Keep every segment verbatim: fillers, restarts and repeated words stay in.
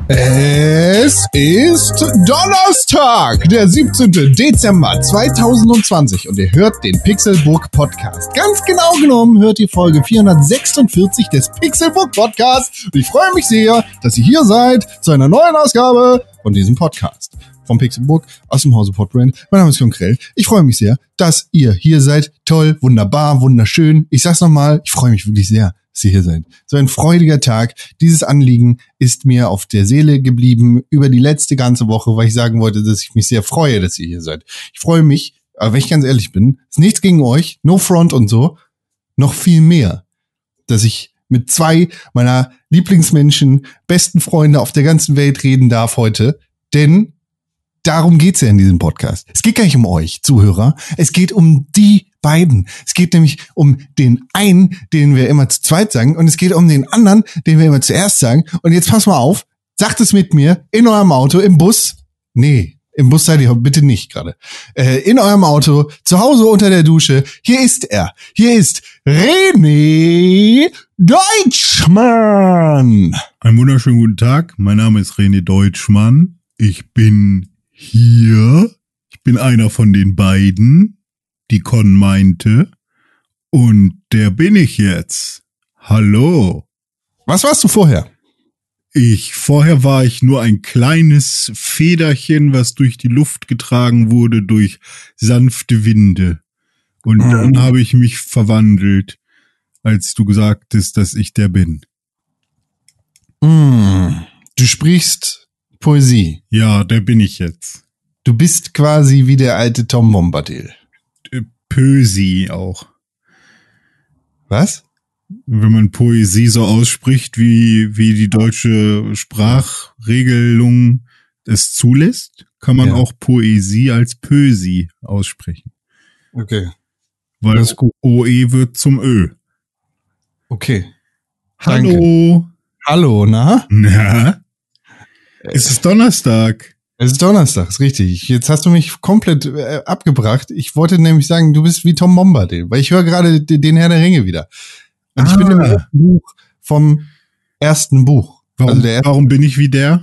Es ist Donnerstag, der siebzehnten Dezember zweitausendzwanzig und ihr hört den Pixelbook Podcast. Ganz genau genommen hört ihr Folge vierhundertsechsundvierzig des Pixelbook Podcasts und ich freue mich sehr, dass ihr hier seid zu einer neuen Ausgabe von diesem Podcast. Vom Pixelbook aus dem Hause Podbrand. Mein Name ist Konkrell. Ich freue mich sehr, dass ihr hier seid. Toll, wunderbar, wunderschön. Ich sag's nochmal, ich freue mich wirklich sehr, dass ihr hier seid. So ein freudiger Tag. Dieses Anliegen ist mir auf der Seele geblieben über die letzte ganze Woche, weil ich sagen wollte, dass ich mich sehr freue, dass ihr hier seid. Ich freue mich, aber wenn ich ganz ehrlich bin, ist nichts gegen euch, no front und so, noch viel mehr, dass ich mit zwei meiner Lieblingsmenschen, besten Freunde auf der ganzen Welt reden darf heute, denn darum geht's ja in diesem Podcast. Es geht gar nicht um euch, Zuhörer. Es geht um die beiden. Es geht nämlich um den einen, den wir immer zu zweit sagen, und es geht um den anderen, den wir immer zuerst sagen. Und jetzt pass mal auf, sagt es mit mir in eurem Auto, im Bus. Nee, im Bus seid ihr bitte nicht gerade. Äh, in eurem Auto, zu Hause unter der Dusche. Hier ist er. Hier ist René Deutschmann. Einen wunderschönen guten Tag. Mein Name ist René Deutschmann. Ich bin hier. Ich bin einer von den beiden, die Con meinte. Und der bin ich jetzt. Hallo. Was warst du vorher? Ich, vorher war ich nur ein kleines Federchen, was durch die Luft getragen wurde durch sanfte Winde. Und mhm. dann habe ich mich verwandelt, als du gesagt hast, dass ich der bin. Mhm. Du sprichst Poesie. Ja, der bin ich jetzt. Du bist quasi wie der alte Tom Bombadil. Poesie auch. Was? Wenn man Poesie so ausspricht, wie wie die deutsche Sprachregelung es zulässt, kann man ja auch Poesie als Pösi aussprechen. Okay. Weil das O E wird zum Ö. Okay. Hallo. Danke. Hallo, na? Na? Es ist Donnerstag. Es ist Donnerstag, ist richtig. Jetzt hast du mich komplett äh, abgebracht. Ich wollte nämlich sagen, du bist wie Tom Bombadil, weil ich höre gerade den Herr der Ringe wieder. Und ah. ich bin im ersten Buch vom ersten Buch. Warum, also der erste, warum bin ich wie der?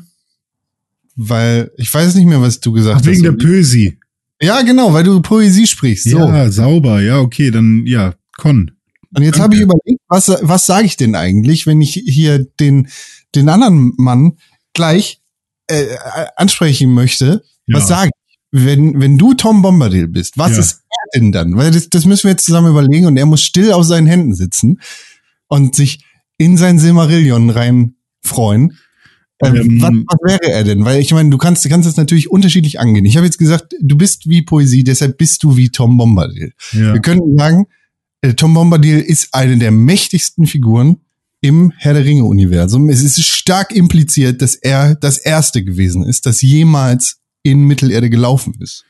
Weil, ich weiß nicht mehr, was du gesagt Ach, wegen hast. Wegen der Poesie. Ja, genau, weil du Poesie sprichst. So. Ja, sauber. Ja, okay, dann, ja, Con. Und jetzt habe ich überlegt, was, was sage ich denn eigentlich, wenn ich hier den, den anderen Mann gleich äh, ansprechen möchte? Ja. Was sage ich? Wenn, wenn du Tom Bombadil bist, was ja. ist er denn dann? Weil das, das müssen wir jetzt zusammen überlegen und er muss still auf seinen Händen sitzen und sich in sein Silmarillion rein freuen. Ähm, ähm, was, was wäre er denn? Weil ich meine, du kannst, du kannst das natürlich unterschiedlich angehen. Ich habe jetzt gesagt, du bist wie Poesie, deshalb bist du wie Tom Bombadil. Ja. Wir können sagen, äh, Tom Bombadil ist eine der mächtigsten Figuren im Herr der Ringe-Universum. Es ist stark impliziert, dass er das Erste gewesen ist, das jemals in Mittelerde gelaufen ist.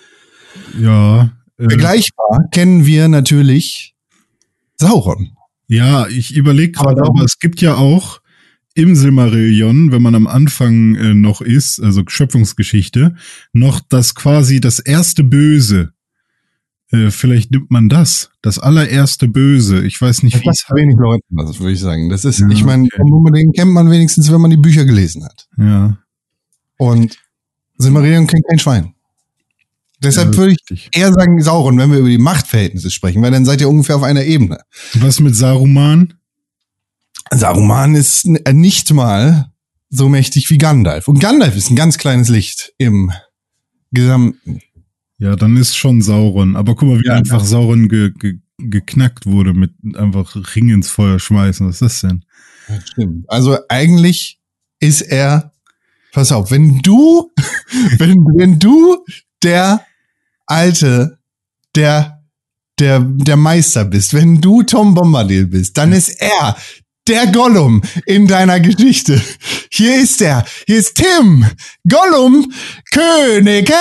Ja. Äh, Vergleichbar kennen wir natürlich Sauron. Ja, ich überlege gerade, aber, aber es gibt ja auch im Silmarillion, wenn man am Anfang äh, noch ist, also Schöpfungsgeschichte, noch das quasi das erste Böse. Äh, vielleicht nimmt man das, das allererste Böse. Ich weiß nicht, das wie es heißt. Wenig Leute, das würde ich sagen. Das ist, ja, ich meine, okay. Den kennt man wenigstens, wenn man die Bücher gelesen hat. Ja. Und Silmarillion kennt kein Schwein. Deshalb ja, würde ich eher sagen Sauron, wenn wir über die Machtverhältnisse sprechen, weil dann seid ihr ungefähr auf einer Ebene. Was mit Saruman? Saruman ist nicht mal so mächtig wie Gandalf. Und Gandalf ist ein ganz kleines Licht im Gesamten. Ja, dann ist schon Sauron. Aber guck mal, wie ja, einfach ja. Sauron ge, ge, geknackt wurde mit einfach Ring ins Feuer schmeißen. Was ist das denn? Ja, stimmt. Also eigentlich ist er, pass auf, wenn du, wenn, wenn du der Alte, der, der, der Meister bist, wenn du Tom Bombadil bist, dann ist er der Gollum in deiner Geschichte. Hier ist er. Hier ist Tim Gollum Königke.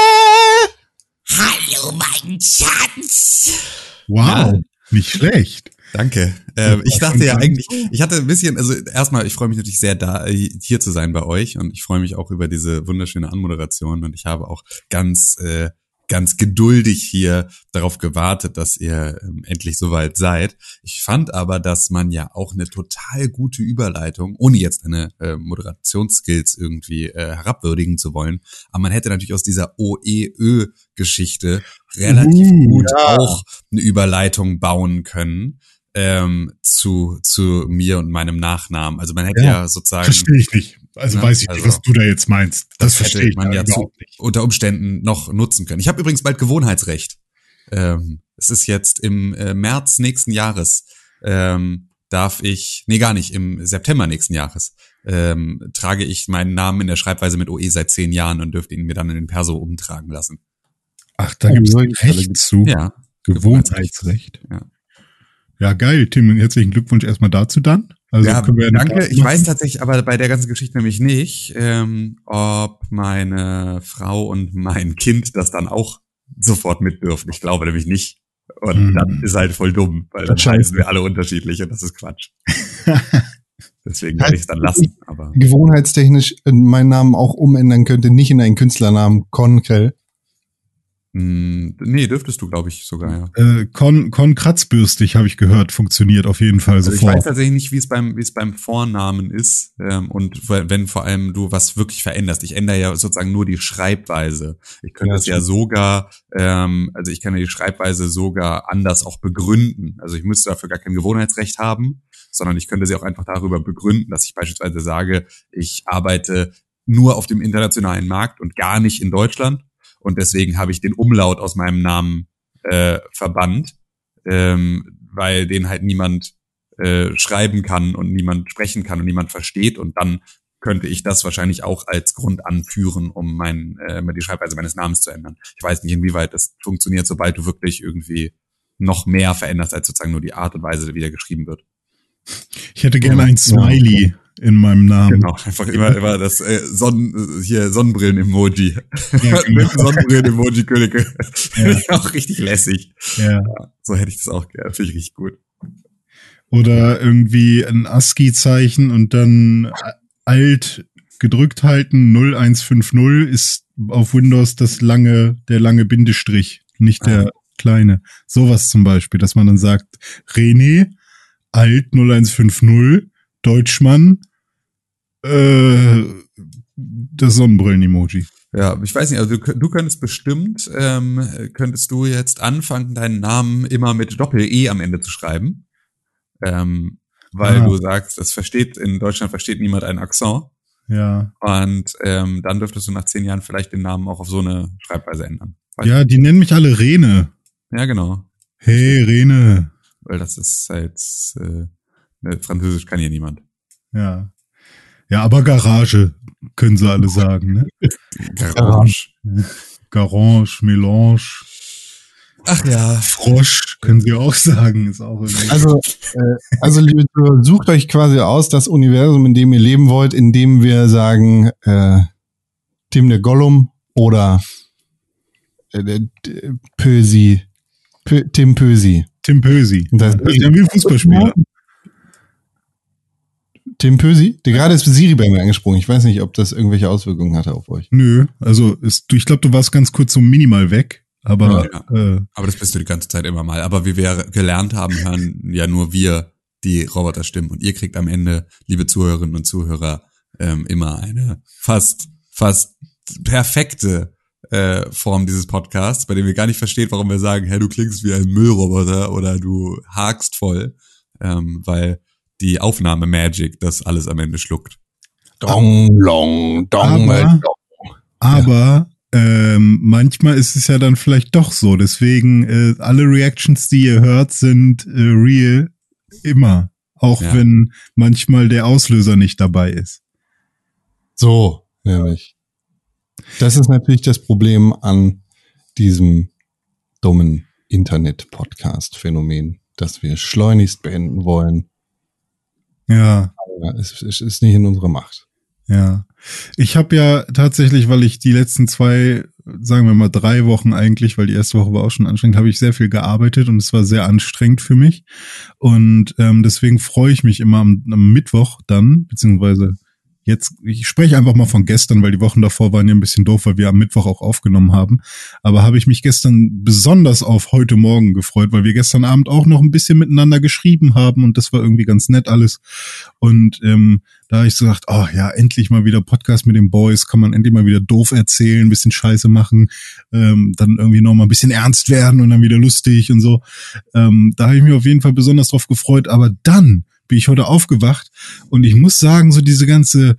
Hallo, mein Schatz. Wow, ja. Nicht schlecht. Danke. Ähm, ich dachte ja eigentlich, ich hatte ein bisschen, also erstmal, ich freue mich natürlich sehr, da hier zu sein bei euch und ich freue mich auch über diese wunderschöne Anmoderation und ich habe auch ganz äh, ganz geduldig hier darauf gewartet, dass ihr ähm, endlich soweit seid. Ich fand aber, dass man ja auch eine total gute Überleitung, ohne jetzt eine äh, Moderationsskills irgendwie äh, herabwürdigen zu wollen, aber man hätte natürlich aus dieser O E Ö-Geschichte relativ Uh, gut ja. auch eine Überleitung bauen können ähm, zu zu mir und meinem Nachnamen. Also man hätte ja, Ja, sozusagen Verstehe ich nicht. Also Ne? weiß ich Also, nicht, was du da jetzt meinst. Das, das verstehe hätte ich man ja zu, überhaupt nicht. unter Umständen noch nutzen können. Ich habe übrigens bald Gewohnheitsrecht. Ähm, es ist jetzt im äh, März nächsten Jahres, ähm, darf ich, nee gar nicht, im September nächsten Jahres, ähm, trage ich meinen Namen in der Schreibweise mit O E seit zehn Jahren und dürfte ihn mir dann in den Perso umtragen lassen. Ach, da Oh, gibt es so ein ist alle- Recht zu. Ja, Gewohnheitsrecht. Ja. Ja, geil, Tim. Herzlichen Glückwunsch erstmal dazu dann. Also ja, können wir eine danke. Party Ich weiß machen. tatsächlich aber bei der ganzen Geschichte nämlich nicht, ähm, ob meine Frau und mein Kind das dann auch sofort mit dürfen. Ich glaube nämlich nicht. Und Hm. dann ist halt voll dumm, weil dann Scheiße. heißen wir alle unterschiedlich und das ist Quatsch. Deswegen werde ich es dann lassen. Aber Gewohnheitstechnisch äh, meinen Namen auch umändern könnte, nicht in einen Künstlernamen Konkrell. mh, nee, dürftest du, glaube ich, sogar, ja. Äh, Con, Con Kratzbürstig, habe ich gehört, funktioniert auf jeden Fall Also ich sofort. weiß tatsächlich nicht, wie es beim wie es beim Vornamen ist ähm, und wenn wenn vor allem du was wirklich veränderst. Ich ändere ja sozusagen nur die Schreibweise. Ich könnte Ja, das ja sogar, ähm, also ich kann ja die Schreibweise sogar anders auch begründen. Also ich müsste dafür gar kein Gewohnheitsrecht haben, sondern ich könnte sie auch einfach darüber begründen, dass ich beispielsweise sage, ich arbeite nur auf dem internationalen Markt und gar nicht in Deutschland und deswegen habe ich den Umlaut aus meinem Namen äh, verbannt. Ähm, weil den halt niemand äh, schreiben kann und niemand sprechen kann und niemand versteht und dann könnte ich das wahrscheinlich auch als Grund anführen, um mein äh, die Schreibweise meines Namens zu ändern. Ich weiß nicht, inwieweit das funktioniert, sobald du wirklich irgendwie noch mehr veränderst als sozusagen nur die Art und Weise, wie der geschrieben wird. Ich hätte gerne ein Smiley in meinem Namen. Genau, einfach immer immer das äh, Sonnen hier Sonnenbrillen-Emoji. Ja, genau. Sonnenbrillen-Emoji-Könige. Ja. Finde ich auch richtig lässig. Ja. So hätte ich das auch gerne. Finde ich richtig gut. Oder irgendwie ein ASCII-Zeichen und dann alt gedrückt halten. null eins fünf null ist auf Windows das lange, der lange Bindestrich, nicht der kleine. Sowas zum Beispiel, dass man dann sagt, René, alt null eins fünf null, Deutschmann, äh, das Sonnenbrillen-Emoji. Ja, ich weiß nicht, also du, du könntest bestimmt, ähm, könntest du jetzt anfangen, deinen Namen immer mit Doppel-E am Ende zu schreiben. Ähm, weil Ah. du sagst, das versteht, in Deutschland versteht niemand einen Akzent. Ja. Und ähm, dann dürftest du nach zehn Jahren vielleicht den Namen auch auf so eine Schreibweise ändern. Weiß Ja, die nennen mich alle Rene. nicht. Ja, genau. Hey, Rene. Weil das ist halt, äh, ne, Französisch kann hier niemand. Ja. Ja, aber Garage können sie alle sagen, ne? Garage. Garage, Melange, Ach ja. Frosch können sie auch sagen, ist auch irgendwie. Also, äh, also liebe Zuhörer, sucht euch quasi aus das Universum, in dem ihr leben wollt, in dem wir sagen, äh, Tim der Gollum oder äh, der D- Pösi, Pö, Tim Pösi. Tim Pösi. Das- Das ist ja wie ein Fußballspieler. Tim Pösi? Der gerade ist Siri bei mir angesprungen. Ich weiß nicht, ob das irgendwelche Auswirkungen hatte auf euch. Nö, also ist, ich glaube, du warst ganz kurz so minimal weg, aber Ja. äh, Aber das bist du die ganze Zeit immer mal. Aber wie wir gelernt haben, hören ja nur wir die Roboterstimmen. Und ihr kriegt am Ende, liebe Zuhörerinnen und Zuhörer, ähm, immer eine fast, fast perfekte äh, Form dieses Podcasts, bei dem ihr gar nicht versteht, warum wir sagen, hey, du klingst wie ein Müllroboter oder du hakst voll, ähm, weil die Aufnahme-Magic das alles am Ende schluckt. Dong, long, dong, Aber- äh, dong. aber ähm, manchmal ist es ja dann vielleicht doch so. Deswegen äh, alle Reactions, die ihr hört, sind äh, real immer, auch Ja. wenn manchmal der Auslöser nicht dabei ist. So, nämlich. Das ist natürlich das Problem an diesem dummen Internet-Podcast-Phänomen, das wir schleunigst beenden wollen. Ja. Aber es, es ist nicht in unserer Macht. Ja, ich habe ja tatsächlich, weil ich die letzten zwei, sagen wir mal drei Wochen eigentlich, weil die erste Woche war auch schon anstrengend, habe ich sehr viel gearbeitet und es war sehr anstrengend für mich. Und ähm, deswegen freue ich mich immer am, am Mittwoch dann, beziehungsweise jetzt, ich spreche einfach mal von gestern, weil die Wochen davor waren ja ein bisschen doof, weil wir am Mittwoch auch aufgenommen haben. Aber habe ich mich gestern besonders auf heute Morgen gefreut, weil wir gestern Abend auch noch ein bisschen miteinander geschrieben haben und das war irgendwie ganz nett alles. Und ähm, da habe ich so gedacht, oh ja, endlich mal wieder Podcast mit den Boys, kann man endlich mal wieder doof erzählen, ein bisschen Scheiße machen, ähm, dann irgendwie noch mal ein bisschen ernst werden und dann wieder lustig und so. Ähm, da habe ich mich auf jeden Fall besonders drauf gefreut. Aber dann bin ich heute aufgewacht und ich muss sagen, so diese ganze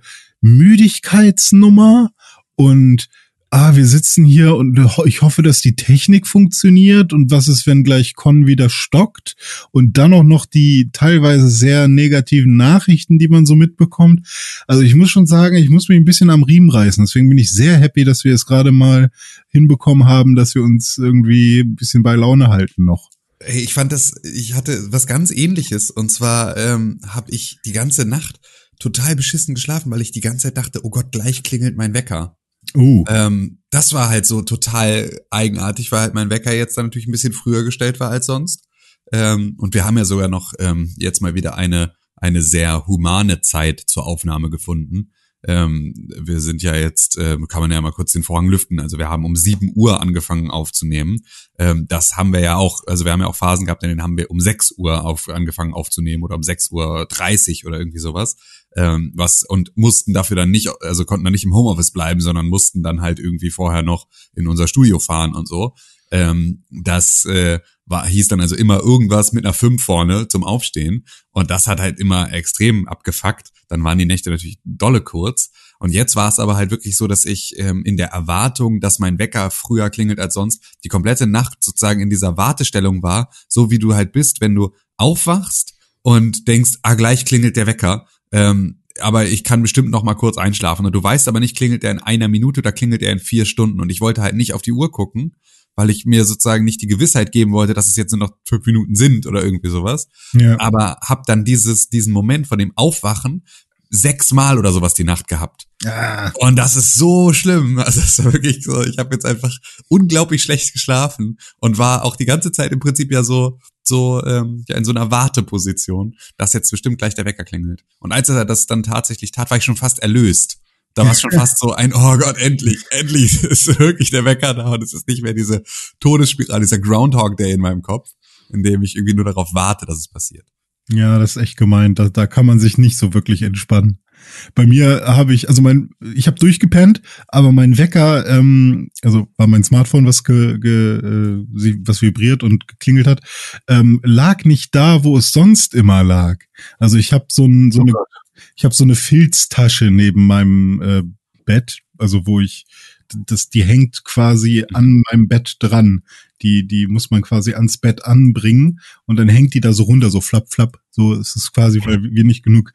Müdigkeitsnummer und ah, wir sitzen hier und ich hoffe, dass die Technik funktioniert und was ist, wenn gleich Con wieder stockt und dann auch noch die teilweise sehr negativen Nachrichten, die man so mitbekommt. Also ich muss schon sagen, ich muss mich ein bisschen am Riemen reißen. Deswegen bin ich sehr happy, dass wir es gerade mal hinbekommen haben, dass wir uns irgendwie ein bisschen bei Laune halten noch. Hey, ich fand das, ich hatte was ganz Ähnliches und zwar ähm, habe ich die ganze Nacht total beschissen geschlafen, weil ich die ganze Zeit dachte, oh Gott, gleich klingelt mein Wecker. Uh. Ähm, das war halt so total eigenartig, weil halt mein Wecker jetzt dann natürlich ein bisschen früher gestellt war als sonst. Ähm, und wir haben ja sogar noch ähm, jetzt mal wieder eine eine sehr humane Zeit zur Aufnahme gefunden. Ähm, wir sind ja jetzt, äh, kann man ja mal kurz den Vorhang lüften, also wir haben um sieben Uhr angefangen aufzunehmen. Ähm, das haben wir ja auch, also wir haben ja auch Phasen gehabt, in denen haben wir um sechs Uhr auf, angefangen aufzunehmen oder um sechs Uhr dreißig oder irgendwie sowas. Ähm, was und mussten dafür dann nicht, also konnten dann nicht im Homeoffice bleiben, sondern mussten dann halt irgendwie vorher noch in unser Studio fahren und so. Ähm, das äh, war, hieß dann also immer irgendwas mit einer fünf vorne zum Aufstehen und das hat halt immer extrem abgefuckt. Dann waren die Nächte natürlich dolle kurz und jetzt war es aber halt wirklich so, dass ich ähm, in der Erwartung, dass mein Wecker früher klingelt als sonst, die komplette Nacht sozusagen in dieser Wartestellung war, so wie du halt bist, wenn du aufwachst und denkst, ah, gleich klingelt der Wecker, ähm, aber ich kann bestimmt noch mal kurz einschlafen und du weißt aber nicht, klingelt der in einer Minute oder klingelt der in vier Stunden und ich wollte halt nicht auf die Uhr gucken, weil ich mir sozusagen nicht die Gewissheit geben wollte, dass es jetzt nur noch fünf Minuten sind oder irgendwie sowas. Ja. Aber hab dann dieses diesen Moment von dem Aufwachen sechsmal oder sowas die Nacht gehabt. Ah. Und das ist so schlimm. Also das war wirklich so, ich habe jetzt einfach unglaublich schlecht geschlafen und war auch die ganze Zeit im Prinzip ja so so ähm, ja in so einer Warteposition, dass jetzt bestimmt gleich der Wecker klingelt. Und als er das dann tatsächlich tat, war ich schon fast erlöst. Da war es schon fast so ein, oh Gott, endlich, endlich ist wirklich der Wecker da und es ist nicht mehr diese Todesspirale, dieser Groundhog Day in meinem Kopf, in dem ich irgendwie nur darauf warte, dass es passiert. Ja, das ist echt gemein. Da, da kann man sich nicht so wirklich entspannen. Bei mir habe ich, also mein, ich habe durchgepennt, aber mein Wecker, ähm, also war mein Smartphone, was ge, ge, äh, was vibriert und geklingelt hat, ähm, lag nicht da, wo es sonst immer lag. Also ich habe so, ein, so eine, ich habe so eine Filztasche neben meinem äh, Bett, also wo ich das, die hängt quasi an meinem Bett dran. Die, die muss man quasi ans Bett anbringen und dann hängt die da so runter, so flapp, flapp. So ist es quasi, weil wir nicht genug.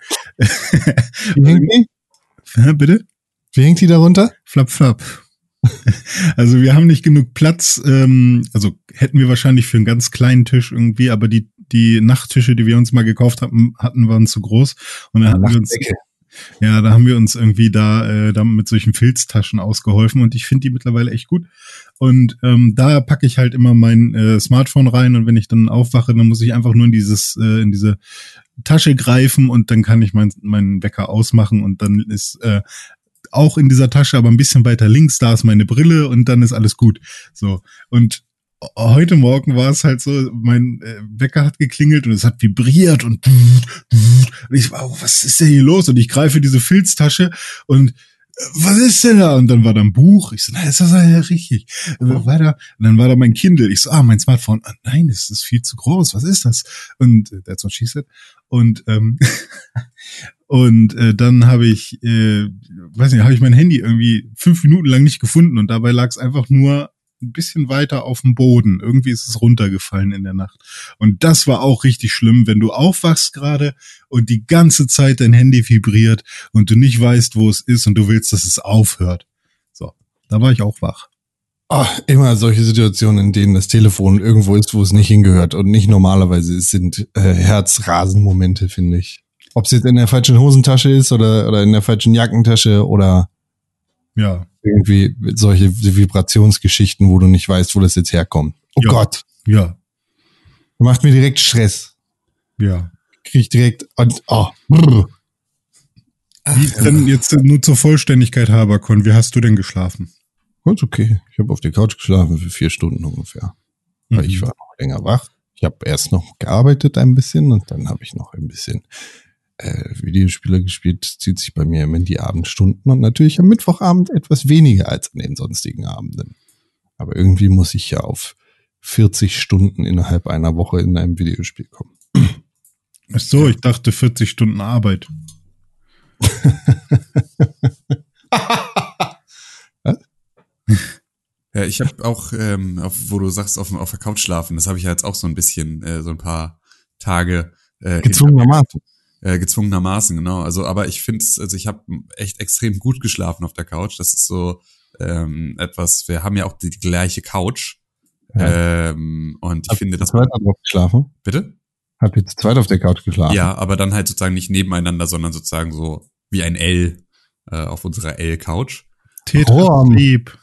Wie hängt die? Ja, bitte? Wie hängt die da runter? Flapp, flapp. Also wir haben nicht genug Platz, ähm, also hätten wir wahrscheinlich für einen ganz kleinen Tisch irgendwie, aber die, die Nachttische, die wir uns mal gekauft hatten, hatten waren zu groß. Und dann hatten wir uns. Ja, da haben wir uns irgendwie da, äh, da mit solchen Filztaschen ausgeholfen und ich finde die mittlerweile echt gut. Und ähm, da packe ich halt immer mein äh, Smartphone rein und wenn ich dann aufwache, dann muss ich einfach nur in dieses, äh, in diese Tasche greifen und dann kann ich meinen meinen Wecker ausmachen und dann ist äh, auch in dieser Tasche, aber ein bisschen weiter links, da ist meine Brille und dann ist alles gut. So. Und heute Morgen war es halt so, mein äh, Wecker hat geklingelt und es hat vibriert und, und ich war, oh, was ist denn hier los? Und ich greife diese Filztasche und äh, was ist denn da? Und dann war da ein Buch. Ich so, na, ist das ja richtig. Oh. Weiter. Und dann war da mein Kindle. Ich so, ah, mein Smartphone. Ah, nein, das ist viel zu groß. Was ist das? Und äh, that's what she said. Und ähm, und äh, dann habe ich, äh, weiß nicht, habe ich mein Handy irgendwie fünf Minuten lang nicht gefunden und dabei lag es einfach nur ein bisschen weiter auf dem Boden. Irgendwie ist es runtergefallen in der Nacht. Und das war auch richtig schlimm, wenn du aufwachst gerade und die ganze Zeit dein Handy vibriert und du nicht weißt, wo es ist und du willst, dass es aufhört. So, da war ich auch wach. Oh, immer solche Situationen, in denen das Telefon irgendwo ist, wo es nicht hingehört und nicht normalerweise ist, sind äh, Herzrasen-Momente, finde ich. Ob es jetzt in der falschen Hosentasche ist oder, oder in der falschen Jackentasche oder ja. Irgendwie solche Vibrationsgeschichten, wo du nicht weißt, wo das jetzt herkommt. Oh ja. Gott. Ja. Macht mir direkt Stress. Ja. Krieg ich direkt, und, oh, brr. Wie denn jetzt nur zur Vollständigkeit, Haberkorn, wie hast du denn geschlafen? Gut, okay. Ich habe auf der Couch geschlafen für vier Stunden ungefähr. Mhm. Weil ich war noch länger wach. Ich habe erst noch gearbeitet ein bisschen und dann habe ich noch ein bisschen äh, Videospiele gespielt. Zieht sich bei mir immer in die Abendstunden und natürlich am Mittwochabend etwas weniger als an den sonstigen Abenden. Aber irgendwie muss ich ja auf vierzig Stunden innerhalb einer Woche in einem Videospiel kommen. Ach so, ich dachte vierzig Stunden Arbeit. Ja, ich habe auch, ähm, auf, wo du sagst, auf, auf der Couch schlafen, das habe ich ja jetzt auch so ein bisschen, äh, so ein paar Tage äh, gezwungenermaßen. Äh, gezwungenermaßen, genau. Also, aber ich finde es, also ich habe echt extrem gut geschlafen auf der Couch. Das ist so ähm, etwas. Wir haben ja auch die, die gleiche Couch. Ja. Ähm, und ich Habt finde, ihr dass zu zweit drauf geschlafen? Bitte? Habt ihr zu zweit auf der Couch geschlafen? Ja, aber dann halt sozusagen nicht nebeneinander, sondern sozusagen so wie ein L äh, auf unserer L-Couch. Tetris lieb.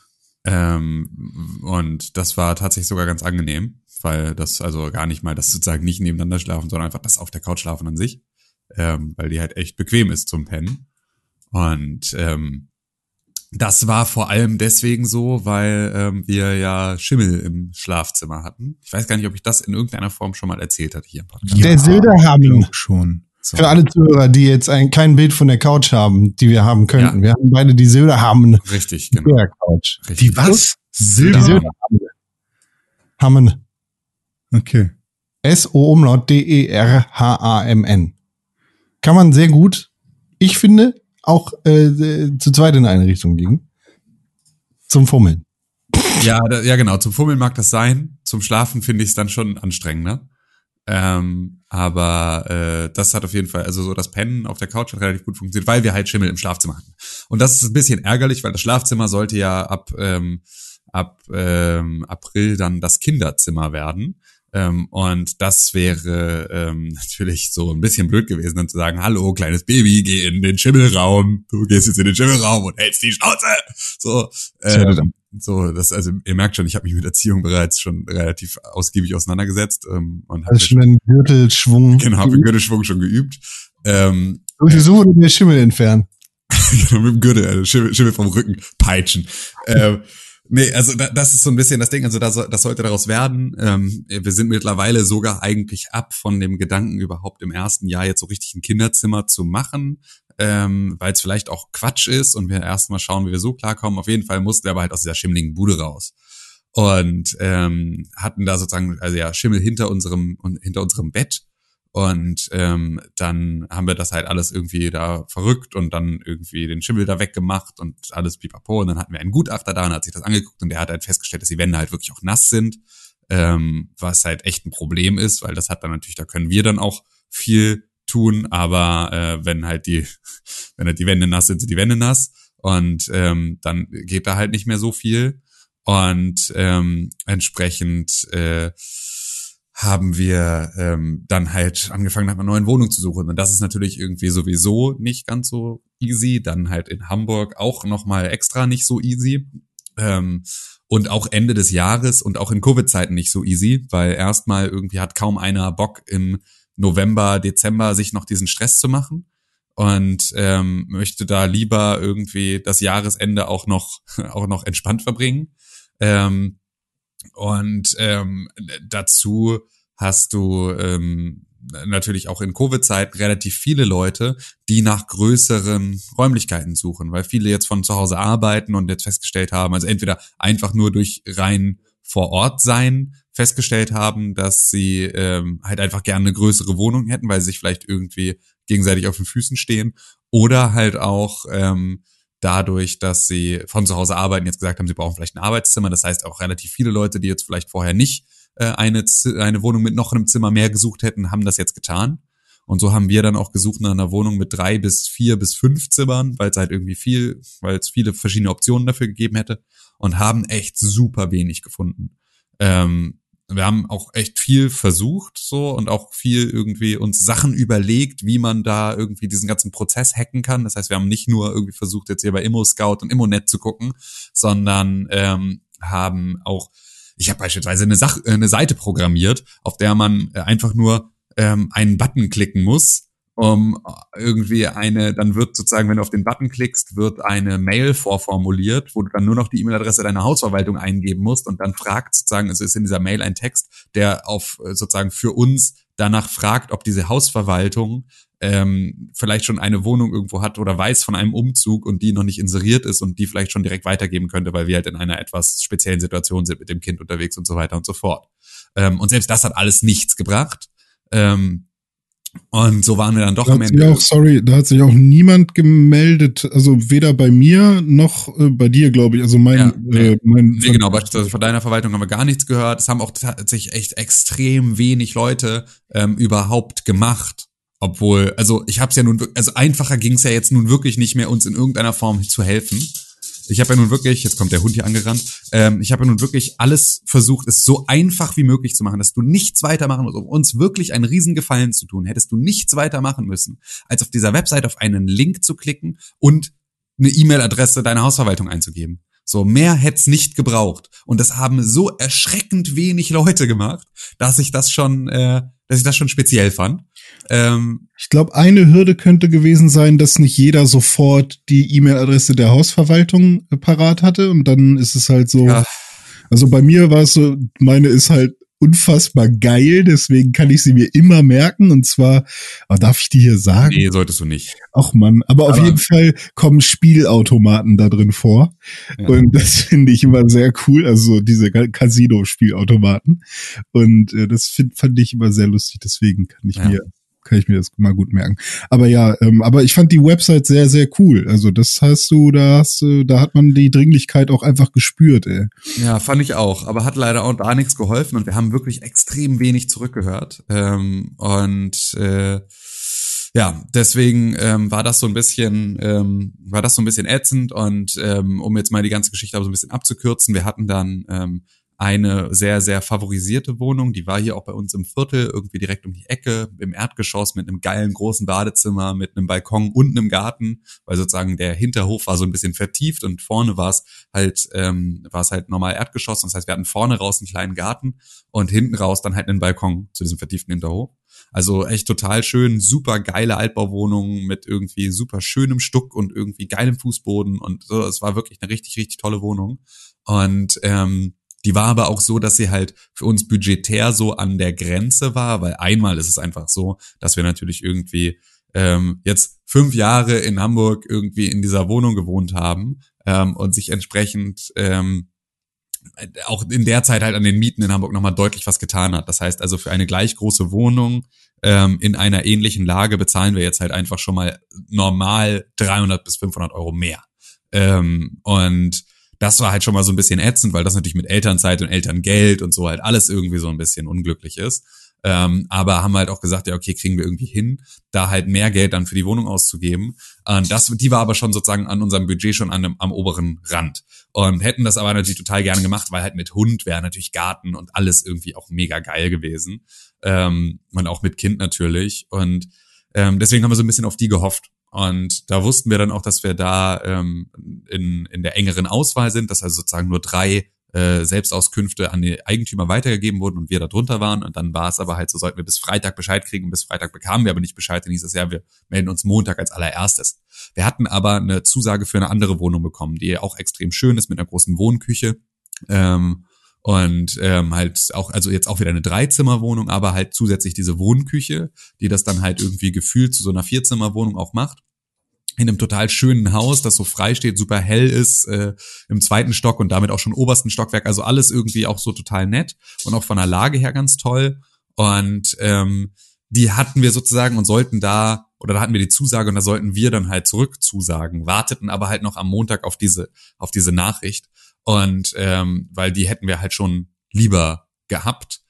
Ähm, und das war tatsächlich sogar ganz angenehm, weil das also gar nicht mal das sozusagen nicht nebeneinander schlafen, sondern einfach das auf der Couch schlafen an sich, ähm, weil die halt echt bequem ist zum Pennen. Und ähm, das war vor allem deswegen so, weil ähm, wir ja Schimmel im Schlafzimmer hatten. Ich weiß gar nicht, ob ich das in irgendeiner Form schon mal erzählt hatte hier im Podcast. Der Silderhammel. Schon. So. Für alle Zuhörer, die jetzt ein, kein Bild von der Couch haben, die wir haben könnten. Ja. Wir haben beide die Silderhammen. Richtig, genau. Der Couch. Richtig. Die was? Silderhammen. Hammen. Okay. S-O-Umlaut D-E-R-H-A-M-N. Kann man sehr gut, ich finde, auch äh, zu zweit in eine Richtung liegen. Zum Fummeln. Ja, da, ja genau. Zum Fummeln mag das sein. Zum Schlafen finde ich es dann schon anstrengender. Ähm, aber äh, das hat auf jeden Fall, also so das Pennen auf der Couch hat relativ gut funktioniert, weil wir halt Schimmel im Schlafzimmer hatten. Und das ist ein bisschen ärgerlich, weil das Schlafzimmer sollte ja ab ähm, ab ähm, April dann das Kinderzimmer werden. Ähm, und das wäre ähm, natürlich so ein bisschen blöd gewesen, dann zu sagen, hallo, kleines Baby, geh in den Schimmelraum. Du gehst jetzt in den Schimmelraum und hältst die Schnauze. So, ähm, so, das, also ihr merkt schon, ich habe mich mit Erziehung bereits schon relativ ausgiebig auseinandergesetzt. Ähm, und also schon einen Gürtelschwung. Genau, habe den Gürtelschwung schon geübt. Ähm, Wieso wurde der Schimmel entfernt? Genau, mit dem Gürtel, also Schimmel, Schimmel vom Rücken peitschen. ähm, Nee, also da, das ist so ein bisschen das Ding, also das, das sollte daraus werden. Ähm, wir sind mittlerweile sogar eigentlich ab von dem Gedanken, überhaupt im ersten Jahr jetzt so richtig ein Kinderzimmer zu machen, ähm, weil es vielleicht auch Quatsch ist und wir erstmal schauen, wie wir so klarkommen. Auf jeden Fall mussten wir aber halt aus dieser schimmeligen Bude raus. Und ähm, hatten da sozusagen, also ja, Schimmel hinter unserem hinter unserem Bett. Und ähm, dann haben wir das halt alles irgendwie da verrückt und dann irgendwie den Schimmel da weggemacht und alles pipapo. Und dann hatten wir einen Gutachter da und hat sich das angeguckt und der hat halt festgestellt, dass die Wände halt wirklich auch nass sind, ähm, was halt echt ein Problem ist, weil das hat dann natürlich, da können wir dann auch viel tun, aber äh, wenn halt die wenn halt die Wände nass sind, sind die Wände nass und ähm, dann geht da halt nicht mehr so viel und ähm, entsprechend äh, haben wir ähm, dann halt angefangen, nach einer neuen Wohnung zu suchen. Und das ist natürlich irgendwie sowieso nicht ganz so easy. Dann halt in Hamburg auch nochmal extra nicht so easy. Ähm, und auch Ende des Jahres und auch in Covid-Zeiten nicht so easy, weil erstmal irgendwie hat kaum einer Bock im November, Dezember sich noch diesen Stress zu machen. Und ähm, möchte da lieber irgendwie das Jahresende auch noch auch noch entspannt verbringen. Ähm, Und ähm, dazu hast du ähm, natürlich auch in Covid-Zeiten relativ viele Leute, die nach größeren Räumlichkeiten suchen, weil viele jetzt von zu Hause arbeiten und jetzt festgestellt haben, also entweder einfach nur durch rein vor Ort sein festgestellt haben, dass sie ähm, halt einfach gerne eine größere Wohnung hätten, weil sie sich vielleicht irgendwie gegenseitig auf den Füßen stehen oder halt auch ähm, dadurch, dass sie von zu Hause arbeiten, jetzt gesagt haben, sie brauchen vielleicht ein Arbeitszimmer. Das heißt auch relativ viele Leute, die jetzt vielleicht vorher nicht äh, eine, eine Wohnung mit noch einem Zimmer mehr gesucht hätten, haben das jetzt getan. Und so haben wir dann auch gesucht nach einer Wohnung mit drei bis vier bis fünf Zimmern, weil es halt irgendwie viel, weil es viele verschiedene Optionen dafür gegeben hätte und haben echt super wenig gefunden. Ähm, wir haben auch echt viel versucht so und auch viel irgendwie uns Sachen überlegt, wie man da irgendwie diesen ganzen Prozess hacken kann. Das heißt, wir haben nicht nur irgendwie versucht, jetzt hier bei ImmoScout und ImmoNet zu gucken, sondern ähm, haben auch, ich habe beispielsweise eine, Sach- eine Seite programmiert, auf der man einfach nur ähm, einen Button klicken muss um irgendwie eine, dann wird sozusagen, wenn du auf den Button klickst, wird eine Mail vorformuliert, wo du dann nur noch die E-Mail-Adresse deiner Hausverwaltung eingeben musst und dann fragt sozusagen, es ist in dieser Mail ein Text, der auf sozusagen für uns danach fragt, ob diese Hausverwaltung ähm, vielleicht schon eine Wohnung irgendwo hat oder weiß von einem Umzug und die noch nicht inseriert ist und die vielleicht schon direkt weitergeben könnte, weil wir halt in einer etwas speziellen Situation sind mit dem Kind unterwegs und so weiter und so fort. Ähm, und selbst das hat alles nichts gebracht. Ähm, Und so waren wir dann doch da am hat Ende. sich auch, sorry, da hat sich auch niemand gemeldet, also weder bei mir noch äh, bei dir, glaube ich. Also mein, Ja, nee. äh, mein Nee, genau, beispielsweise von deiner Verwaltung haben wir gar nichts gehört. Es haben auch tatsächlich echt extrem wenig Leute ähm, überhaupt gemacht. Obwohl, also ich habe es ja nun, wir- also einfacher ging es ja jetzt nun wirklich nicht mehr, uns in irgendeiner Form zu helfen. Ich habe ja nun wirklich, jetzt kommt der Hund hier angerannt, ähm, ich habe ja nun wirklich alles versucht, es so einfach wie möglich zu machen, dass du nichts weitermachen musst, um uns wirklich einen riesen Gefallen zu tun, hättest du nichts weitermachen müssen, als auf dieser Website auf einen Link zu klicken und eine E-Mail-Adresse deiner Hausverwaltung einzugeben. So, mehr hätte es nicht gebraucht. Und das haben so erschreckend wenig Leute gemacht, dass ich das schon, äh, dass ich das schon speziell fand. Ähm, Ich glaube, eine Hürde könnte gewesen sein, dass nicht jeder sofort die E-Mail-Adresse der Hausverwaltung äh, parat hatte und dann ist es halt so, ja, also bei mir war es so, meine ist halt unfassbar geil, deswegen kann ich sie mir immer merken und zwar, oh, darf ich die hier sagen? nee, solltest du nicht. Ach man, aber auf Aber- jeden Fall kommen Spielautomaten da drin vor Ja. und das finde ich immer sehr cool, also diese Casino-Spielautomaten und äh, das find, fand ich immer sehr lustig, deswegen kann ich Ja. mir kann ich mir das mal gut merken. Aber ja, ähm, aber ich fand die Website sehr, sehr cool. Also das hast du, da hast du, da hat man die Dringlichkeit auch einfach gespürt, ey. Ja, fand ich auch, aber hat leider auch da nichts geholfen und wir haben wirklich extrem wenig zurückgehört. Ähm, und äh, ja, deswegen ähm, war das so ein bisschen, ähm, war das so ein bisschen ätzend und ähm, um jetzt mal die ganze Geschichte aber so ein bisschen abzukürzen, wir hatten dann ähm, eine sehr, sehr favorisierte Wohnung, die war hier auch bei uns im Viertel, irgendwie direkt um die Ecke, im Erdgeschoss mit einem geilen großen Badezimmer, mit einem Balkon unten im Garten, weil sozusagen der Hinterhof war so ein bisschen vertieft und vorne war es halt, ähm, war es halt normal Erdgeschoss, das heißt, wir hatten vorne raus einen kleinen Garten und hinten raus dann halt einen Balkon zu diesem vertieften Hinterhof. Also echt total schön, super geile Altbauwohnung mit irgendwie super schönem Stuck und irgendwie geilem Fußboden und so. Es war wirklich eine richtig, richtig tolle Wohnung. Und ähm, die war aber auch so, dass sie halt für uns budgetär so an der Grenze war, weil einmal ist es einfach so, dass wir natürlich irgendwie ähm, jetzt fünf Jahre in Hamburg irgendwie in dieser Wohnung gewohnt haben ähm, und sich entsprechend ähm, auch in der Zeit halt an den Mieten in Hamburg nochmal deutlich was getan hat. Das heißt also, für eine gleich große Wohnung ähm, in einer ähnlichen Lage bezahlen wir jetzt halt einfach schon mal normal dreihundert bis fünfhundert Euro mehr. Ähm, und das war halt schon mal so ein bisschen ätzend, weil das natürlich mit Elternzeit und Elterngeld und so halt alles irgendwie so ein bisschen unglücklich ist. Ähm, aber haben halt auch gesagt, ja, okay, kriegen wir irgendwie hin, da halt mehr Geld dann für die Wohnung auszugeben. Und das, die war aber schon sozusagen an unserem Budget schon an dem, am oberen Rand. Und hätten das aber natürlich total gerne gemacht, weil halt mit Hund wäre natürlich Garten und alles irgendwie auch mega geil gewesen. Ähm, und auch mit Kind natürlich. Und ähm, deswegen haben wir so ein bisschen auf die gehofft. Und da wussten wir dann auch, dass wir da ähm, in, in der engeren Auswahl sind, dass also sozusagen nur drei äh, Selbstauskünfte an die Eigentümer weitergegeben wurden und wir da drunter waren. Und dann war es aber halt so, sollten wir bis Freitag Bescheid kriegen. Und bis Freitag bekamen wir aber nicht Bescheid. Dann hieß es ja, wir melden uns Montag als allererstes. Wir hatten aber eine Zusage für eine andere Wohnung bekommen, die auch extrem schön ist mit einer großen Wohnküche. Ähm, und ähm, halt auch, also jetzt auch wieder eine Dreizimmerwohnung, aber halt zusätzlich diese Wohnküche, die das dann halt irgendwie gefühlt zu so einer Vierzimmerwohnung auch macht. In einem total schönen Haus, das so frei steht, super hell ist, äh, im zweiten Stock und damit auch schon obersten Stockwerk. Also alles irgendwie auch so total nett und auch von der Lage her ganz toll. Und ähm, die hatten wir sozusagen und sollten da, oder da hatten wir die Zusage und da sollten wir dann halt zurück zusagen, warteten aber halt noch am Montag auf diese, auf diese Nachricht. Und ähm, weil die hätten wir halt schon lieber gehabt.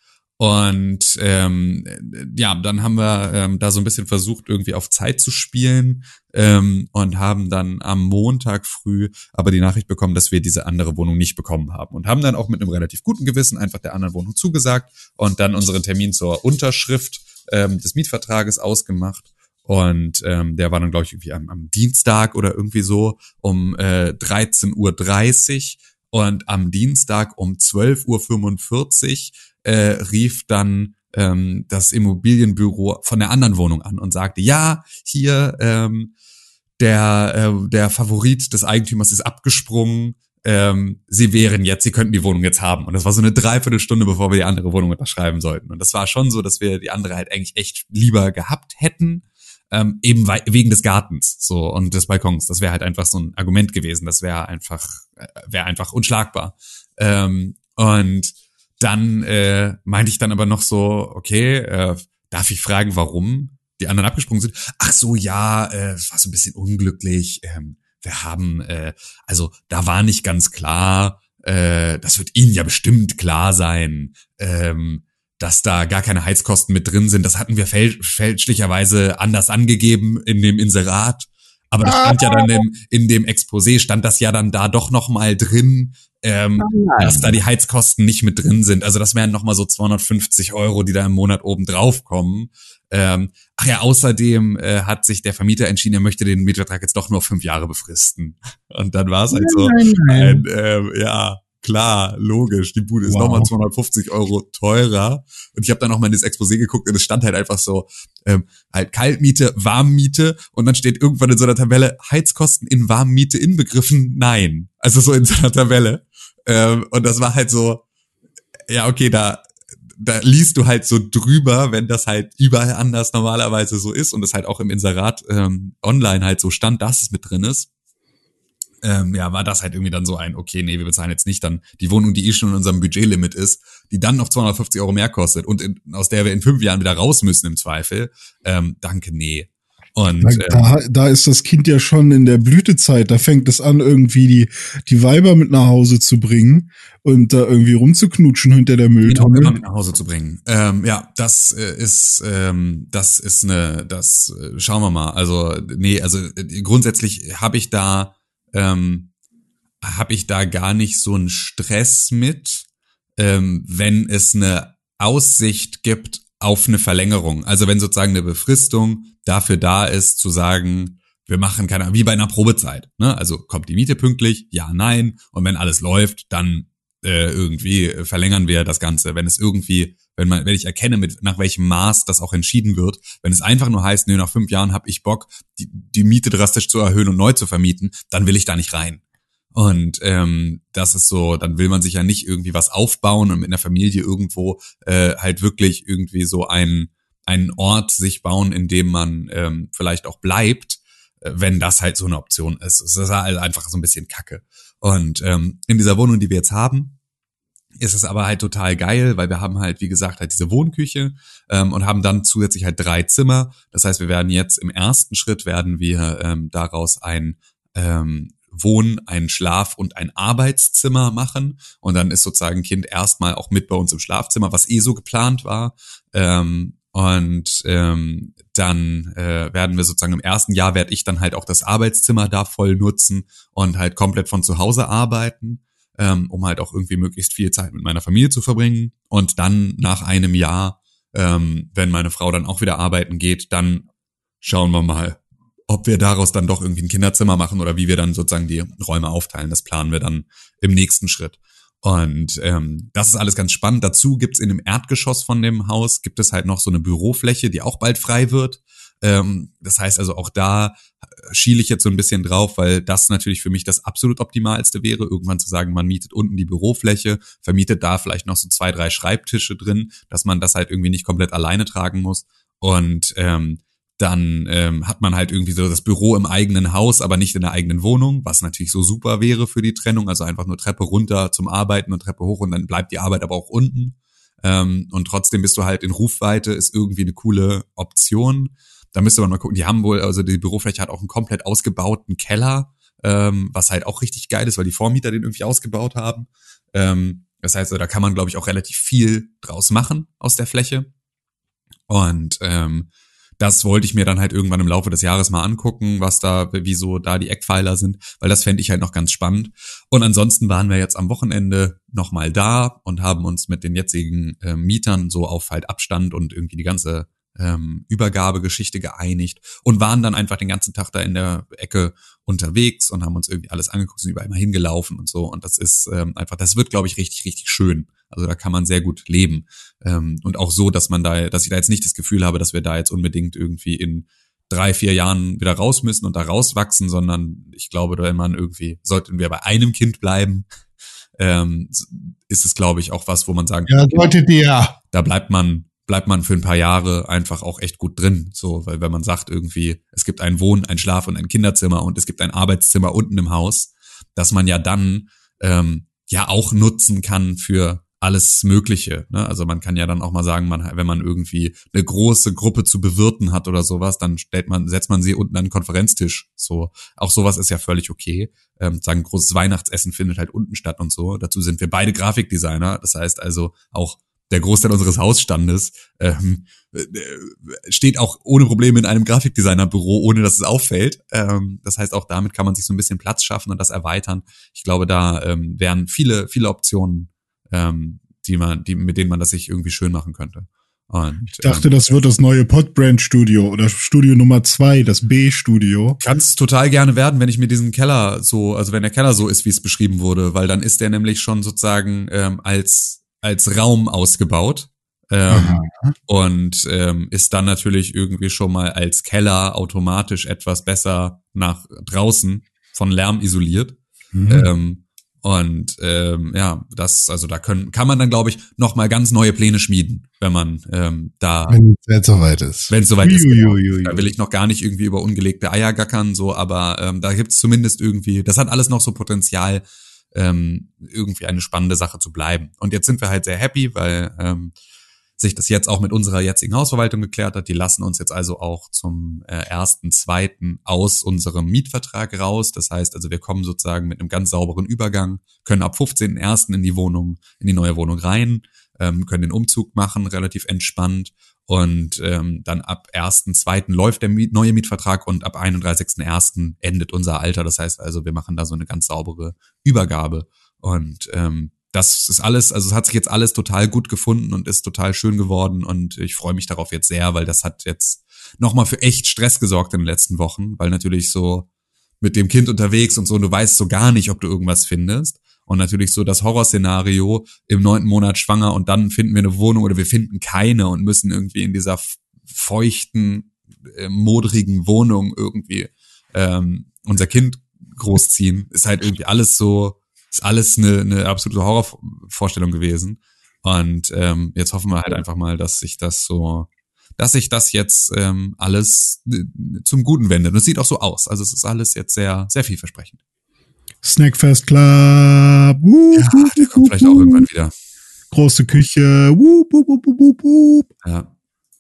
Und ähm, ja, dann haben wir ähm, da so ein bisschen versucht, irgendwie auf Zeit zu spielen ähm, und haben dann am Montag früh aber die Nachricht bekommen, dass wir diese andere Wohnung nicht bekommen haben. Und haben dann auch mit einem relativ guten Gewissen einfach der anderen Wohnung zugesagt und dann unseren Termin zur Unterschrift ähm, des Mietvertrages ausgemacht. Und ähm, der war dann, glaube ich, irgendwie am, am Dienstag oder irgendwie so um äh, dreizehn Uhr dreißig. Und am Dienstag um zwölf Uhr fünfundvierzig äh, rief dann ähm, das Immobilienbüro von der anderen Wohnung an und sagte, ja, hier ähm, der äh, der Favorit des Eigentümers ist abgesprungen, ähm, sie wären jetzt, sie könnten die Wohnung jetzt haben. Und das war so eine Dreiviertelstunde, bevor wir die andere Wohnung unterschreiben sollten. Und das war schon so, dass wir die andere halt eigentlich echt lieber gehabt hätten, ähm, eben wei- wegen des Gartens so und des Balkons. Das wäre halt einfach so ein Argument gewesen. Das wäre einfach äh, wäre einfach unschlagbar. Ähm, und dann äh, meinte ich dann aber noch so, okay, äh, darf ich fragen, warum die anderen abgesprungen sind? Ach so, ja, äh, es war so ein bisschen unglücklich. Ähm, wir haben, äh, also da war nicht ganz klar, äh, das wird Ihnen ja bestimmt klar sein, ähm, dass da gar keine Heizkosten mit drin sind. Das hatten wir fäl- fälschlicherweise anders angegeben in dem Inserat. Aber das stand ja dann im, in dem Exposé, stand das ja dann da doch noch mal drin, ähm, dass da die Heizkosten nicht mit drin sind. Also das wären noch mal so zweihundertfünfzig Euro, die da im Monat oben drauf kommen. Ähm, ach ja, außerdem äh, hat sich der Vermieter entschieden, er möchte den Mietvertrag jetzt doch nur auf fünf Jahre befristen. Und dann war es halt so, Nein, nein. ein, ähm, ja, klar, logisch, die Bude ist Wow. nochmal zweihundertfünfzig Euro teurer. Und ich habe dann noch mal in das Exposé geguckt und es stand halt einfach so, ähm, halt Kaltmiete, Warmmiete und dann steht irgendwann in so einer Tabelle, Heizkosten in Warmmiete inbegriffen, nein. Also so in so einer Tabelle. Ähm, und das war halt so, ja okay, da da liest du halt so drüber, wenn das halt überall anders normalerweise so ist und es halt auch im Inserat ähm, online halt so stand, dass es mit drin ist. Ähm, ja, war das halt irgendwie dann so ein, okay, nee, wir bezahlen jetzt nicht dann die Wohnung, die eh schon in unserem Budgetlimit ist, die dann noch zweihundertfünfzig Euro mehr kostet und in, aus der wir in fünf Jahren wieder raus müssen im Zweifel. Ähm, danke, nee. Und Da, ähm, da, da ist das Kind ja schon in der Blütezeit. Da fängt es an, irgendwie die, die Weiber mit nach Hause zu bringen und da irgendwie rumzuknutschen hinter der genau, Mülltonne. immer mit nach Hause zu bringen. Ähm, ja, das äh, ist, ähm, das ist eine, das äh, schauen wir mal. Also nee, also äh, grundsätzlich habe ich da, ähm, habe ich da gar nicht so einen Stress mit, ähm, wenn es eine Aussicht gibt auf eine Verlängerung. Also wenn sozusagen eine Befristung dafür da ist, zu sagen, wir machen keine Ahnung, wie bei einer Probezeit. Ne? Also kommt die Miete pünktlich? Ja, nein. Und wenn alles läuft, dann äh, irgendwie verlängern wir das Ganze. Wenn es irgendwie, wenn man, wenn ich erkenne, mit nach welchem Maß das auch entschieden wird, wenn es einfach nur heißt, nee, nach fünf Jahren habe ich Bock, die, die Miete drastisch zu erhöhen und neu zu vermieten, dann will ich da nicht rein. Und ähm, das ist so, dann will man sich ja nicht irgendwie was aufbauen und mit einer Familie irgendwo äh, halt wirklich irgendwie so einen einen Ort sich bauen, in dem man ähm, vielleicht auch bleibt, äh, wenn das halt so eine Option ist. Es ist halt einfach so ein bisschen Kacke. Und ähm, in dieser Wohnung, die wir jetzt haben, ist es aber halt total geil, weil wir haben halt, wie gesagt, halt diese Wohnküche ähm, und haben dann zusätzlich halt drei Zimmer. Das heißt, wir werden jetzt im ersten Schritt werden wir ähm, daraus ein ähm, Wohn-, ein Schlaf- und ein Arbeitszimmer machen. Und dann ist sozusagen Kind erstmal auch mit bei uns im Schlafzimmer, was eh so geplant war. Ähm, und ähm, dann äh, werden wir sozusagen im ersten Jahr werde ich dann halt auch das Arbeitszimmer da voll nutzen und halt komplett von zu Hause arbeiten, ähm, um halt auch irgendwie möglichst viel Zeit mit meiner Familie zu verbringen. Und dann nach einem Jahr, ähm, wenn meine Frau dann auch wieder arbeiten geht, dann schauen wir mal, ob wir daraus dann doch irgendwie ein Kinderzimmer machen oder wie wir dann sozusagen die Räume aufteilen. Das planen wir dann im nächsten Schritt. Und ähm, das ist alles ganz spannend. Dazu gibt's in dem Erdgeschoss von dem Haus, gibt es halt noch so eine Bürofläche, die auch bald frei wird. Ähm, das heißt also auch da schiele ich jetzt so ein bisschen drauf, weil das natürlich für mich das absolut Optimalste wäre, irgendwann zu sagen, man mietet unten die Bürofläche, vermietet da vielleicht noch so zwei, drei Schreibtische drin, dass man das halt irgendwie nicht komplett alleine tragen muss. Und ähm, dann ähm, hat man halt irgendwie so das Büro im eigenen Haus, aber nicht in der eigenen Wohnung, was natürlich so super wäre für die Trennung. Also einfach nur Treppe runter zum Arbeiten und Treppe hoch und dann bleibt die Arbeit aber auch unten. Ähm, und trotzdem bist du halt in Rufweite, ist irgendwie eine coole Option. Da müsste man mal gucken, die haben wohl, also die Bürofläche hat auch einen komplett ausgebauten Keller, ähm, was halt auch richtig geil ist, weil die Vormieter den irgendwie ausgebaut haben. Ähm, das heißt, da kann man, glaube ich, auch relativ viel draus machen aus der Fläche. Und ähm, das wollte ich mir dann halt irgendwann im Laufe des Jahres mal angucken, was da, wieso da die Eckpfeiler sind, weil das fände ich halt noch ganz spannend. Und ansonsten waren wir jetzt am Wochenende nochmal da und haben uns mit den jetzigen äh, Mietern so auf halt Abstand und irgendwie die ganze ähm, Übergabegeschichte geeinigt und waren dann einfach den ganzen Tag da in der Ecke unterwegs und haben uns irgendwie alles angeguckt, sind überall mal hingelaufen und so. Und das ist ähm, einfach, das wird, glaube ich, richtig, richtig schön. Also da kann man sehr gut leben. Ähm, und auch so, dass man da, dass ich da jetzt nicht das Gefühl habe, dass wir da jetzt unbedingt irgendwie in drei, vier Jahren wieder raus müssen und da rauswachsen, sondern ich glaube, wenn man irgendwie, sollten wir bei einem Kind bleiben, ähm, ist es, glaube ich, auch was, wo man sagen kann, ja, solltet ihr. Da bleibt man, bleibt man für ein paar Jahre einfach auch echt gut drin. So, weil wenn man sagt irgendwie, es gibt ein Wohn-, ein Schlaf- und ein Kinderzimmer und es gibt ein Arbeitszimmer unten im Haus, dass man ja dann ähm, ja auch nutzen kann für alles Mögliche, ne? Also man kann ja dann auch mal sagen, man, wenn man irgendwie eine große Gruppe zu bewirten hat oder sowas, dann stellt man, setzt man sie unten an den Konferenztisch. So, auch sowas ist ja völlig okay. Ähm, sagen, großes Weihnachtsessen findet halt unten statt und so. Dazu sind wir beide Grafikdesigner. Das heißt also auch der Großteil unseres Hausstandes ähm, steht auch ohne Probleme in einem Grafikdesignerbüro, ohne dass es auffällt. Ähm, das heißt, auch damit kann man sich so ein bisschen Platz schaffen und das erweitern. Ich glaube, da ähm, wären viele, viele Optionen, ähm, die man, die, mit denen man das sich irgendwie schön machen könnte. Und, ich dachte, ähm, das wird das neue Podbrand-Studio oder Studio Nummer zwei, das B-Studio. Kann es total gerne werden, wenn ich mir diesen Keller so, also wenn der Keller so ist, wie es beschrieben wurde, weil dann ist der nämlich schon sozusagen ähm, als als Raum ausgebaut ähm, und ähm, ist dann natürlich irgendwie schon mal als Keller automatisch etwas besser nach draußen von Lärm isoliert. Mhm. Ähm, Und ähm, ja, das, also da können, kann man dann, glaube ich, noch mal ganz neue Pläne schmieden, wenn man ähm, da, wenn es soweit ist. Wenn es soweit ist. Genau. Da will ich noch gar nicht irgendwie über ungelegte Eier gackern, so, aber ähm, da gibt's zumindest irgendwie, das hat alles noch so Potenzial, ähm, irgendwie eine spannende Sache zu bleiben. Und jetzt sind wir halt sehr happy, weil ähm, sich das jetzt auch mit unserer jetzigen Hausverwaltung geklärt hat. Die lassen uns jetzt also auch zum äh, ersten, zweiten aus unserem Mietvertrag raus. Das heißt also, wir kommen sozusagen mit einem ganz sauberen Übergang, können ab fünfzehnten ersten in die Wohnung, in die neue Wohnung rein, ähm, können den Umzug machen, relativ entspannt. Und ähm, dann ab ersten, zweiten läuft der Miet- neue Mietvertrag und ab einunddreißigsten ersten endet unser Alter. Das heißt also, wir machen da so eine ganz saubere Übergabe. Und ähm, das ist alles, also es hat sich jetzt alles total gut gefunden und ist total schön geworden und ich freue mich darauf jetzt sehr, weil das hat jetzt nochmal für echt Stress gesorgt in den letzten Wochen, weil natürlich so mit dem Kind unterwegs und so, und du weißt so gar nicht, ob du irgendwas findest. Und natürlich so das Horrorszenario, im neunten Monat schwanger und dann finden wir eine Wohnung oder wir finden keine und müssen irgendwie in dieser feuchten, äh, modrigen Wohnung irgendwie ähm, unser Kind großziehen. Ist halt irgendwie alles so, ist alles eine, eine absolute Horrorvorstellung gewesen. Und ähm, jetzt hoffen wir halt einfach mal, dass sich das so, dass sich das jetzt ähm, alles zum Guten wendet. Und es sieht auch so aus. Also es ist alles jetzt sehr, sehr vielversprechend. Snackfest Club. Wup, ja, der kommt vielleicht auch irgendwann wieder. Große Küche. Wup, wup, wup, wup, wup. Ja.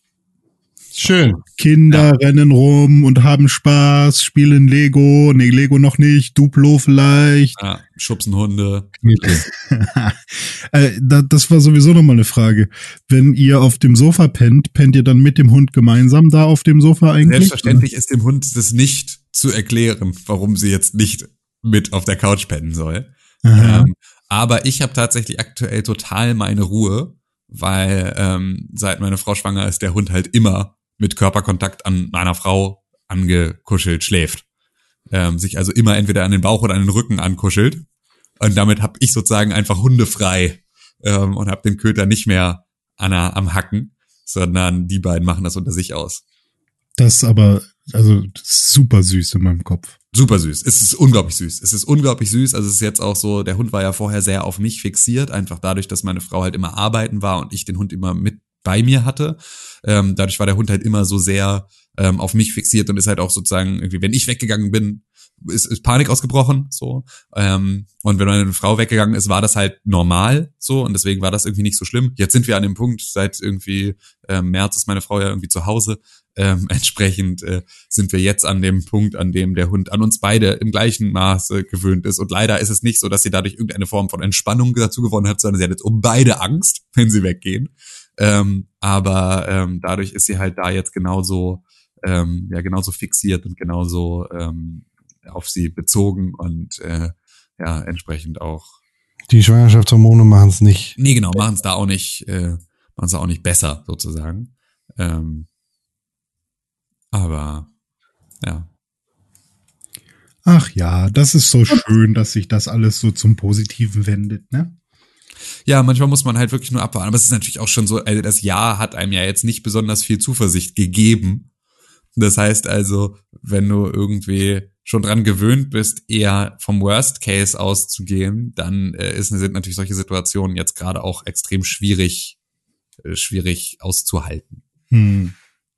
Schön. Kinder ja. rennen rum und haben Spaß, spielen Lego. Nee, Lego noch nicht. Duplo vielleicht. Ja, schubsen Hunde. äh, das war sowieso nochmal eine Frage. Wenn ihr auf dem Sofa pennt, pennt ihr dann mit dem Hund gemeinsam da auf dem Sofa eigentlich? Selbstverständlich ist dem Hund das nicht zu erklären, warum sie jetzt nicht mit auf der Couch pennen soll. Ähm, aber ich habe tatsächlich aktuell total meine Ruhe, weil ähm, seit meine Frau schwanger ist, der Hund halt immer mit Körperkontakt an meiner Frau angekuschelt schläft. Ähm, sich also immer entweder an den Bauch oder an den Rücken ankuschelt. Und damit habe ich sozusagen einfach hundefrei ähm, und habe den Köter nicht mehr an der, am Hacken, sondern die beiden machen das unter sich aus. Das ist aber also super süß in meinem Kopf. Super süß. Es ist unglaublich süß. Es ist unglaublich süß. Also es ist jetzt auch so, der Hund war ja vorher sehr auf mich fixiert, einfach dadurch, dass meine Frau halt immer arbeiten war und ich den Hund immer mit bei mir hatte. Ähm, dadurch war der Hund halt immer so sehr ähm, auf mich fixiert und ist halt auch sozusagen irgendwie, wenn ich weggegangen bin, ist, ist Panik ausgebrochen, so. Ähm, und wenn meine Frau weggegangen ist, war das halt normal, so. Und deswegen war das irgendwie nicht so schlimm. Jetzt sind wir an dem Punkt, seit irgendwie ähm, März ist meine Frau ja irgendwie zu Hause. Ähm, entsprechend äh, sind wir jetzt an dem Punkt, an dem der Hund an uns beide im gleichen Maße gewöhnt ist. Und leider ist es nicht so, dass sie dadurch irgendeine Form von Entspannung dazu gewonnen hat, sondern sie hat jetzt um beide Angst, wenn sie weggehen. Ähm, aber ähm, dadurch ist sie halt da jetzt genauso, ähm, ja, genauso fixiert und genauso ähm, auf sie bezogen und äh, ja, entsprechend auch. Die Schwangerschaftshormone machen es nicht. Nee, genau, machen es da auch nicht, äh, machen es auch nicht besser, sozusagen. Ähm, aber, ja. Ach ja, das ist so schön, dass sich das alles so zum Positiven wendet, ne? Ja, manchmal muss man halt wirklich nur abwarten. Aber es ist natürlich auch schon so, also das Jahr hat einem ja jetzt nicht besonders viel Zuversicht gegeben. Das heißt also, wenn du irgendwie schon dran gewöhnt bist, eher vom Worst Case auszugehen, dann äh, ist, sind natürlich solche Situationen jetzt gerade auch extrem schwierig, äh, schwierig auszuhalten. Hm.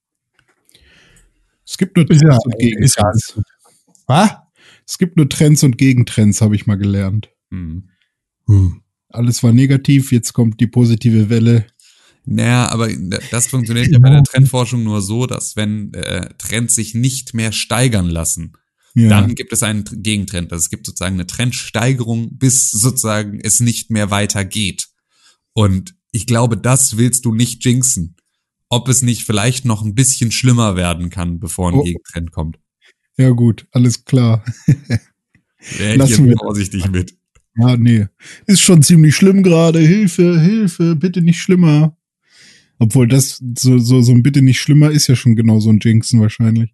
Es gibt nur Trends Ja, und Gegentrends. Was? Es gibt nur Trends und Gegentrends, habe ich mal gelernt. Hm. Hm. Alles war negativ, jetzt kommt die positive Welle. Naja, aber das funktioniert ja bei der Trendforschung nur so, dass wenn äh, Trends sich nicht mehr steigern lassen, Ja. dann gibt es einen Gegentrend. Also es gibt sozusagen eine Trendsteigerung, bis sozusagen es nicht mehr weitergeht. Und ich glaube, das willst du nicht jinxen. Ob es nicht vielleicht noch ein bisschen schlimmer werden kann, bevor ein Oh. Gegentrend kommt. Ja gut, alles klar. Wäre ich Lassen wir jetzt vorsichtig mit. Ja, nee. Ist schon ziemlich schlimm gerade. Hilfe, Hilfe, bitte nicht schlimmer. Obwohl das, so, so, so ein bitte nicht schlimmer ist ja schon genau so ein Jinxen wahrscheinlich.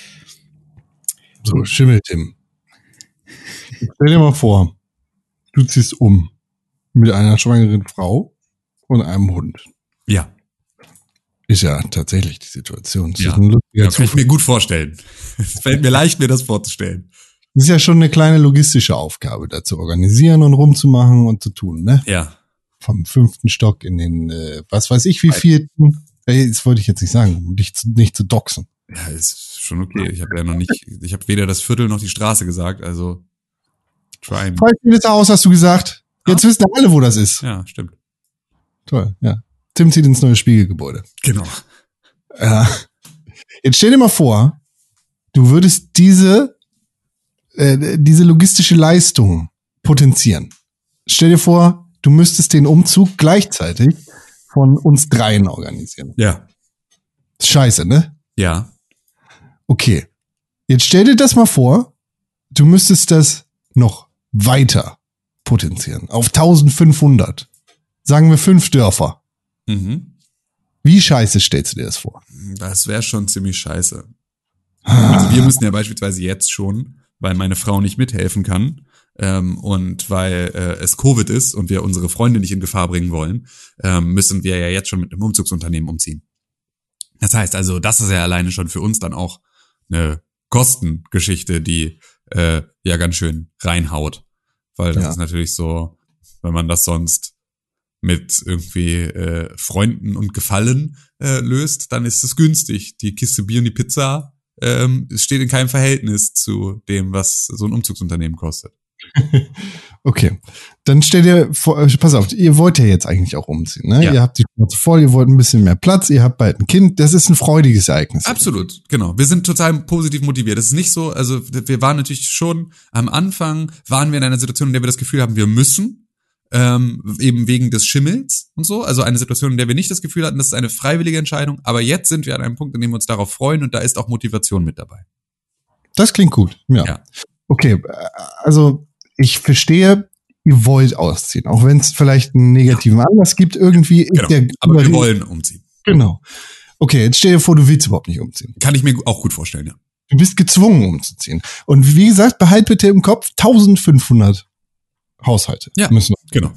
So, Schimmel, Tim. Stell dir mal vor, du ziehst um mit einer schwangeren Frau und einem Hund. Ja, Ist ja tatsächlich die Situation. Das Ja. ist ein lustiger ja kann ich Zufall. mir gut vorstellen. Es fällt mir leicht, mir das vorzustellen. Das ist ja schon eine kleine logistische Aufgabe, da zu organisieren und rumzumachen und zu tun, ne? Ja, Vom fünften Stock in den, äh, was weiß ich, wie vierten. Ey, das wollte ich jetzt nicht sagen, um dich zu, nicht zu doxen. ja, ist schon okay. Ich habe ja noch nicht, ich habe weder das Viertel noch die Straße gesagt, also try. Freispieltes Haus hast du gesagt. Jetzt wissen alle, wo das ist. Ja, stimmt. Toll, ja. Tim zieht ins neue Spiegelgebäude. Genau. Äh, jetzt stell dir mal vor, du würdest diese, äh, diese logistische Leistung potenzieren. Stell dir vor, du müsstest den Umzug gleichzeitig von uns dreien organisieren. Ja, Scheiße, ne? ja, Okay. Jetzt stell dir das mal vor, du müsstest das noch weiter potenzieren. Auf eintausendfünfhundert. Sagen wir fünf Dörfer. mhm. Wie scheiße stellst du dir das vor? Das wäre schon ziemlich scheiße. Also wir müssen ja beispielsweise jetzt schon, weil meine Frau nicht mithelfen kann ähm, und weil äh, es Covid ist und wir unsere Freunde nicht in Gefahr bringen wollen, ähm, müssen wir ja jetzt schon mit einem Umzugsunternehmen umziehen. Das heißt also, das ist ja alleine schon für uns dann auch eine Kostengeschichte, die äh, ja ganz schön reinhaut. Weil das Ja. ist natürlich so, wenn man das sonst mit irgendwie äh, Freunden und Gefallen äh, löst, dann ist es günstig. Die Kiste Bier und die Pizza ähm, es steht in keinem Verhältnis zu dem, was so ein Umzugsunternehmen kostet. Okay, dann stell dir vor, äh, pass auf, ihr wollt ja jetzt eigentlich auch umziehen, ne? Ja. Ihr habt die Schnauze voll, ihr wollt ein bisschen mehr Platz, ihr habt bald ein Kind, das ist ein freudiges Ereignis. Absolut, genau. Wir sind total positiv motiviert. Das ist nicht so, also wir waren natürlich schon am Anfang, waren wir in einer Situation, in der wir das Gefühl haben, wir müssen, ähm, eben wegen des Schimmels und so. Also eine Situation, in der wir nicht das Gefühl hatten, das ist eine freiwillige Entscheidung. Aber jetzt sind wir an einem Punkt, in dem wir uns darauf freuen und da ist auch Motivation mit dabei. Das klingt gut, ja. Ja. Okay, äh, also ich verstehe, ihr wollt ausziehen, auch wenn es vielleicht einen negativen Anlass gibt, irgendwie ist Genau. der Aber wir wollen umziehen. Genau. Okay, jetzt stell dir vor, du willst überhaupt nicht umziehen. Kann ich mir auch gut vorstellen, ja. Du bist gezwungen umzuziehen. Und wie gesagt, behalt bitte im Kopf, eintausendfünfhundert Haushalte Ja. müssen. Genau.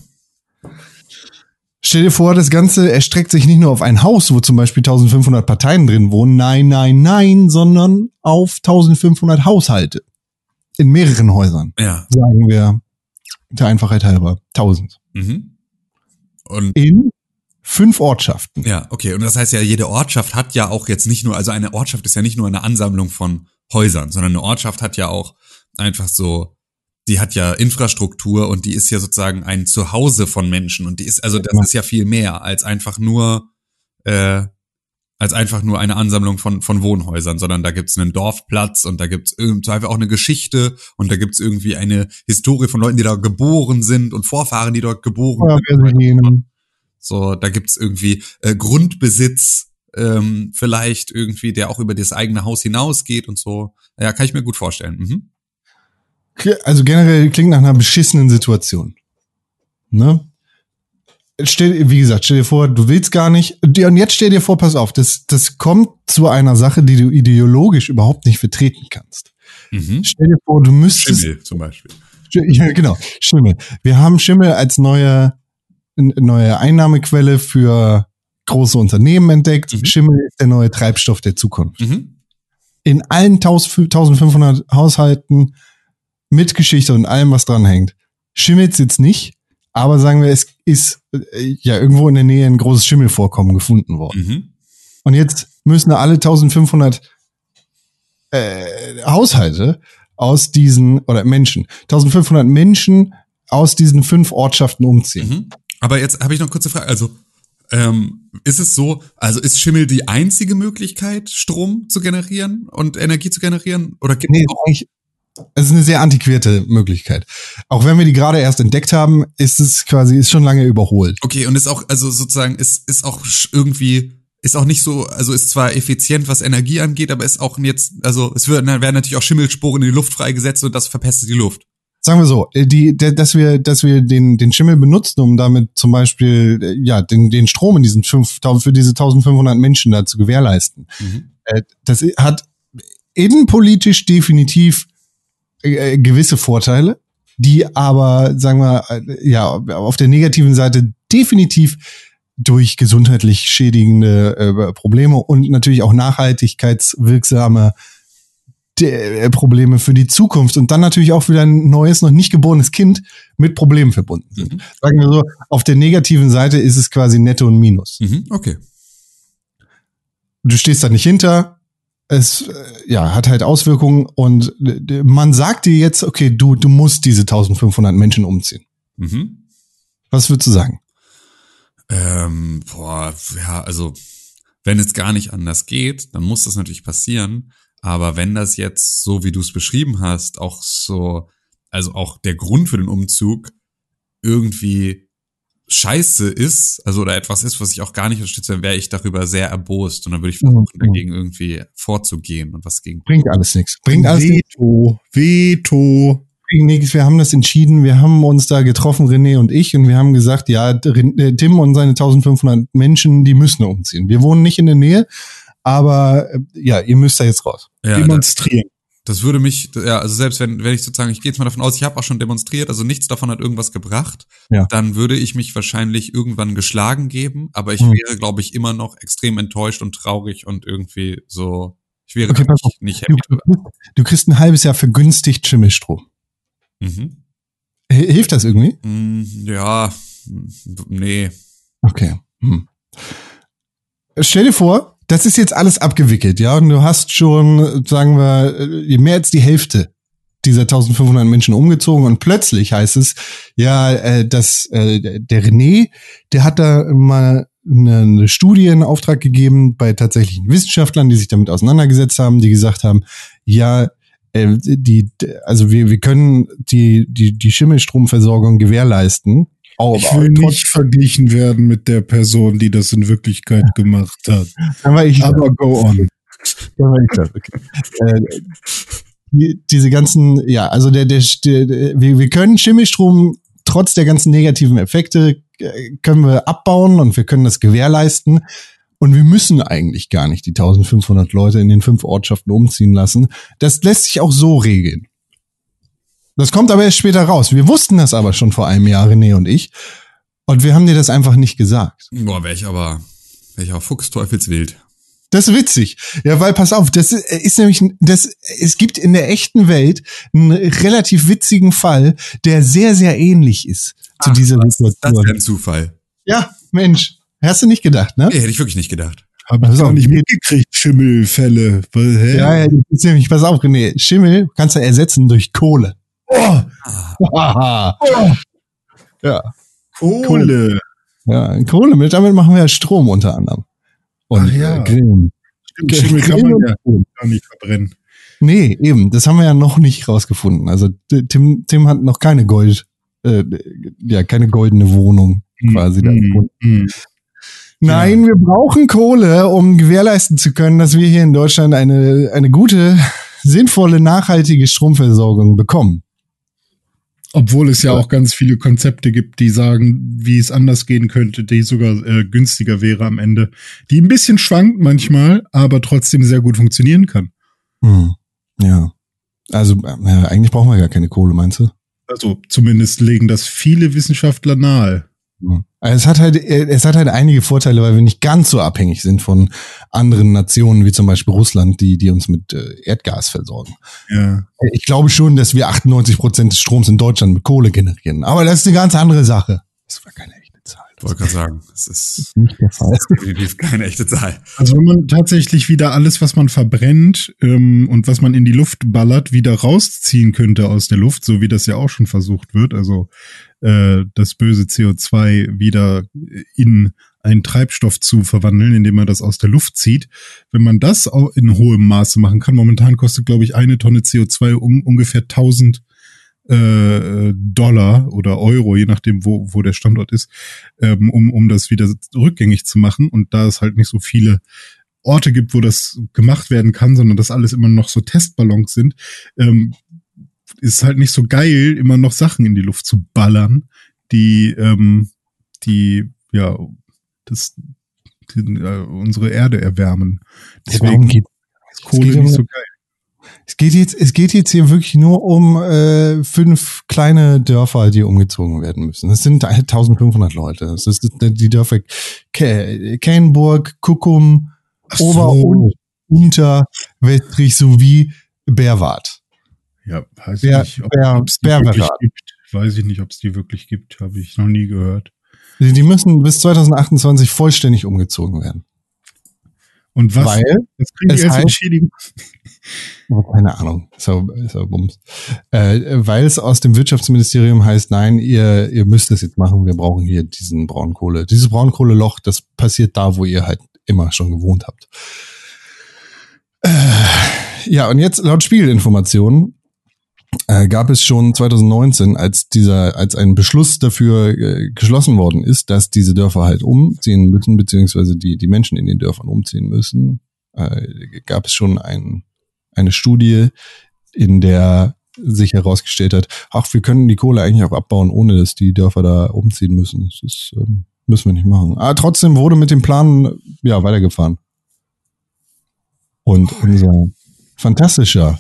Stell dir vor, das Ganze erstreckt sich nicht nur auf ein Haus, wo zum Beispiel eintausendfünfhundert Parteien drin wohnen, nein, nein, nein, sondern auf eintausendfünfhundert Haushalte. In mehreren Häusern, Ja. sagen wir, der Einfachheit halber, tausend. Mhm. Und In fünf Ortschaften. ja, okay. Und das heißt ja, jede Ortschaft hat ja auch jetzt nicht nur, also eine Ortschaft ist ja nicht nur eine Ansammlung von Häusern, sondern eine Ortschaft hat ja auch einfach so, die hat ja Infrastruktur und die ist ja sozusagen ein Zuhause von Menschen und die ist, also das Ja. ist ja viel mehr als einfach nur, äh, als einfach nur eine Ansammlung von von Wohnhäusern, sondern da gibt's einen Dorfplatz und da gibt's im Zweifel auch eine Geschichte und da gibt's irgendwie eine Historie von Leuten, die da geboren sind und Vorfahren, die dort geboren sind. Feuerwehrsirenen. So, da gibt's irgendwie äh, Grundbesitz, ähm, vielleicht irgendwie, der auch über das eigene Haus hinausgeht und so. Ja, kann ich mir gut vorstellen. Mhm. Also generell klingt nach einer beschissenen Situation. Ne? Stell, wie gesagt, stell dir vor, du willst gar nicht. Und jetzt stell dir vor, pass auf, das, das kommt zu einer Sache, die du ideologisch überhaupt nicht vertreten kannst. Mhm. Stell dir vor, du müsstest. Schimmel zum Beispiel. Ja, genau, Schimmel. Wir haben Schimmel als neue eine neue Einnahmequelle für große Unternehmen entdeckt. Mhm. Schimmel ist der neue Treibstoff der Zukunft. Mhm. In allen eintausendfünfhundert Haushalten mit Geschichte und allem, was dran hängt. Schimmelt jetzt nicht, aber sagen wir, es ist äh, ja irgendwo in der Nähe ein großes Schimmelvorkommen gefunden worden. Mhm. Und jetzt müssen alle eintausendfünfhundert äh, Haushalte aus diesen, oder Menschen, eintausendfünfhundert Menschen aus diesen fünf Ortschaften umziehen. Mhm. Aber jetzt habe ich noch eine kurze Frage. Also, ähm, ist es so, also ist Schimmel die einzige Möglichkeit, Strom zu generieren und Energie zu generieren? Oder gibt nee, es auch eigentlich, es ist eine sehr antiquierte Möglichkeit. Auch wenn wir die gerade erst entdeckt haben, ist es quasi, ist schon lange überholt. Okay, und ist auch, also sozusagen, ist, ist auch irgendwie, ist auch nicht so, also ist zwar effizient, was Energie angeht, aber ist auch jetzt, also es werden, werden natürlich auch Schimmelsporen in die Luft freigesetzt und das verpestet die Luft. Sagen wir so, die, dass wir, dass wir den, den Schimmel benutzen, um damit zum Beispiel, ja, den, den Strom in diesen fünftausend, für diese eintausendfünfhundert Menschen da zu gewährleisten. Mhm. Das hat innenpolitisch definitiv äh, gewisse Vorteile, die aber, sagen wir, ja, auf der negativen Seite definitiv durch gesundheitlich schädigende äh, Probleme und natürlich auch nachhaltigkeitswirksame De- Probleme für die Zukunft und dann natürlich auch wieder ein neues, noch nicht geborenes Kind mit Problemen verbunden sind. Mhm. Sagen wir so, auf der negativen Seite ist es quasi Netto und Minus. Mhm, okay. Du stehst da nicht hinter, es ja hat halt Auswirkungen und man sagt dir jetzt, okay, du du musst diese eintausendfünfhundert Menschen umziehen. Mhm. Was würdest du sagen? Ähm, boah, ja, also wenn es gar nicht anders geht, dann muss das natürlich passieren. Aber wenn das jetzt, so wie du es beschrieben hast, auch so, also auch der Grund für den Umzug irgendwie scheiße ist, also oder etwas ist, was ich auch gar nicht unterstütze, dann wäre ich darüber sehr erbost und dann würde ich versuchen, mhm. dagegen irgendwie vorzugehen und was gegen. Bringt alles nichts. Bringt alles Veto. Veto. Bringt nichts. Wir haben das entschieden. Wir haben uns da getroffen, René und ich, und wir haben gesagt, ja, Tim und seine eintausendfünfhundert Menschen, die müssen umziehen. Wir wohnen nicht in der Nähe. Aber ja, ihr müsst da jetzt raus. Ja, demonstrieren. Das, das würde mich, ja, also selbst wenn, wenn ich sozusagen, ich gehe jetzt mal davon aus, ich habe auch schon demonstriert, also nichts davon hat irgendwas gebracht, ja. Dann würde ich mich wahrscheinlich irgendwann geschlagen geben, aber ich hm. wäre, glaube ich, immer noch extrem enttäuscht und traurig und irgendwie so, ich wäre okay, nicht, nicht happy. Du, du kriegst ein halbes Jahr vergünstigt Schimmelstrom. Mhm. Hilft das irgendwie? Ja, nee. Okay. Hm. Stell dir vor, das ist jetzt alles abgewickelt, ja, und du hast schon, sagen wir, mehr als die Hälfte dieser eintausendfünfhundert Menschen umgezogen und plötzlich heißt es, ja, äh, dass äh, der René, der hat da mal eine, eine Studie in Auftrag gegeben bei tatsächlichen Wissenschaftlern, die sich damit auseinandergesetzt haben, die gesagt haben, ja, äh, die, also wir wir können die die die Schimmelstromversorgung gewährleisten. Oh, ich will nicht verglichen werden mit der Person, die das in Wirklichkeit gemacht hat. Aber, ich aber go on. Aber ich das, okay. äh, die, diese ganzen, ja, also der, der, der wir, wir können Schimmelstrom trotz der ganzen negativen Effekte äh, können wir abbauen und wir können das gewährleisten. Und wir müssen eigentlich gar nicht die eintausendfünfhundert Leute in den fünf Ortschaften umziehen lassen. Das lässt sich auch so regeln. Das kommt aber erst später raus. Wir wussten das aber schon vor einem Jahr, René und ich. Und wir haben dir das einfach nicht gesagt. Boah, wäre ich aber, wäre ich auch fuchsteufelswild. Das ist witzig. Ja, weil pass auf, das ist nämlich, das, es gibt in der echten Welt einen relativ witzigen Fall, der sehr, sehr ähnlich ist zu Ach, dieser was, Situation. Das ist ein Zufall. Ja, Mensch. Hast du nicht gedacht, ne? Nee, hätte ich wirklich nicht gedacht. Habe ich auch nicht mitgekriegt, Schimmelfälle. Hä? Ja, ja, das ist nämlich, pass auf, René, Schimmel kannst du ersetzen durch Kohle. Oh. Ah. Oh. Ja. Kohle. Kohle. Ja, Kohle, mit, damit machen wir ja Strom unter anderem. Und Ach ja. Äh, Grillen. Stimmt, Schimmel kann man ja gar nicht verbrennen. Nee, eben, das haben wir ja noch nicht rausgefunden. Also Tim, Tim hat noch keine Gold, äh, ja, keine goldene Wohnung quasi mm, da gefunden. Mm. Nein, ja. Wir brauchen Kohle, um gewährleisten zu können, dass wir hier in Deutschland eine, eine gute, sinnvolle, nachhaltige Stromversorgung bekommen. Obwohl es ja auch ganz viele Konzepte gibt, die sagen, wie es anders gehen könnte, die sogar äh, günstiger wäre am Ende. Die ein bisschen schwankt manchmal, aber trotzdem sehr gut funktionieren kann. Hm. Ja. Also äh, eigentlich brauchen wir gar keine Kohle, meinst du? Also zumindest legen das viele Wissenschaftler nahe. Es hat halt, es hat halt einige Vorteile, weil wir nicht ganz so abhängig sind von anderen Nationen, wie zum Beispiel Russland, die, die uns mit Erdgas versorgen. Ja. Ich glaube schon, dass wir achtundneunzig Prozent des Stroms in Deutschland mit Kohle generieren. Aber das ist eine ganz andere Sache. Das war keine echte Zahl. Ich wollte gerade sagen, das ist nicht der Fall. definitiv keine echte Zahl. Also wenn man tatsächlich wieder alles, was man verbrennt ähm, und was man in die Luft ballert, wieder rausziehen könnte aus der Luft, so wie das ja auch schon versucht wird, also äh, das böse C O zwei wieder in einen Treibstoff zu verwandeln, indem man das aus der Luft zieht. Wenn man das auch in hohem Maße machen kann, momentan kostet, glaube ich, eine Tonne C O zwei um, ungefähr tausend äh, Dollar oder Euro, je nachdem, wo wo der Standort ist, ähm, um um das wieder rückgängig zu machen. Und da es halt nicht so viele Orte gibt, wo das gemacht werden kann, sondern das alles immer noch so Testballons sind, ähm, ist halt nicht so geil, immer noch Sachen in die Luft zu ballern, die ähm, die ja das die, äh, unsere Erde erwärmen. Deswegen geht, ist Kohle geht um, nicht so geil. Es geht jetzt, es geht jetzt hier wirklich nur um äh, fünf kleine Dörfer, die umgezogen werden müssen. Das sind eintausendfünfhundert Leute. Das ist die Dörfer Kellenburg, Kuckum, So. Ober- und Unter Westrich sowie Berwart. Ja, weiß Ber- ich nicht, ob Ber- es die wirklich Berwart. gibt. Weiß ich nicht, ob es die wirklich gibt. Habe ich noch nie gehört. Die müssen bis zweitausendachtundzwanzig vollständig umgezogen werden. Und was? Weil Was kriegen es die als heißt- Entschädigung? Oh, keine Ahnung, ist aber, ist aber Bums. Äh, weil es aus dem Wirtschaftsministerium heißt, nein, ihr, ihr müsst das jetzt machen, wir brauchen hier diesen Braunkohle. Dieses Braunkohleloch, das passiert da, wo ihr halt immer schon gewohnt habt. Äh, ja, und jetzt laut Spiegelinformationen äh, gab es schon zweitausendneunzehn, als dieser, als ein Beschluss dafür äh, geschlossen worden ist, dass diese Dörfer halt umziehen müssen, beziehungsweise die, die Menschen in den Dörfern umziehen müssen, äh, gab es schon ein, eine Studie, in der sich herausgestellt hat, ach, wir können die Kohle eigentlich auch abbauen, ohne dass die Dörfer da umziehen müssen. Das ist, ähm, müssen wir nicht machen. Aber trotzdem wurde mit dem Plan, ja, weitergefahren. Und unser fantastischer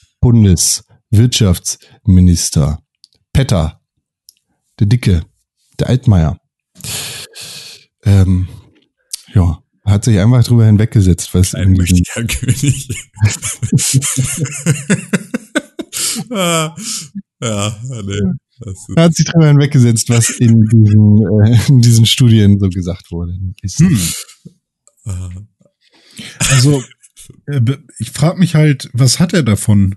Bundeswirtschaftsminister Petter, der Dicke, der Altmaier, ähm, ja, hat sich einfach drüber hinweggesetzt, was Ein mächtiger König. ah, ja, nee. Das ist Er hat sich drüber hinweggesetzt, was in diesen, äh, in diesen Studien so gesagt wurde. Ist, Hm. ah. Also, äh, be- ich frage mich halt, was hat er davon?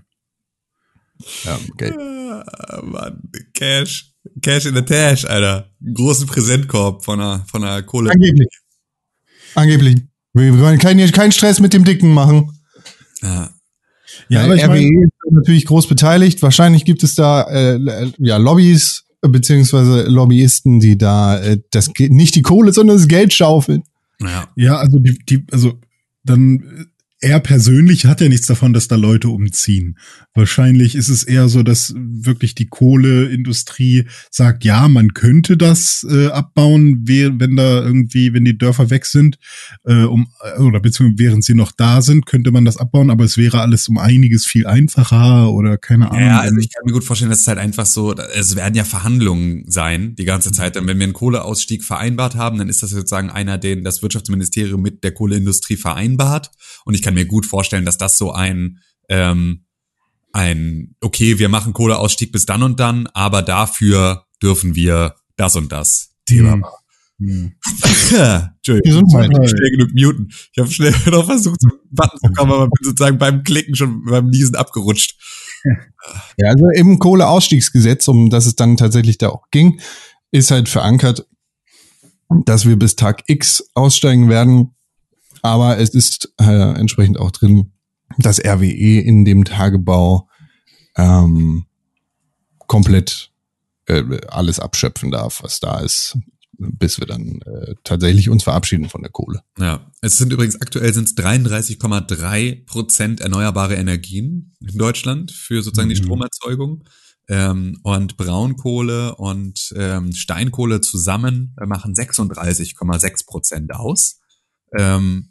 ja, okay. Ah, Mann, Cash. Cash in the Tash, Alter. Einen großen Präsentkorb von einer, von einer Kohle. Angeblich. Angeblich. Wir wollen keinen keinen Stress mit dem Dicken machen. Ja. Ja, Äh, aber ich R W E meine, ist natürlich groß beteiligt. Wahrscheinlich gibt es da äh, ja Lobbys äh, beziehungsweise Lobbyisten, die da äh, das Ge- nicht die Kohle, sondern das Geld schaufeln. Ja. ja, also die, die, also dann äh, er persönlich hat ja nichts davon, dass da Leute umziehen. Wahrscheinlich ist es eher so, dass wirklich die Kohleindustrie sagt, ja, man könnte das äh, abbauen, we- wenn da irgendwie, wenn die Dörfer weg sind, äh, um oder beziehungsweise während sie noch da sind, könnte man das abbauen, aber es wäre alles um einiges viel einfacher oder keine Ahnung. Ja, also ich kann mir gut vorstellen, dass es halt einfach so, es werden ja Verhandlungen sein die ganze Zeit. Und wenn wir einen Kohleausstieg vereinbart haben, dann ist das sozusagen einer, den das Wirtschaftsministerium mit der Kohleindustrie vereinbart. Und ich kann mir gut vorstellen, dass das so ein, ähm, ein, okay, wir machen Kohleausstieg bis dann und dann, aber dafür dürfen wir das und das Thema Hm. machen. Hm. Entschuldigung, Gesundheit. ich hab schnell genug muten. Ich habe schnell noch versucht, zum Button zu kommen, aber bin sozusagen beim Klicken schon beim Niesen abgerutscht. Ja, also im Kohleausstiegsgesetz, um das es dann tatsächlich da auch ging, ist halt verankert, dass wir bis Tag X aussteigen werden. Aber es ist äh, entsprechend auch drin, dass R W E in dem Tagebau ähm, komplett äh, alles abschöpfen darf, was da ist, bis wir dann äh, tatsächlich uns verabschieden von der Kohle. Ja, es sind übrigens aktuell sind es dreiunddreißig Komma drei Prozent erneuerbare Energien in Deutschland für sozusagen die Mhm. Stromerzeugung. Ähm, und Braunkohle und ähm, Steinkohle zusammen äh, machen sechsunddreißig Komma sechs Prozent aus. Ähm,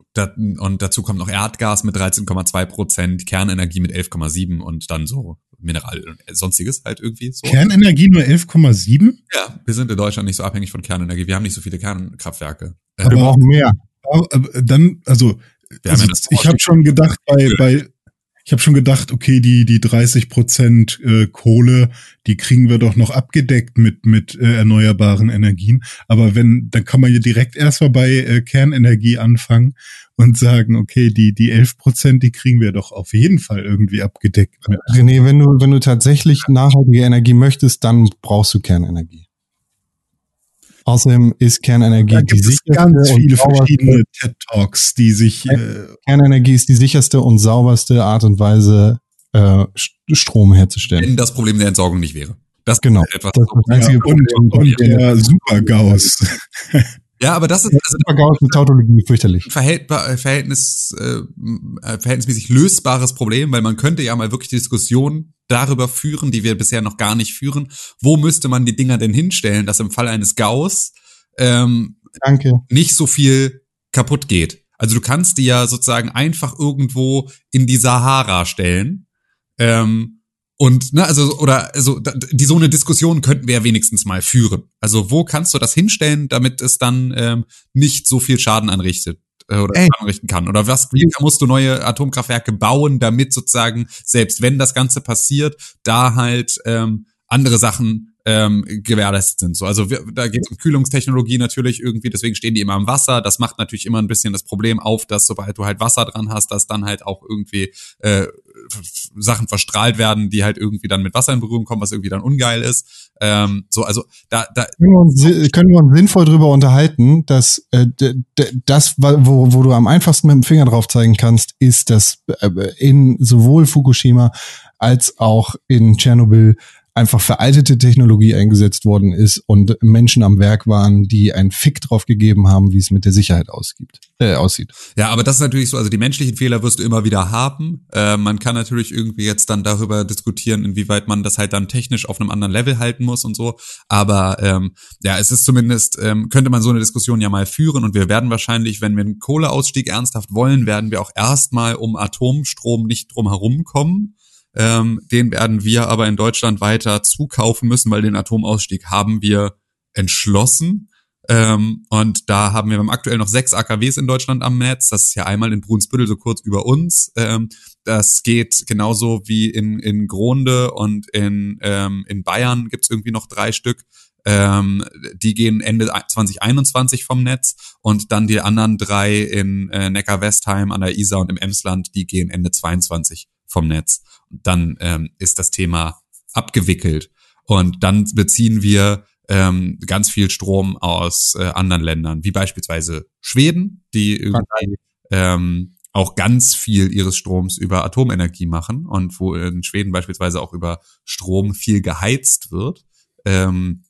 da, und dazu kommt noch Erdgas mit dreizehn Komma zwei Prozent, Kernenergie mit elf Komma sieben und dann so Mineral und sonstiges halt irgendwie so. Kernenergie nur elf Komma sieben? Ja, wir sind in Deutschland nicht so abhängig von Kernenergie. Wir haben nicht so viele Kernkraftwerke. Wir brauchen mehr. Aber dann, also, also ja ich habe schon gedacht, bei, bei ich habe schon gedacht, okay, die die dreißig Prozent äh, Kohle, die kriegen wir doch noch abgedeckt mit mit äh, erneuerbaren Energien. Aber wenn, dann kann man ja direkt erstmal bei äh, Kernenergie anfangen und sagen, okay, die die elf Prozent, die kriegen wir doch auf jeden Fall irgendwie abgedeckt. Mit. René, wenn du wenn du tatsächlich nachhaltige Energie möchtest, dann brauchst du Kernenergie. Außerdem ist Kernenergie da die gibt es sicherste ganz viele und verschiedene TED Talks, die sich äh, Kernenergie ist die sicherste und sauberste Art und Weise, äh, Strom herzustellen. Wenn das Problem der Entsorgung nicht wäre. Das Genau. ist etwas Das ist das einzige ja, und, Problem. und der Supergaus. ja, aber das ist Der also Supergaus mit Tautologie fürchterlich. Verhält, Verhältnis, äh, verhältnismäßig lösbares Problem, weil man könnte ja mal wirklich die Diskussion darüber führen, die wir bisher noch gar nicht führen. Wo müsste man die Dinger denn hinstellen, dass im Fall eines Gaus ähm, Danke. nicht so viel kaputt geht? Also du kannst die ja sozusagen einfach irgendwo in die Sahara stellen. Ähm, und, ne, also, oder, also, die, so eine Diskussion könnten wir ja wenigstens mal führen. Also, wo kannst du das hinstellen, damit es dann ähm, nicht so viel Schaden anrichtet? Oder Ey. anrichten kann. Oder was, wie musst du neue Atomkraftwerke bauen, damit sozusagen, selbst wenn das Ganze passiert, da halt ähm, andere Sachen ähm, gewährleistet sind. So, also wir, da geht es um Kühlungstechnologie natürlich irgendwie, deswegen stehen die immer im Wasser. Das macht natürlich immer ein bisschen das Problem auf, dass sobald du halt Wasser dran hast, dass dann halt auch irgendwie äh, Sachen verstrahlt werden, die halt irgendwie dann mit Wasser in Berührung kommen, was irgendwie dann ungeil ist. Ähm, so, also da, da Können wir uns, können wir uns sinnvoll drüber unterhalten, dass äh, d- d- das, wo, wo du am einfachsten mit dem Finger drauf zeigen kannst, ist, dass äh, in sowohl Fukushima als auch in Tschernobyl einfach veraltete Technologie eingesetzt worden ist und Menschen am Werk waren, die einen Fick drauf gegeben haben, wie es mit der Sicherheit ausgibt, äh, aussieht. Ja, aber das ist natürlich so, also die menschlichen Fehler wirst du immer wieder haben. Äh, man kann natürlich irgendwie jetzt dann darüber diskutieren, inwieweit man das halt dann technisch auf einem anderen Level halten muss und so. Aber ähm, ja, es ist zumindest, ähm, könnte man so eine Diskussion ja mal führen und wir werden wahrscheinlich, wenn wir einen Kohleausstieg ernsthaft wollen, werden wir auch erstmal um Atomstrom nicht drum herum kommen. Ähm, den werden wir aber in Deutschland weiter zukaufen müssen, weil den Atomausstieg haben wir entschlossen. Ähm, und da haben wir aktuell noch sechs A K Ws in Deutschland am Netz. Das ist ja einmal in Brunsbüttel so kurz über uns. Ähm, das geht genauso wie in, in Gronde und in, ähm, in Bayern gibt's irgendwie noch drei Stück. Ähm, die gehen Ende zwanzig einundzwanzig vom Netz und dann die anderen drei in äh, Neckar-Westheim an der Isar und im Emsland, die gehen Ende zweiundzwanzig vom Netz. Und dann ähm, ist das Thema abgewickelt und dann beziehen wir ähm, ganz viel Strom aus äh, anderen Ländern, wie beispielsweise Schweden, die irgendwie ähm, auch ganz viel ihres Stroms über Atomenergie machen und wo in Schweden beispielsweise auch über Strom viel geheizt wird. Ähm,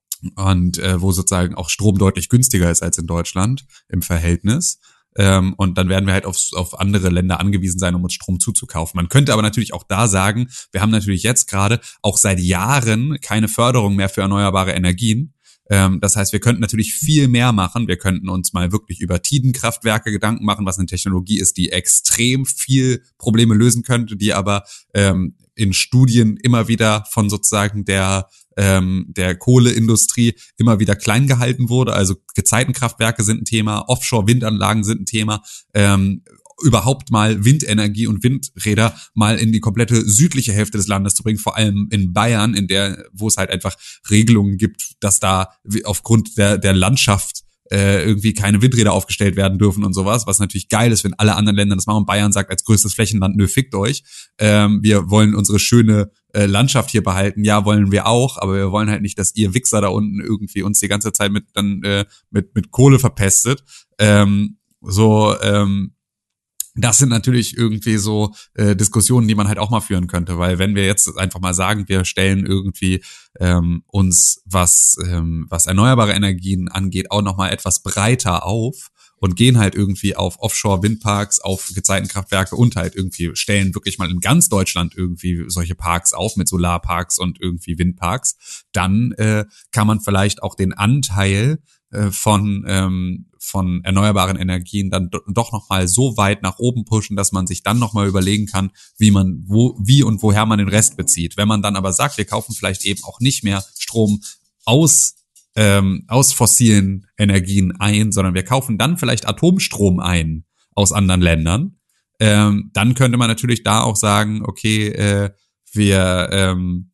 und äh, wo sozusagen auch Strom deutlich günstiger ist als in Deutschland im Verhältnis. Ähm, und dann werden wir halt auf, auf andere Länder angewiesen sein, um uns Strom zuzukaufen. Man könnte aber natürlich auch da sagen, wir haben natürlich jetzt gerade auch seit Jahren keine Förderung mehr für erneuerbare Energien. Ähm, das heißt, wir könnten natürlich viel mehr machen. Wir könnten uns mal wirklich über Tidenkraftwerke Gedanken machen, was eine Technologie ist, die extrem viel Probleme lösen könnte, die aber ähm, in Studien immer wieder von sozusagen der ähm, der Kohleindustrie immer wieder klein gehalten wurde. Also Gezeitenkraftwerke sind ein Thema, Offshore-Windanlagen sind ein Thema, ähm, überhaupt mal Windenergie und Windräder mal in die komplette südliche Hälfte des Landes zu bringen, vor allem in Bayern, in der, wo es halt einfach Regelungen gibt, dass da aufgrund der der Landschaft äh, irgendwie keine Windräder aufgestellt werden dürfen und sowas, was natürlich geil ist, wenn alle anderen Länder das machen und Bayern sagt als größtes Flächenland, nö, fickt euch. Ähm, wir wollen unsere schöne äh, Landschaft hier behalten. Ja, wollen wir auch, aber wir wollen halt nicht, dass ihr Wichser da unten irgendwie uns die ganze Zeit mit dann äh, mit mit Kohle verpestet. Ähm, so, ähm, das sind natürlich irgendwie so äh, Diskussionen, die man halt auch mal führen könnte, weil wenn wir jetzt einfach mal sagen, wir stellen irgendwie ähm, uns, was ähm, was erneuerbare Energien angeht, auch nochmal etwas breiter auf und gehen halt irgendwie auf Offshore-Windparks, auf Gezeitenkraftwerke und halt irgendwie stellen wirklich mal in ganz Deutschland irgendwie solche Parks auf mit Solarparks und irgendwie Windparks, dann äh, kann man vielleicht auch den Anteil äh, von ähm, von erneuerbaren Energien dann do, doch nochmal so weit nach oben pushen, dass man sich dann nochmal überlegen kann, wie man, wo, wie und woher man den Rest bezieht. Wenn man dann aber sagt, wir kaufen vielleicht eben auch nicht mehr Strom aus, ähm, aus fossilen Energien ein, sondern wir kaufen dann vielleicht Atomstrom ein aus anderen Ländern, ähm, dann könnte man natürlich da auch sagen, okay, äh, wir, ähm,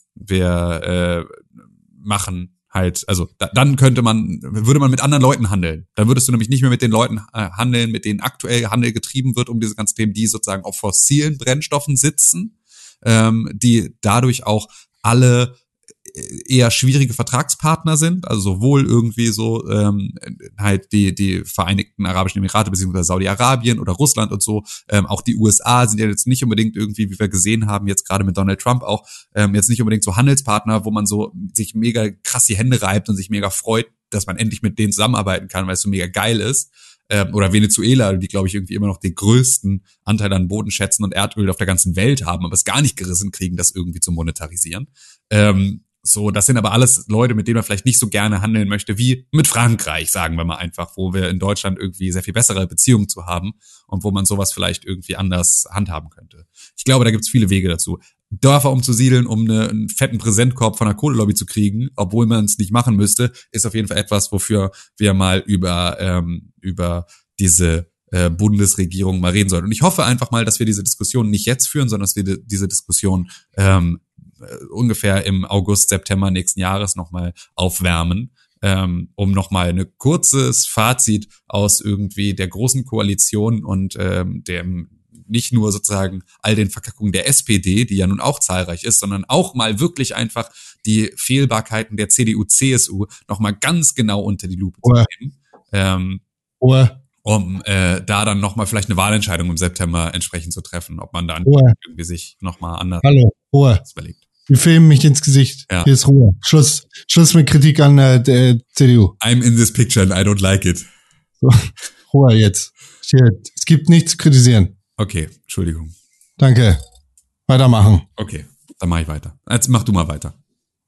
wir äh, machen halt, also da, dann könnte man, würde man mit anderen Leuten handeln. Dann würdest du nämlich nicht mehr mit den Leuten äh, handeln, mit denen aktuell Handel getrieben wird, um diese ganzen Themen, die sozusagen auf fossilen Brennstoffen sitzen, ähm, die dadurch auch alle eher schwierige Vertragspartner sind, also sowohl irgendwie so ähm, halt die die Vereinigten Arabischen Emirate beziehungsweise Saudi-Arabien oder Russland und so, ähm, auch die U S A sind ja jetzt nicht unbedingt irgendwie, wie wir gesehen haben, jetzt gerade mit Donald Trump auch, ähm, jetzt nicht unbedingt so Handelspartner, wo man so sich mega krass die Hände reibt und sich mega freut, dass man endlich mit denen zusammenarbeiten kann, weil es so mega geil ist. Ähm, oder Venezuela, die, glaube ich, irgendwie immer noch den größten Anteil an Bodenschätzen und Erdöl auf der ganzen Welt haben, aber es gar nicht gerissen kriegen, das irgendwie zu monetarisieren. Ähm, So, das sind aber alles Leute, mit denen man vielleicht nicht so gerne handeln möchte, wie mit Frankreich, sagen wir mal einfach, wo wir in Deutschland irgendwie sehr viel bessere Beziehungen zu haben und wo man sowas vielleicht irgendwie anders handhaben könnte. Ich glaube, da gibt's viele Wege dazu. Dörfer umzusiedeln, um eine, einen fetten Präsentkorb von der Kohlelobby zu kriegen, obwohl man es nicht machen müsste, ist auf jeden Fall etwas, wofür wir mal über ähm, über diese äh, Bundesregierung mal reden sollen. Und ich hoffe einfach mal, dass wir diese Diskussion nicht jetzt führen, sondern dass wir die, diese Diskussion ähm, ungefähr im August, September nächsten Jahres nochmal aufwärmen, ähm, um nochmal ein kurzes Fazit aus irgendwie der großen Koalition und ähm, dem nicht nur sozusagen all den Verkackungen der S P D, die ja nun auch zahlreich ist, sondern auch mal wirklich einfach die Fehlbarkeiten der C D U, C S U nochmal ganz genau unter die Lupe Ohr. zu nehmen. Ähm, Ohr. um äh, da dann nochmal vielleicht eine Wahlentscheidung im September entsprechend zu treffen, ob man dann Ohr. irgendwie sich nochmal anders Hallo, Ruhe. überlegt. Wir filmen mich ins Gesicht. Ja. Hier ist Ruhe. Schluss. Schluss mit Kritik an äh, der C D U. I'm in this picture and I don't like it. So. Ruhe jetzt. Hier. Es gibt nichts zu kritisieren. Okay, Entschuldigung. Danke. Weitermachen. Okay, dann mache ich weiter. Jetzt mach du mal weiter.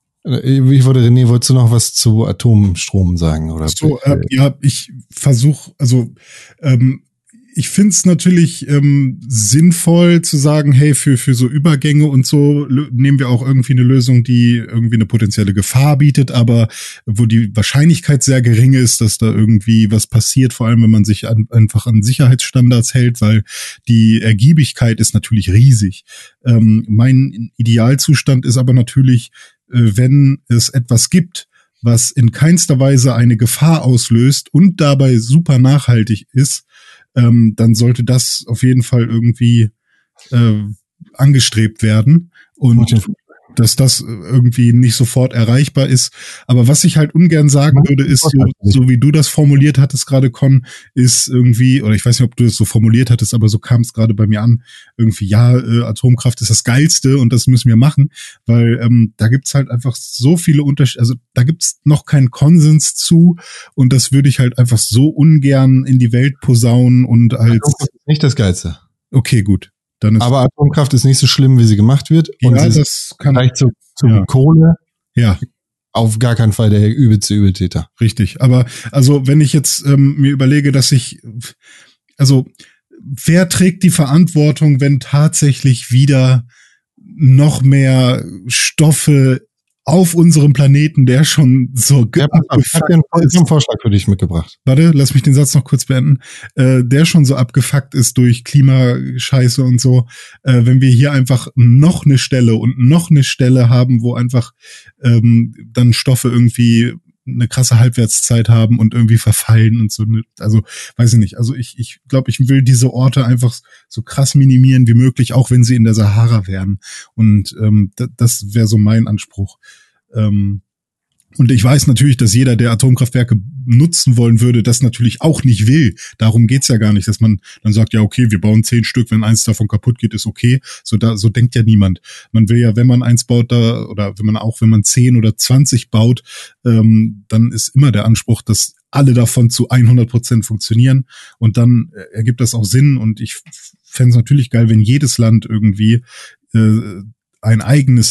Ich wollte, René, wolltest du noch was zu Atomstrom sagen? Oder? So, äh, ja, ich versuche, also ähm, ich finde es natürlich ähm, sinnvoll zu sagen, hey, für für so Übergänge und so nehmen wir auch irgendwie eine Lösung, die irgendwie eine potenzielle Gefahr bietet, aber wo die Wahrscheinlichkeit sehr gering ist, dass da irgendwie was passiert, vor allem wenn man sich an, einfach an Sicherheitsstandards hält, weil die Ergiebigkeit ist natürlich riesig. Ähm, mein Idealzustand ist aber natürlich, äh, wenn es etwas gibt, was in keinster Weise eine Gefahr auslöst und dabei super nachhaltig ist, ähm, dann sollte das auf jeden Fall irgendwie äh, angestrebt werden und okay. Dass das irgendwie nicht sofort erreichbar ist. Aber was ich halt ungern sagen würde, ist, so, so wie du das formuliert hattest gerade, Con, ist irgendwie, oder ich weiß nicht, ob du das so formuliert hattest, aber so kam es gerade bei mir an, irgendwie, ja, äh, Atomkraft ist das Geilste und das müssen wir machen, weil ähm, da gibt's halt einfach so viele Unterschiede, also da gibt's noch keinen Konsens zu und das würde ich halt einfach so ungern in die Welt posaunen und als... Atomkraft ist nicht das Geilste. Okay, gut. Dann ist aber Atomkraft ist nicht so schlimm, wie sie gemacht wird. Ja, und sie das kann vielleicht zu, zu ja. Kohle. Ja. Auf gar keinen Fall der übelste Übeltäter. Richtig. Aber also, wenn ich jetzt ähm, mir überlege, dass ich, also, wer trägt die Verantwortung, wenn tatsächlich wieder noch mehr Stoffe auf unserem Planeten, der schon so ja, ich habe dir einen Vorschlag für dich mitgebracht. Warte, lass mich den Satz noch kurz beenden. Äh, der schon so abgefuckt ist durch Klimascheiße und so, äh, wenn wir hier einfach noch eine Stelle und noch eine Stelle haben, wo einfach ähm, dann Stoffe irgendwie eine krasse Halbwertszeit haben und irgendwie verfallen und so. Also, weiß ich nicht. Also ich ich glaube, ich will diese Orte einfach so krass minimieren wie möglich, auch wenn sie in der Sahara wären. Und ähm, d- das wäre so mein Anspruch. Ähm, und ich weiß natürlich, dass jeder, der Atomkraftwerke nutzen wollen würde, das natürlich auch nicht will. Darum geht's ja gar nicht, dass man dann sagt, ja okay, wir bauen zehn Stück, wenn eins davon kaputt geht, ist okay. So da, so denkt ja niemand. Man will ja, wenn man eins baut, da oder wenn man auch, wenn man zehn oder zwanzig baut, ähm, dann ist immer der Anspruch, dass alle davon zu hundert Prozent funktionieren. Und dann ergibt das auch Sinn. Und ich fände es natürlich geil, wenn jedes Land irgendwie äh, ein eigenes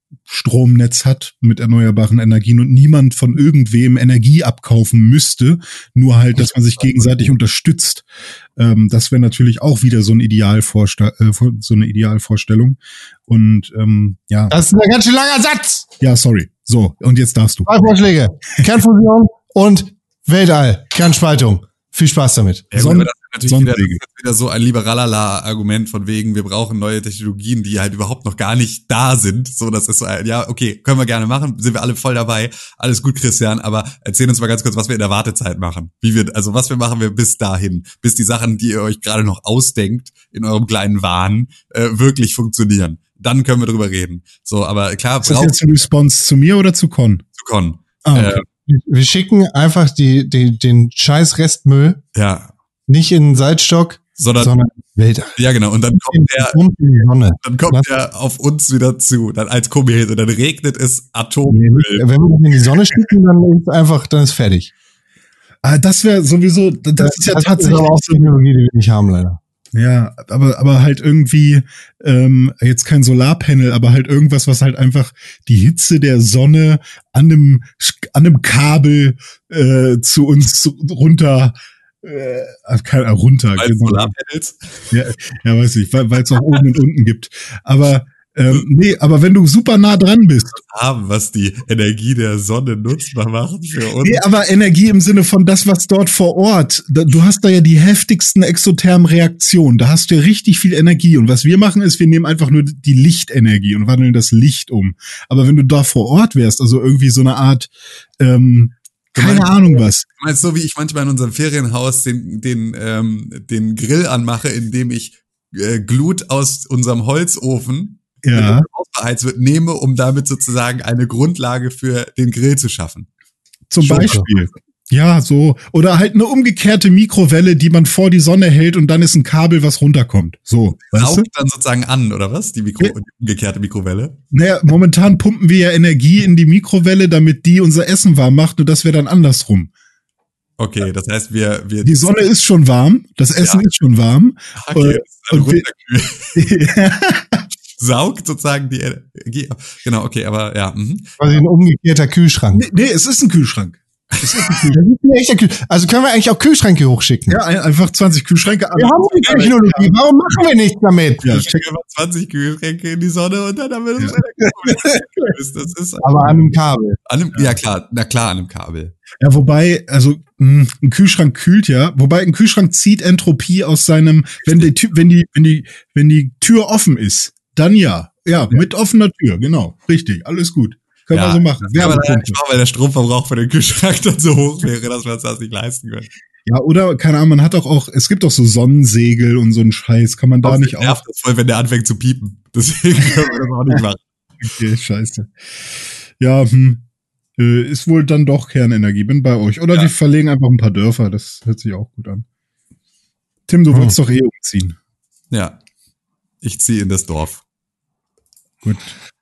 Stromnetz hat mit erneuerbaren Energien und niemand von irgendwem Energie abkaufen müsste, nur halt, dass man sich gegenseitig unterstützt. Ähm, das wäre natürlich auch wieder so ein Idealvorste- äh, so eine Idealvorstellung. Und ähm, ja. Das ist ein ganz schön langer Satz. Ja, sorry. So, und jetzt darfst du. Zwei Vorschläge. Kernfusion und Weltall. Kernspaltung. Viel Spaß damit. Ja, gut, Sonn- aber das ist natürlich wieder, das Sonnenregel. ist wieder so ein liberaler Argument von wegen, wir brauchen neue Technologien, die halt überhaupt noch gar nicht da sind. So, das ist so ein, ja, okay, können wir gerne machen, sind wir alle voll dabei. Alles gut, Christian, aber erzähl uns mal ganz kurz, was wir in der Wartezeit machen. Wie wir, also was wir machen wir bis dahin, bis die Sachen, die ihr euch gerade noch ausdenkt, in eurem kleinen Wahn, äh, wirklich funktionieren. Dann können wir drüber reden. So, aber klar, Ist das braucht jetzt eine Response zu mir oder zu Con? zu Con. Ah, okay. Äh, Wir schicken einfach die, die, den scheiß Restmüll ja, nicht in den Seitstock, sondern, sondern Weltall. ja genau, und dann kommt der, Und in die Sonne. dann kommt Lass- der auf uns wieder zu, dann als Komet und dann regnet es Nee, Atommüll. Wenn wir das in die Sonne schicken, dann ist einfach, dann ist fertig. Ah, das wäre sowieso, das ist ja das tatsächlich ist aber auch so. Technologie, die wir nicht haben, leider. Ja, aber aber halt irgendwie ähm, jetzt kein Solarpanel, aber halt irgendwas, was halt einfach die Hitze der Sonne an einem an einem Kabel äh, zu uns runter äh, kein, äh, runter Als genau. Solarpanels. Ja, ja, weiß ich, weil es auch oben und unten gibt. Aber ähm, nee, aber wenn du super nah dran bist. Haben, was die Energie der Sonne nutzbar machen für uns. Nee, aber Energie im Sinne von das, was dort vor Ort, da, du hast da ja die heftigsten exothermen Reaktionen, da hast du ja richtig viel Energie und was wir machen ist, wir nehmen einfach nur die Lichtenergie und wandeln das Licht um. Aber wenn du da vor Ort wärst, also irgendwie so eine Art, ähm, keine meinst- Ahnung was. Du meinst, so wie ich manchmal in unserem Ferienhaus den, den, ähm, den Grill anmache, indem ich äh, Glut aus unserem Holzofen, Ja, ausbeheizt wird, nehme, um damit sozusagen eine Grundlage für den Grill zu schaffen. zum Schunke. Beispiel. Ja, so. Oder halt eine umgekehrte Mikrowelle, die man vor die Sonne hält und dann ist ein Kabel, was runterkommt. So, weißt du? Saugt dann sozusagen an, oder was? Die, Mikro, Ja. die umgekehrte Mikrowelle. Naja, momentan pumpen wir ja Energie in die Mikrowelle, damit die unser Essen warm macht und das wäre dann andersrum. Okay, das heißt, wir, wir, Die Sonne ist schon warm, das Essen Ja. ist schon warm. okay, das ist eine und wir- Runterkühl. Saugt sozusagen die Energie. Genau, okay, aber ja. Mhm. Quasi ein umgekehrter Kühlschrank. nee, nee, es ist ein Kühlschrank. Das ist ein echter Kühl- Also können wir eigentlich auch Kühlschränke hochschicken? Ja, ein, einfach zwanzig Kühlschränke an. Wir haben die Technologie, warum machen wir nichts damit? Ja, Ich check. stecke mal zwanzig Kühlschränke in die Sonne und dann haben wir das. Das, das ist Aber an einem Kabel. an einem, ja klar, na klar, an einem Kabel. Ja, wobei, also mh, ein Kühlschrank kühlt ja, wobei ein Kühlschrank zieht Entropie aus seinem, wenn die, Tür- wenn die, wenn die, wenn die Tür offen ist, dann ja. Ja, mit offener Tür, genau. Richtig, alles gut. Können wir so machen. das kann man leider Wärmepumpe. nicht machen, weil der Stromverbrauch für den Kühlschrank dann so hoch wäre, dass wir uns das nicht leisten können. Ja, oder, keine Ahnung, man hat auch, auch, es gibt auch so Sonnensegel und so einen Scheiß, kann man da Außerdem nicht auch. nervt das voll, wenn der anfängt zu piepen. Deswegen können wir das auch nicht machen. Okay, scheiße. Ja, hm, äh, ist wohl dann doch Kernenergie, bin bei euch. Oder Ja. wir verlegen einfach ein paar Dörfer, das hört sich auch gut an. Tim, du Hm. wolltest doch eh umziehen. Ja. Ich ziehe in das Dorf. Gut.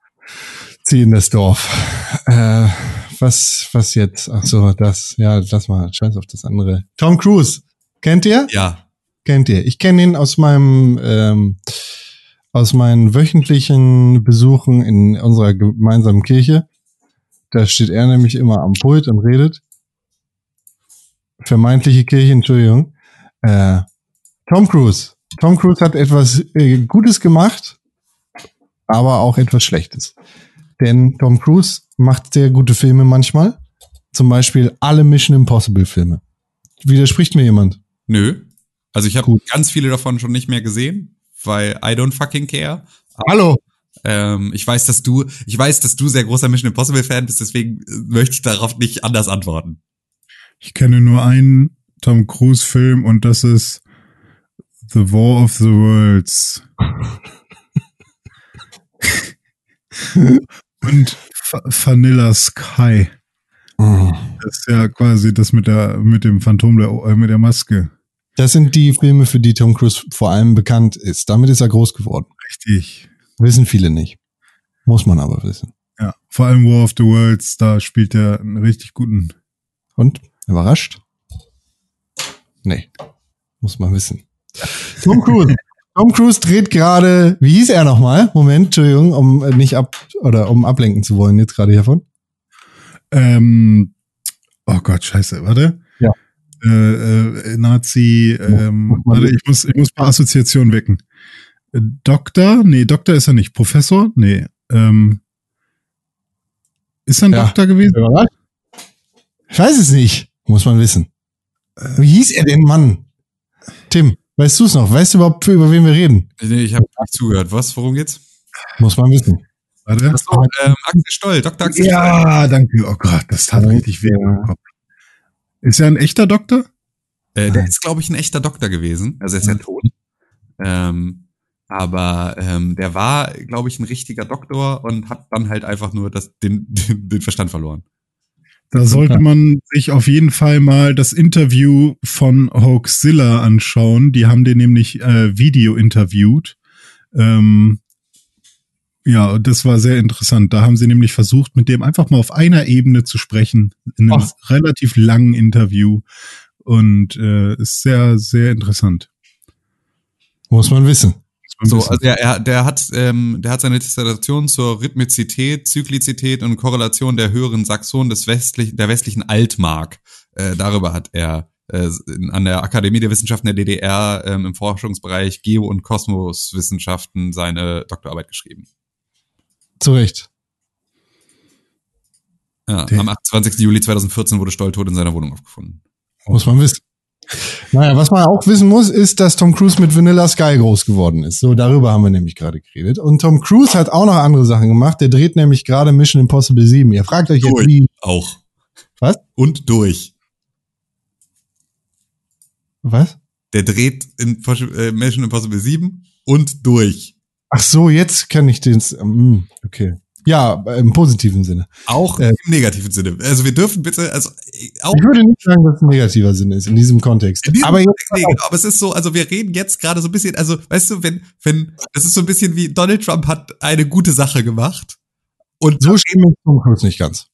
Zieh in das Dorf. Äh, was, was jetzt? Ach so, das, ja, lass mal, scheiß auf das andere. Tom Cruise. Kennt ihr? Ja. Kennt ihr? Ich kenne ihn aus meinem, ähm, aus meinen wöchentlichen Besuchen in unserer gemeinsamen Kirche. Da steht er nämlich immer am Pult und redet. Vermeintliche Kirche, Entschuldigung. Äh, Tom Cruise. Tom Cruise hat etwas äh, Gutes gemacht, aber auch etwas Schlechtes. Denn Tom Cruise macht sehr gute Filme manchmal. Zum Beispiel alle Mission Impossible Filme. Widerspricht mir jemand? Nö. Also ich habe Gut. ganz viele davon schon nicht mehr gesehen, weil I don't fucking care. Hallo. Ähm, ich weiß, dass du, ich weiß, dass du sehr großer Mission Impossible Fan bist, deswegen äh, möchte ich darauf nicht anders antworten. Ich kenne nur einen Tom Cruise Film und das ist The War of the Worlds. Und Fa- Vanilla Sky. Das ist ja quasi das mit der, mit dem Phantom der, äh, mit der Maske. Das sind die Filme, für die Tom Cruise vor allem bekannt ist. Damit ist er groß geworden. Richtig. Wissen viele nicht. Muss man aber wissen. Ja. Vor allem War of the Worlds, da spielt er einen richtig guten. Und? Überrascht? Nee. Muss man wissen. Tom Cruise. Tom Cruise dreht gerade, wie hieß er nochmal? Moment, Entschuldigung, um nicht ab oder um ablenken zu wollen jetzt gerade hiervon. Ähm, oh Gott, scheiße, warte. Ja. Äh, äh, Nazi, ähm, Muss warte, ich muss, ich muss ein paar Assoziationen wecken. Äh, Doktor? Nee, Doktor ist er nicht. Professor? Nee. Ähm, ist er ein Ja. Doktor gewesen? Ich weiß es nicht, muss man wissen. Wie hieß er denn, Mann? Tim, weißt du es noch? Weißt du überhaupt, über wen wir reden? Nee, ich habe nicht zugehört. Was? Worum geht's? Muss man wissen. Warte. Achso, ähm, Axel Stoll, Doktor Axel Stoll. Ja, danke. Oh Gott, das tat richtig weh im Kopf. Ist er ein echter Doktor? Äh, der ist, glaube ich, ein echter Doktor gewesen. Also er ist ja tot. Ähm, aber ähm, der war, glaube ich, ein richtiger Doktor und hat dann halt einfach nur das, den, den, den Verstand verloren. Da sollte man sich auf jeden Fall mal das Interview von Hoaxilla anschauen. Die haben den nämlich äh, Video interviewt. Ähm, ja, das war sehr interessant. Da haben sie nämlich versucht, mit dem einfach mal auf einer Ebene zu sprechen. In einem Ach. relativ langen Interview. Und äh, ist sehr, sehr interessant. Muss man wissen. So, also der, er, der hat, ähm, der hat seine Dissertation zur Rhythmizität, Zyklizität und Korrelation der höheren Saxonen des westlichen, der westlichen Altmark. Äh, darüber hat er äh, an der Akademie der Wissenschaften der D D R ähm, im Forschungsbereich Geo- und Kosmoswissenschaften seine Doktorarbeit geschrieben. Zu Recht. Ja, Der- am achtundzwanzigsten Juli zweitausendvierzehn wurde Stoll tot in seiner Wohnung aufgefunden. Muss man wissen. Naja, was man auch wissen muss, ist, dass Tom Cruise mit Vanilla Sky groß geworden ist. So, darüber haben wir nämlich gerade geredet. Und Tom Cruise hat auch noch andere Sachen gemacht. Der dreht nämlich gerade Mission Impossible sieben. Ihr fragt euch jetzt, Durch. wie... Auch. Was? Und durch. Was? Der dreht in äh, Mission Impossible sieben und durch. Ach so, jetzt kann ich den... Mm, okay. Ja, im positiven Sinne. Auch Äh. im negativen Sinne. Also wir dürfen bitte, also auch Ich würde nicht sagen, dass es ein negativer Sinn ist in diesem Kontext. in diesem Aber jetzt, Kontext, nee, genau, aber es ist so, also wir reden jetzt gerade so ein bisschen, also weißt du, wenn, wenn, das ist so ein bisschen wie Donald Trump hat eine gute Sache gemacht und so stimmt Tom Cruise nicht ganz.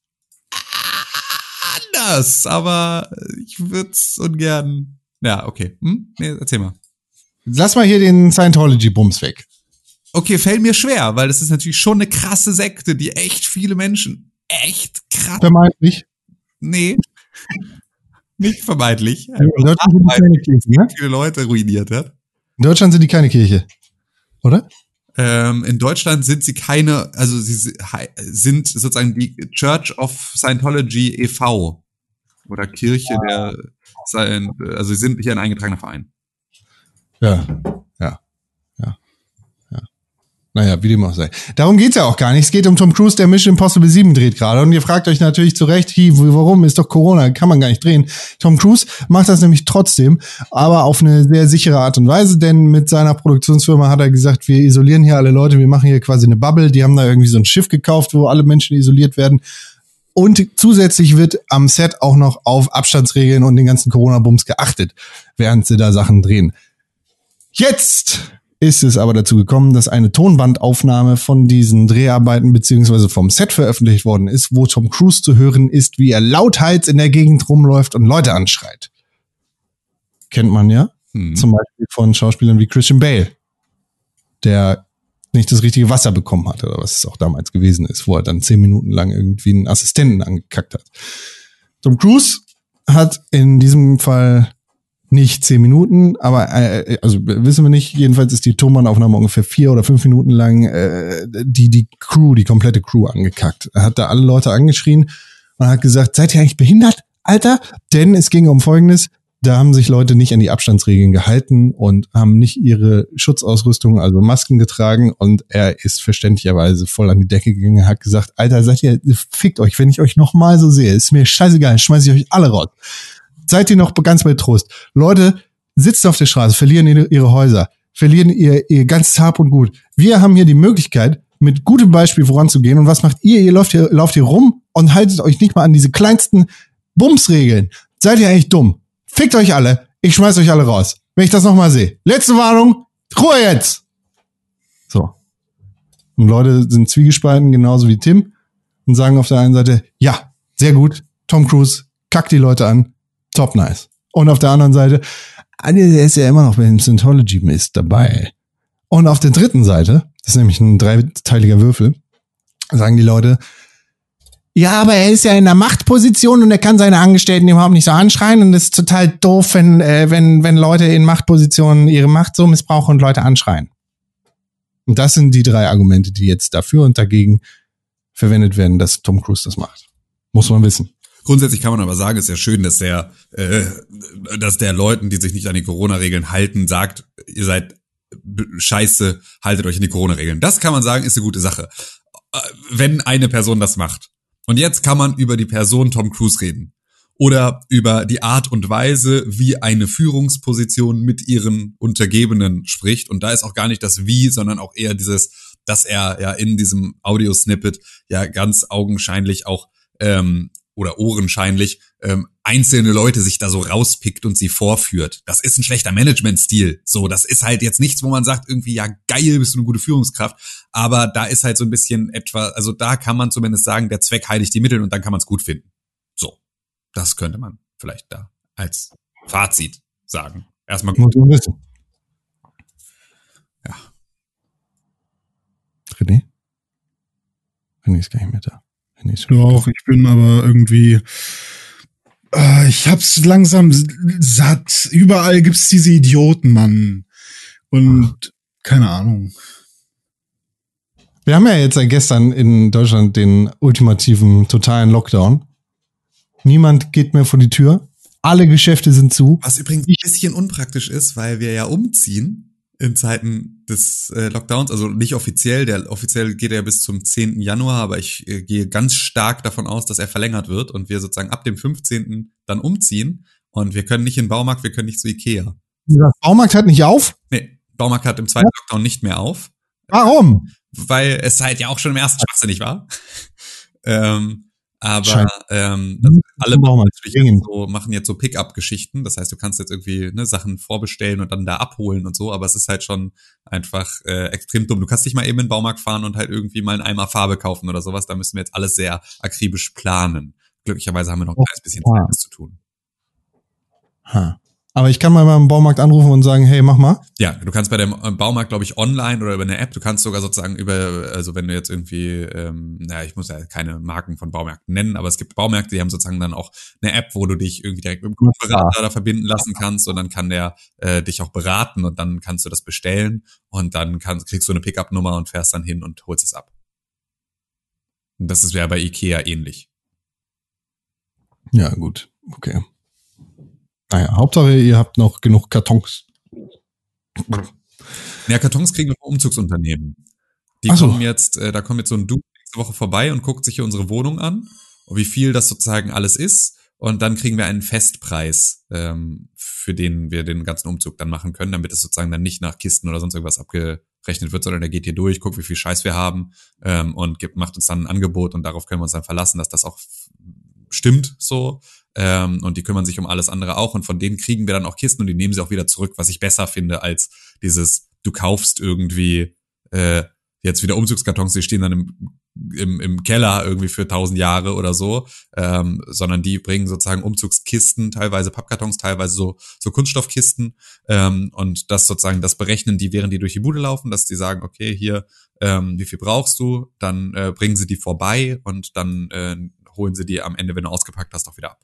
anders, aber ich würde es ungern, ja, okay, hm? Nee, erzähl mal. Lass mal hier den Scientology-Bums weg. Okay, fällt mir schwer, weil das ist natürlich schon eine krasse Sekte, die echt viele Menschen, echt krass, Vermeintlich. nee, nicht vermeintlich, In Deutschland sind die keine Kirche, ne? viele Leute ruiniert hat. In Deutschland sind die keine Kirche. Oder? Ähm, in Deutschland sind sie keine, also sie si- hei- sind sozusagen die Church of Scientology e V oder Kirche der, Scient- also sie sind hier ein eingetragener Verein. Ja, ja, ja, ja. Naja, wie dem auch sei. Darum geht's ja auch gar nicht. Es geht um Tom Cruise, der Mission Impossible sieben dreht gerade. Und ihr fragt euch natürlich zu Recht, hi, warum? Ist doch Corona, kann man gar nicht drehen. Tom Cruise macht das nämlich trotzdem, aber auf eine sehr sichere Art und Weise, denn mit seiner Produktionsfirma hat er gesagt, wir isolieren hier alle Leute, wir machen hier quasi eine Bubble. Die haben da irgendwie so ein Schiff gekauft, wo alle Menschen isoliert werden. Und zusätzlich wird am Set auch noch auf Abstandsregeln und den ganzen Corona-Bums geachtet, während sie da Sachen drehen. Jetzt ist es aber dazu gekommen, dass eine Tonbandaufnahme von diesen Dreharbeiten beziehungsweise vom Set veröffentlicht worden ist, wo Tom Cruise zu hören ist, wie er lauthals in der Gegend rumläuft und Leute anschreit. Kennt man ja. Hm. Zum Beispiel von Schauspielern wie Christian Bale, der nicht das richtige Wasser bekommen hat, oder was es auch damals gewesen ist, wo er dann zehn Minuten lang irgendwie einen Assistenten angekackt hat. Tom Cruise hat in diesem Fall nicht zehn Minuten, aber äh, also wissen wir nicht, jedenfalls ist die Tonbandaufnahme ungefähr vier oder fünf Minuten lang äh, die die Crew, die komplette Crew angekackt. Er hat da alle Leute angeschrien und hat gesagt, seid ihr eigentlich behindert, Alter? Denn es ging um Folgendes, da haben sich Leute nicht an die Abstandsregeln gehalten und haben nicht ihre Schutzausrüstung, also Masken getragen, und er ist verständlicherweise voll an die Decke gegangen, hat gesagt, Alter, seid ihr, fickt euch, wenn ich euch nochmal so sehe, ist mir scheißegal, schmeiß ich euch alle raus. Seid ihr noch ganz bei Trost. Leute sitzen auf der Straße, verlieren ihre, ihre Häuser, verlieren ihr, ihr ganzes Hab und Gut. Wir haben hier die Möglichkeit, mit gutem Beispiel voranzugehen. Und was macht ihr? Ihr lauft hier, lauft hier rum und haltet euch nicht mal an diese kleinsten Bumsregeln. Seid ihr eigentlich dumm? Fickt euch alle. Ich schmeiß euch alle raus. Wenn ich das nochmal sehe. Letzte Warnung. Ruhe jetzt! So. Und Leute sind zwiegespalten, genauso wie Tim, und sagen auf der einen Seite, ja, sehr gut, Tom Cruise kackt die Leute an. Top nice. Und auf der anderen Seite, er ist ja immer noch beim Scientology-Mist dabei. Und auf der dritten Seite, das ist nämlich ein dreiteiliger Würfel, sagen die Leute, ja, aber er ist ja in der Machtposition und er kann seine Angestellten überhaupt nicht so anschreien und es ist total doof, wenn, äh, wenn, wenn Leute in Machtpositionen ihre Macht so missbrauchen und Leute anschreien. Und das sind die drei Argumente, die jetzt dafür und dagegen verwendet werden, dass Tom Cruise das macht. Muss man wissen. Grundsätzlich kann man aber sagen, es ist ja schön, dass der, äh, dass der Leuten, die sich nicht an die Corona-Regeln halten, sagt, ihr seid scheiße, haltet euch an die Corona-Regeln. Das kann man sagen, ist eine gute Sache. Wenn eine Person das macht. Und jetzt kann man über die Person Tom Cruise reden. Oder über die Art und Weise, wie eine Führungsposition mit ihren Untergebenen spricht. Und da ist auch gar nicht das Wie, sondern auch eher dieses, dass er ja in diesem Audio-Snippet ja ganz augenscheinlich auch ähm, oder ohrenscheinlich ähm, einzelne Leute sich da so rauspickt und sie vorführt. Das ist ein schlechter Managementstil. So, das ist halt jetzt nichts, wo man sagt, irgendwie, ja geil, bist du eine gute Führungskraft. Aber da ist halt so ein bisschen etwa, also da kann man zumindest sagen, der Zweck heiligt die Mittel und dann kann man es gut finden. So, das könnte man vielleicht da als Fazit sagen. Erstmal gut. Muss man wissen. Ja. René? René ist gar nicht mehr da. Doch, ich bin aber irgendwie, äh, ich hab's langsam satt. Überall gibt's diese Idioten, Mann. Und keine Ahnung. Wir haben ja jetzt seit gestern in Deutschland den ultimativen, totalen Lockdown. Niemand geht mehr vor die Tür. Alle Geschäfte sind zu. Was übrigens ein bisschen unpraktisch ist, weil wir ja umziehen in Zeiten des äh, Lockdowns, also nicht offiziell, der offiziell geht er bis zum zehnten Januar, aber ich äh, gehe ganz stark davon aus, dass er verlängert wird und wir sozusagen ab dem fünfzehnten dann umziehen und wir können nicht in den Baumarkt, wir können nicht zu Ikea. Der Baumarkt hat nicht auf? Nee, Baumarkt hat im zweiten ja. Lockdown nicht mehr auf. Warum? Weil es halt ja auch schon im ersten schwachsinnig war. ähm, aber ähm, also alle machen, jetzt so, machen jetzt so Pick-up-Geschichten. Das heißt, du kannst jetzt irgendwie ne, Sachen vorbestellen und dann da abholen und so. Aber es ist halt schon einfach äh, extrem dumm. Du kannst nicht mal eben in den Baumarkt fahren und halt irgendwie mal einen Eimer Farbe kaufen oder sowas. Da müssen wir jetzt alles sehr akribisch planen. Glücklicherweise haben wir noch ein kleines bisschen Zeit, das zu tun. Ha. Aber ich kann mal beim Baumarkt anrufen und sagen, hey, mach mal. Ja, du kannst bei dem Baumarkt, glaube ich, online oder über eine App, du kannst sogar sozusagen über, also wenn du jetzt irgendwie, ähm, naja, ich muss ja keine Marken von Baumärkten nennen, aber es gibt Baumärkte, die haben sozusagen dann auch eine App, wo du dich irgendwie direkt mit dem Kundenberater da verbinden lassen kannst und dann kann der äh, dich auch beraten und dann kannst du das bestellen und dann kannst, kriegst du eine Pickup-Nummer und fährst dann hin und holst es ab. Und das ist ja bei Ikea ähnlich. Ja, gut, okay. Naja, Hauptsache, ihr habt noch genug Kartons. Ja, Kartons kriegen wir vom Umzugsunternehmen. Die Ach so. kommen jetzt, äh, da kommt jetzt so ein Dude nächste Woche vorbei und guckt sich hier unsere Wohnung an und wie viel das sozusagen alles ist. Und dann kriegen wir einen Festpreis, ähm, für den wir den ganzen Umzug dann machen können, damit es sozusagen dann nicht nach Kisten oder sonst irgendwas abgerechnet wird, sondern der geht hier durch, guckt, wie viel Scheiß wir haben ähm, und gibt, macht uns dann ein Angebot und darauf können wir uns dann verlassen, dass das auch stimmt so. Ähm, und die kümmern sich um alles andere auch und von denen kriegen wir dann auch Kisten und die nehmen sie auch wieder zurück, was ich besser finde als dieses, du kaufst irgendwie äh, jetzt wieder Umzugskartons, die stehen dann im, im, im Keller irgendwie für tausend Jahre oder so, ähm, sondern die bringen sozusagen Umzugskisten, teilweise Pappkartons, teilweise so so Kunststoffkisten ähm, und das sozusagen, das berechnen die, während die durch die Bude laufen, dass die sagen, okay, hier, ähm, wie viel brauchst du, dann äh, bringen sie die vorbei und dann äh, holen sie die am Ende, wenn du ausgepackt hast, auch wieder ab.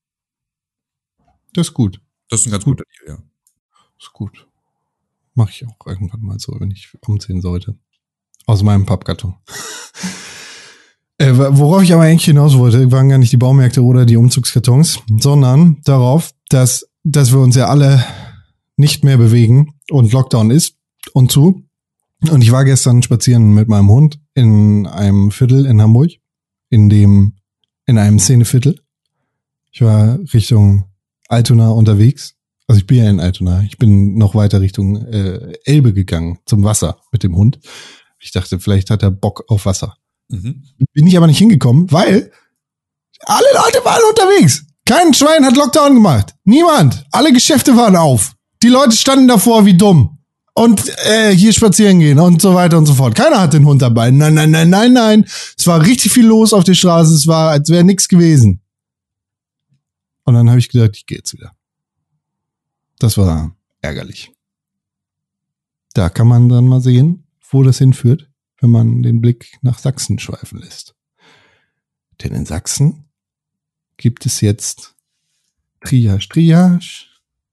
Das ist gut. Das ist ein ganz guter Deal, ja. Das ist gut. Mache ich auch irgendwann mal so, wenn ich umziehen sollte. Aus meinem Pappkarton. äh, worauf ich aber eigentlich hinaus wollte, waren gar nicht die Baumärkte oder die Umzugskartons, sondern darauf, dass, dass wir uns ja alle nicht mehr bewegen und Lockdown ist und zu. Und ich war gestern spazieren mit meinem Hund in einem Viertel in Hamburg, in dem, in einem Szeneviertel. Ich war Richtung Altona unterwegs. Also ich bin ja in Altona. Ich bin noch weiter Richtung äh, Elbe gegangen zum Wasser mit dem Hund. Ich dachte, vielleicht hat er Bock auf Wasser. Mhm. Bin ich aber nicht hingekommen, weil alle Leute waren unterwegs. Kein Schwein hat Lockdown gemacht. Niemand. Alle Geschäfte waren auf. Die Leute standen davor wie dumm. Und äh, hier spazieren gehen und so weiter und so fort. Keiner hat den Hund dabei. Nein, nein, nein, nein, nein. Es war richtig viel los auf der Straße. Es war, als wäre nichts gewesen. Und dann habe ich gedacht, ich gehe jetzt wieder. Das war ärgerlich. da kann man dann mal sehen, wo das hinführt, wenn man den Blick nach Sachsen schweifen lässt. Denn in Sachsen gibt es jetzt Triage, Triage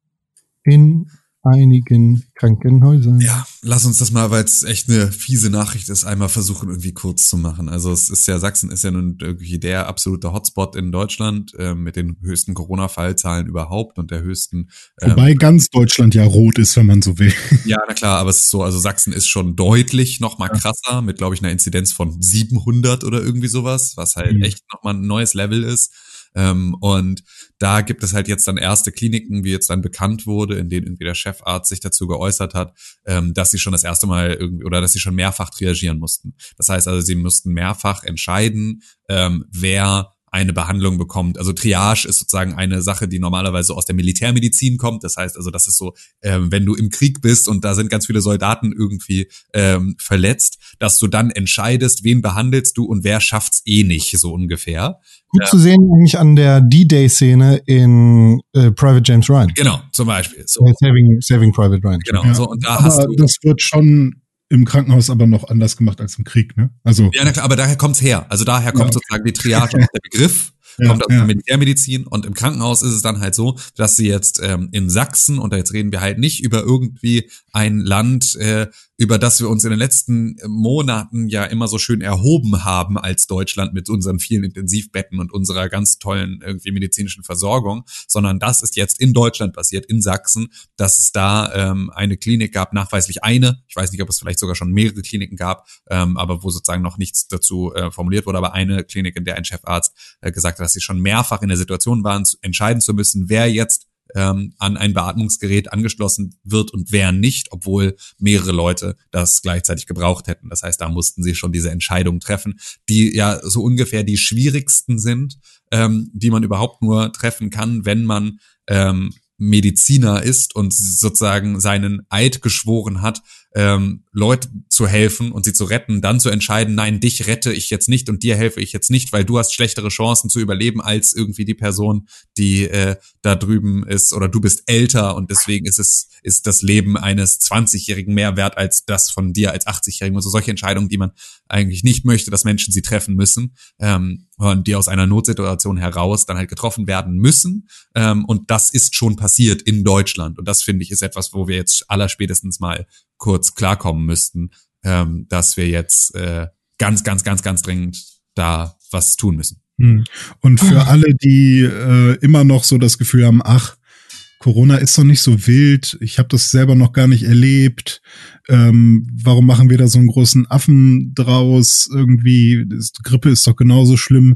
in einigen Krankenhäusern. Ja, lass uns das mal, weil es echt eine fiese Nachricht ist, einmal versuchen irgendwie kurz zu machen. Also es ist ja, Sachsen ist ja nun irgendwie der absolute Hotspot in Deutschland äh, mit den höchsten Corona-Fallzahlen überhaupt und der höchsten. Ähm, Wobei ganz Deutschland ja rot ist, wenn man so will. Ja, na klar, aber es ist so, also Sachsen ist schon deutlich noch mal krasser mit, glaube ich, einer Inzidenz von siebenhundert oder irgendwie sowas, was halt mhm. echt noch mal ein neues Level ist. Ähm, und da gibt es halt jetzt dann erste Kliniken, wie jetzt dann bekannt wurde, in denen irgendwie der Chefarzt sich dazu geäußert hat, ähm, dass sie schon das erste Mal irgendwie oder dass sie schon mehrfach triagieren mussten. Das heißt also, sie mussten mehrfach entscheiden, ähm, wer eine Behandlung bekommt. Also Triage ist sozusagen eine Sache, die normalerweise aus der Militärmedizin kommt. Das heißt also, das ist so, ähm, wenn du im Krieg bist und da sind ganz viele Soldaten irgendwie ähm, verletzt, dass du dann entscheidest, wen behandelst du und wer schafft's eh nicht, so ungefähr. Gut ja. zu sehen nämlich an der D-Day-Szene in äh, Private James Ryan. Genau, zum Beispiel. So. Saving, Saving Private Ryan. Genau, ja. so und da Aber hast du. Das wird schon im Krankenhaus aber noch anders gemacht als im Krieg, ne? Also ja, na klar, aber daher kommt's her. Also daher kommt ja, okay. sozusagen die Triage aus der Begriff, ja, kommt aus ja. der Militärmedizin und im Krankenhaus ist es dann halt so, dass sie jetzt ähm, in Sachsen, und da jetzt reden wir halt nicht über irgendwie ein Land, äh, über das wir uns in den letzten Monaten ja immer so schön erhoben haben als Deutschland mit unseren vielen Intensivbetten und unserer ganz tollen irgendwie medizinischen Versorgung, sondern das ist jetzt in Deutschland passiert, in Sachsen, dass es da ähm, eine Klinik gab, nachweislich eine, ich weiß nicht, ob es vielleicht sogar schon mehrere Kliniken gab, ähm, aber wo sozusagen noch nichts dazu äh, formuliert wurde, aber eine Klinik, in der ein Chefarzt äh, gesagt hat, dass sie schon mehrfach in der Situation waren, zu, entscheiden zu müssen, wer jetzt ähm, an ein Beatmungsgerät angeschlossen wird und wer nicht, obwohl mehrere Leute das gleichzeitig gebraucht hätten. Das heißt, da mussten sie schon diese Entscheidungen treffen, die ja so ungefähr die schwierigsten sind, ähm, die man überhaupt nur treffen kann, wenn man ähm, Mediziner ist und sozusagen seinen Eid geschworen hat, ähm, Leuten zu helfen und sie zu retten, dann zu entscheiden, nein, dich rette ich jetzt nicht und dir helfe ich jetzt nicht, weil du hast schlechtere Chancen zu überleben als irgendwie die Person, die äh, da drüben ist, oder du bist älter und deswegen ist es ist das Leben eines zwanzigjährigen mehr wert als das von dir als achtzigjährigen. Also solche Entscheidungen, die man eigentlich nicht möchte, dass Menschen sie treffen müssen, ähm, und die aus einer Notsituation heraus dann halt getroffen werden müssen, ähm, und das ist schon passiert in Deutschland und das, finde ich, ist etwas, wo wir jetzt allerspätestens mal kurz klarkommen müssten, ähm, dass wir jetzt äh, ganz, ganz, ganz, ganz dringend da was tun müssen. Und für alle, die äh, immer noch so das Gefühl haben, ach, Corona ist doch nicht so wild, ich habe das selber noch gar nicht erlebt, ähm, warum machen wir da so einen großen Affen draus, irgendwie, das, Grippe ist doch genauso schlimm.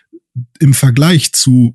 Im Vergleich zu,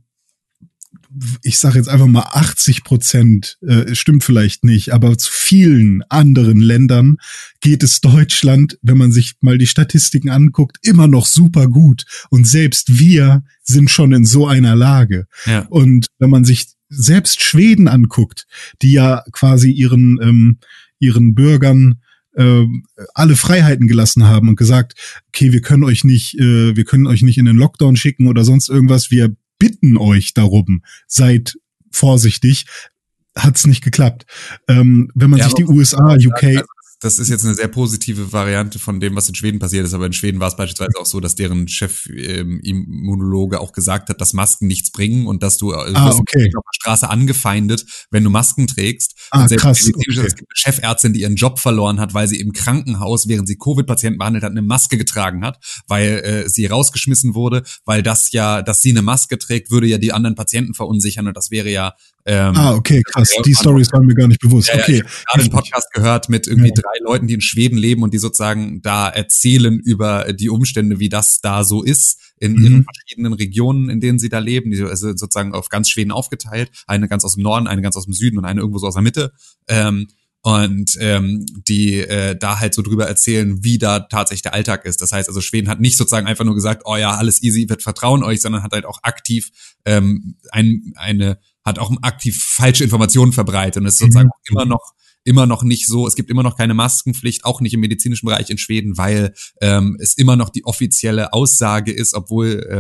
ich sage jetzt einfach mal achtzig Prozent, äh, stimmt vielleicht nicht, aber zu vielen anderen Ländern geht es Deutschland, wenn man sich mal die Statistiken anguckt, immer noch super gut. Und selbst wir sind schon in so einer Lage. Ja. Und wenn man sich selbst Schweden anguckt, die ja quasi ihren ähm, ihren Bürgern äh, alle Freiheiten gelassen haben und gesagt, okay, wir können euch nicht, äh, wir können euch nicht in den Lockdown schicken oder sonst irgendwas, wir bitten euch darum, seid vorsichtig, hat's nicht geklappt. Ähm, wenn man ja, sich die U S A, U K... Also das ist jetzt eine sehr positive Variante von dem, was in Schweden passiert ist, aber in Schweden war es beispielsweise auch so, dass deren Chef-Immunologe ähm, auch gesagt hat, dass Masken nichts bringen und dass du äh, ah, wirst okay. auf der Straße angefeindet, wenn du Masken trägst. Ah, und selbst krass. Okay. Es gibt eine Chefärztin, die ihren Job verloren hat, weil sie im Krankenhaus, während sie Covid-Patienten behandelt hat, eine Maske getragen hat, weil äh, sie rausgeschmissen wurde, weil das ja, dass sie eine Maske trägt, würde ja die anderen Patienten verunsichern und das wäre ja Ähm, ah, okay, krass. Die Storys waren mir gar nicht bewusst. Ja, okay. Ja, ich habe gerade einen Podcast gehört mit irgendwie ja. drei Leuten, die in Schweden leben und die sozusagen da erzählen über die Umstände, wie das da so ist in mhm. ihren verschiedenen Regionen, in denen sie da leben. Die also sozusagen auf ganz Schweden aufgeteilt. Eine ganz aus dem Norden, eine ganz aus dem Süden und eine irgendwo so aus der Mitte. Ähm, und ähm, die äh, da halt so drüber erzählen, wie da tatsächlich der Alltag ist. Das heißt also, Schweden hat nicht sozusagen einfach nur gesagt, oh ja, alles easy, wir vertrauen euch, sondern hat halt auch aktiv ähm, ein, eine hat auch aktiv falsche Informationen verbreitet und es ist sozusagen mhm. immer noch immer noch nicht so, es gibt immer noch keine Maskenpflicht, auch nicht im medizinischen Bereich in Schweden, weil ähm, es immer noch die offizielle Aussage ist, obwohl ähm,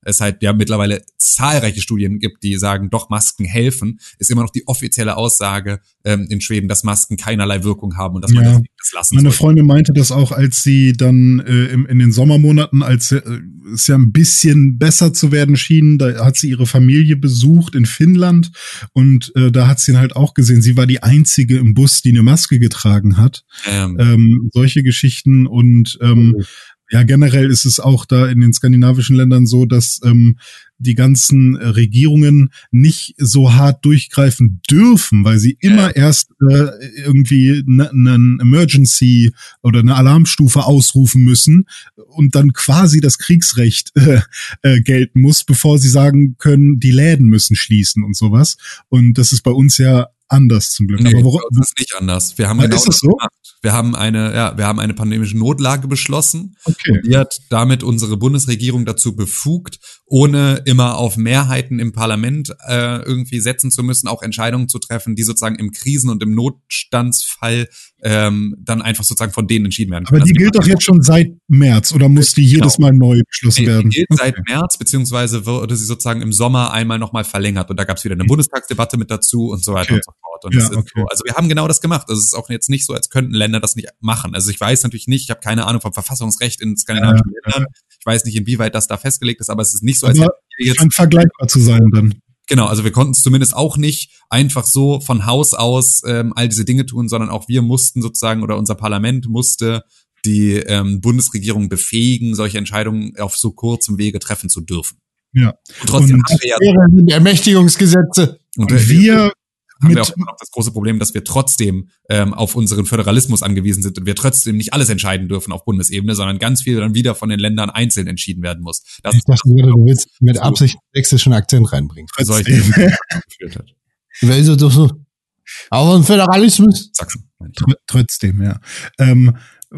es halt ja mittlerweile zahlreiche Studien gibt, die sagen, doch, Masken helfen, ist immer noch die offizielle Aussage ähm, in Schweden, dass Masken keinerlei Wirkung haben und dass man ja. das, das lassen Meine sollte. Freundin meinte das auch, als sie dann äh, im, in den Sommermonaten, als äh, es ja ein bisschen besser zu werden schien, da hat sie ihre Familie besucht in Finnland und äh, da hat sie halt auch gesehen, sie war die einzige im Bus, die eine Maske getragen hat. Ähm, Ähm, solche Geschichten und ähm, Mhm. ja, generell ist es auch da in den skandinavischen Ländern so, dass ähm, die ganzen äh, Regierungen nicht so hart durchgreifen dürfen, weil sie immer Ja. erst äh, irgendwie eine ne Emergency oder eine Alarmstufe ausrufen müssen und dann quasi das Kriegsrecht äh, äh, gelten muss, bevor sie sagen können, die Läden müssen schließen und sowas. Und das ist bei uns ja anders zum Glück. Nee, Aber worum, bei uns ist nicht anders. Wir haben Ja, genau ist das das so? gemacht. Wir haben eine, ja, wir haben eine pandemische Notlage beschlossen. Okay. Und die hat damit unsere Bundesregierung dazu befugt, ohne immer auf Mehrheiten im Parlament äh, irgendwie setzen zu müssen, auch Entscheidungen zu treffen, die sozusagen im Krisen- und im Notstandsfall ähm, dann einfach sozusagen von denen entschieden werden Aber können. die Das gilt doch jetzt schon seit März oder muss die jedes Genau. Mal neu beschlossen Die, die werden? gilt Okay. seit März, beziehungsweise wurde sie sozusagen im Sommer einmal nochmal verlängert. Und da gab es wieder eine Bundestagsdebatte mit dazu und so weiter Okay. und so fort. Und Ja, das ist okay. so. Also wir haben genau das gemacht. Also es ist auch jetzt nicht so, als könnten Länder das nicht machen. Also ich weiß natürlich nicht, ich habe keine Ahnung vom Verfassungsrecht in skandinavischen Ja, Ländern. Ich weiß nicht, inwieweit das da festgelegt ist, aber es ist nicht so, als Aber hätten wir jetzt scheint vergleichbar zu sein dann. Genau, also wir konnten es zumindest auch nicht einfach so von Haus aus ähm, all diese Dinge tun, sondern auch wir mussten sozusagen oder unser Parlament musste die ähm, Bundesregierung befähigen, solche Entscheidungen auf so kurzem Wege treffen zu dürfen. Ja. Und trotzdem Und haben wir ja Wären die Ermächtigungsgesetze. und, Und äh, wir haben wir mit, auch noch das große Problem, dass wir trotzdem ähm, auf unseren Föderalismus angewiesen sind und wir trotzdem nicht alles entscheiden dürfen auf Bundesebene, sondern ganz viel dann wieder von den Ländern einzeln entschieden werden muss. Das Ich dachte, du willst mit so Absicht sächsischen Akzent reinbringen. solche trotzdem, geführt hat. Weil so doch so. Aber ein Föderalismus. Sachsen, meine ich. tr trotzdem, ja. Ähm,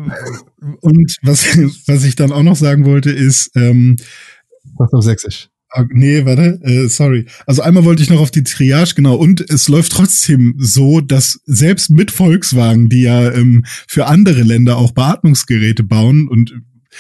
und was, was ich dann auch noch sagen wollte, ist, ähm, Das ist auf Sächsisch. ah, nee, warte, äh, sorry. Also einmal wollte ich noch auf die Triage, genau, und es läuft trotzdem so, dass selbst mit Volkswagen, die ja ähm, für andere Länder auch Beatmungsgeräte bauen und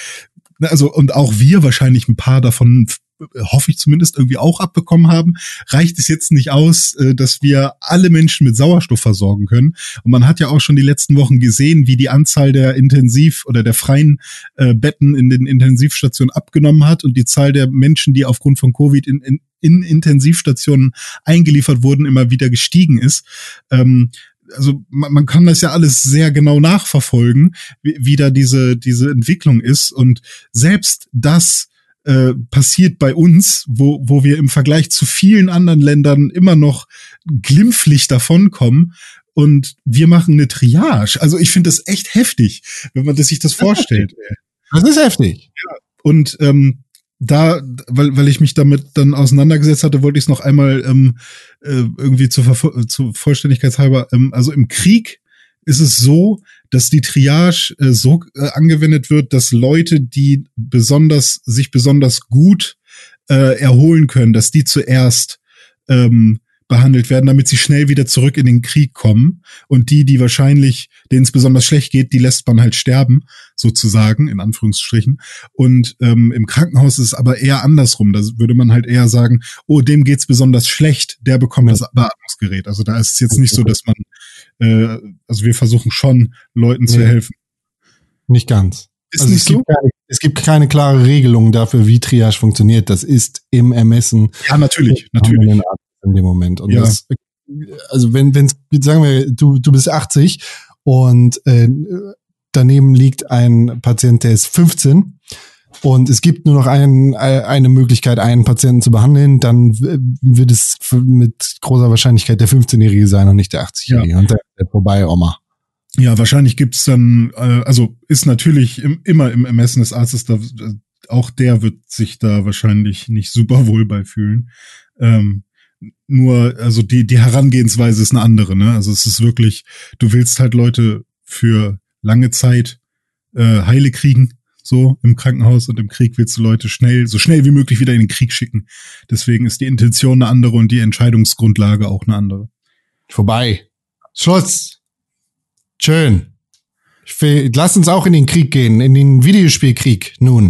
äh, also und auch wir wahrscheinlich ein paar davon, hoffe ich zumindest, irgendwie auch abbekommen haben, reicht es jetzt nicht aus, äh, dass wir alle Menschen mit Sauerstoff versorgen können. Und man hat ja auch schon die letzten Wochen gesehen, wie die Anzahl der Intensiv- oder der freien äh, Betten in den Intensivstationen abgenommen hat und die Zahl der Menschen, die aufgrund von Covid in, in, in Intensivstationen eingeliefert wurden, immer wieder gestiegen ist. Ähm, also man, man kann das ja alles sehr genau nachverfolgen, wie, wie da diese, diese Entwicklung ist. Und selbst das äh, passiert bei uns, wo, wo wir im Vergleich zu vielen anderen Ländern immer noch glimpflich davonkommen. Und wir machen eine Triage. Also ich finde das echt heftig, wenn man das, sich das vorstellt. Das ist heftig. Und ähm, da, weil, weil ich mich damit dann auseinandergesetzt hatte, wollte ich es noch einmal ähm, äh, irgendwie zur, Vervo- zur Vollständigkeitshalber, ähm, also im Krieg ist es so, dass die Triage äh, so äh, angewendet wird, dass Leute, die besonders sich besonders gut äh, erholen können, dass die zuerst ähm, behandelt werden, damit sie schnell wieder zurück in den Krieg kommen. Und die, die wahrscheinlich, denen es besonders schlecht geht, die lässt man halt sterben, sozusagen, in Anführungsstrichen. Und ähm, im Krankenhaus ist es aber eher andersrum. Da würde man halt eher sagen, oh, dem geht's besonders schlecht, der bekommt das Beatmungsgerät. Also da ist es jetzt nicht so, dass man, äh, also wir versuchen schon, Leuten zu Nee. helfen. Nicht ganz. Ist Also nicht es, gibt so? keine, es gibt keine klare Regelung dafür, wie Triage funktioniert. Das ist im Ermessen Ja, natürlich, des natürlich. handelnden Arztes in dem Moment. Und Ja. das, also wenn, wenn, sagen wir, du, du bist achtzig und äh, daneben liegt ein Patient, der ist fünfzehn und es gibt nur noch ein, eine Möglichkeit, einen Patienten zu behandeln, dann w- wird es f- mit großer Wahrscheinlichkeit der fünfzehnjährige sein und nicht der achtzigjährige. Und der ist vorbei, Oma. Ja, wahrscheinlich gibt's dann, äh, also ist natürlich im, immer im Ermessen des Arztes, da, äh, auch der wird sich da wahrscheinlich nicht super wohl bei fühlen. Ähm, nur, also die, die Herangehensweise ist eine andere, ne? Also es ist wirklich, du willst halt Leute für lange Zeit äh, heile kriegen, so im Krankenhaus, und im Krieg willst du Leute schnell, so schnell wie möglich wieder in den Krieg schicken. Deswegen ist die Intention eine andere und die Entscheidungsgrundlage auch eine andere. Vorbei. Schluss. Schön. Ich will, lass uns auch in den Krieg gehen, in den Videospielkrieg. Nun.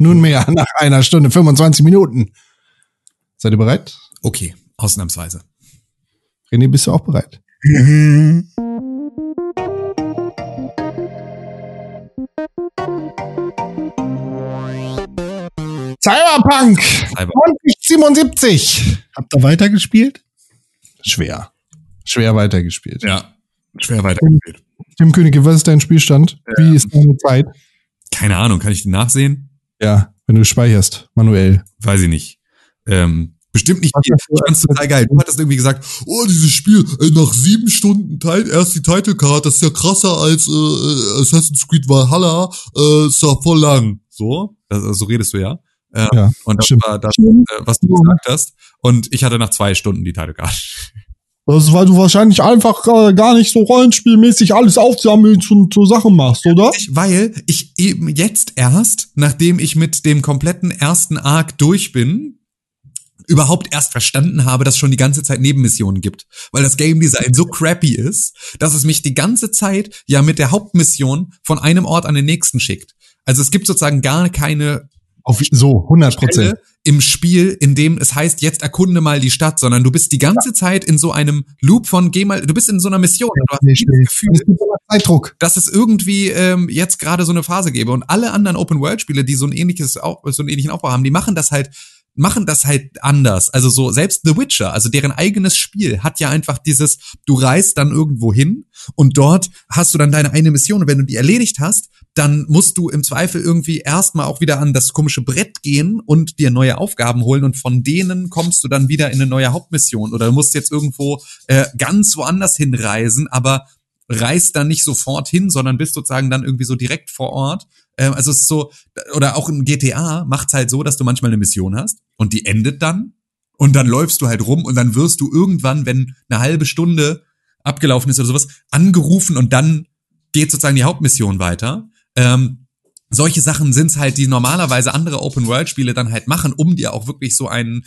Nunmehr nach einer Stunde fünfundzwanzig Minuten. Seid ihr bereit? Okay, ausnahmsweise. René, bist du auch bereit? Cyberpunk zwanzig siebenundsiebzig. Habt ihr weitergespielt? Schwer. Schwer weitergespielt. Ja, schwer weitergespielt. Tim Königke, was ist dein Spielstand? Ähm, Wie ist deine Zeit? Keine Ahnung, kann ich den nachsehen? Ja, wenn du speicherst, manuell. Weiß ich nicht. Ähm, bestimmt nicht. Was viel. hast du- Ich fand's total geil. Du hattest irgendwie gesagt, oh, dieses Spiel, äh, nach sieben Stunden Teil, erst die Title Card, das ist ja krasser als äh, Assassin's Creed Valhalla, äh, ist ja voll lang. So, das, so redest du ja. Ähm, Ja, und das stimmt. war das, äh, was du gesagt hast. Und ich hatte nach zwei Stunden die Title Card. Das ist, weil du wahrscheinlich einfach äh, gar nicht so rollenspielmäßig alles aufsammelst und so Sachen machst, oder? Ich, weil ich eben jetzt erst, nachdem ich mit dem kompletten ersten Arc durch bin, überhaupt erst verstanden habe, dass es schon die ganze Zeit Nebenmissionen gibt. Weil das Game Design so crappy ist, dass es mich die ganze Zeit ja mit der Hauptmission von einem Ort an den nächsten schickt. Also es gibt sozusagen gar keine Auf so, hundert Prozent. Stelle im Spiel, in dem es heißt, jetzt erkunde mal die Stadt, sondern du bist die ganze Zeit in so einem Loop von geh mal, du bist in so einer Mission und du hast nie das Gefühl, Es gibt immer Zeitdruck. dass es irgendwie ähm, jetzt gerade so eine Phase gäbe. Und alle anderen Open-World-Spiele, die so ein ähnliches, Au- so einen ähnlichen Aufbau haben, die machen das halt, machen das halt anders. Also so, selbst The Witcher, also deren eigenes Spiel, hat ja einfach dieses, du reist dann irgendwo hin und dort hast du dann deine eine Mission und wenn du die erledigt hast, dann musst du im Zweifel irgendwie erstmal auch wieder an das komische Brett gehen und dir neue Aufgaben holen und von denen kommst du dann wieder in eine neue Hauptmission oder du musst jetzt irgendwo äh, ganz woanders hinreisen, aber reist dann nicht sofort hin, sondern bist sozusagen dann irgendwie so direkt vor Ort. Ähm, also es ist so, oder auch in G T A macht's halt so, dass du manchmal eine Mission hast und die endet dann und dann läufst du halt rum und dann wirst du irgendwann, wenn eine halbe Stunde abgelaufen ist oder sowas, angerufen und dann geht sozusagen die Hauptmission weiter. Ähm, solche Sachen sind's halt, die normalerweise andere Open-World-Spiele dann halt machen, um dir auch wirklich so ein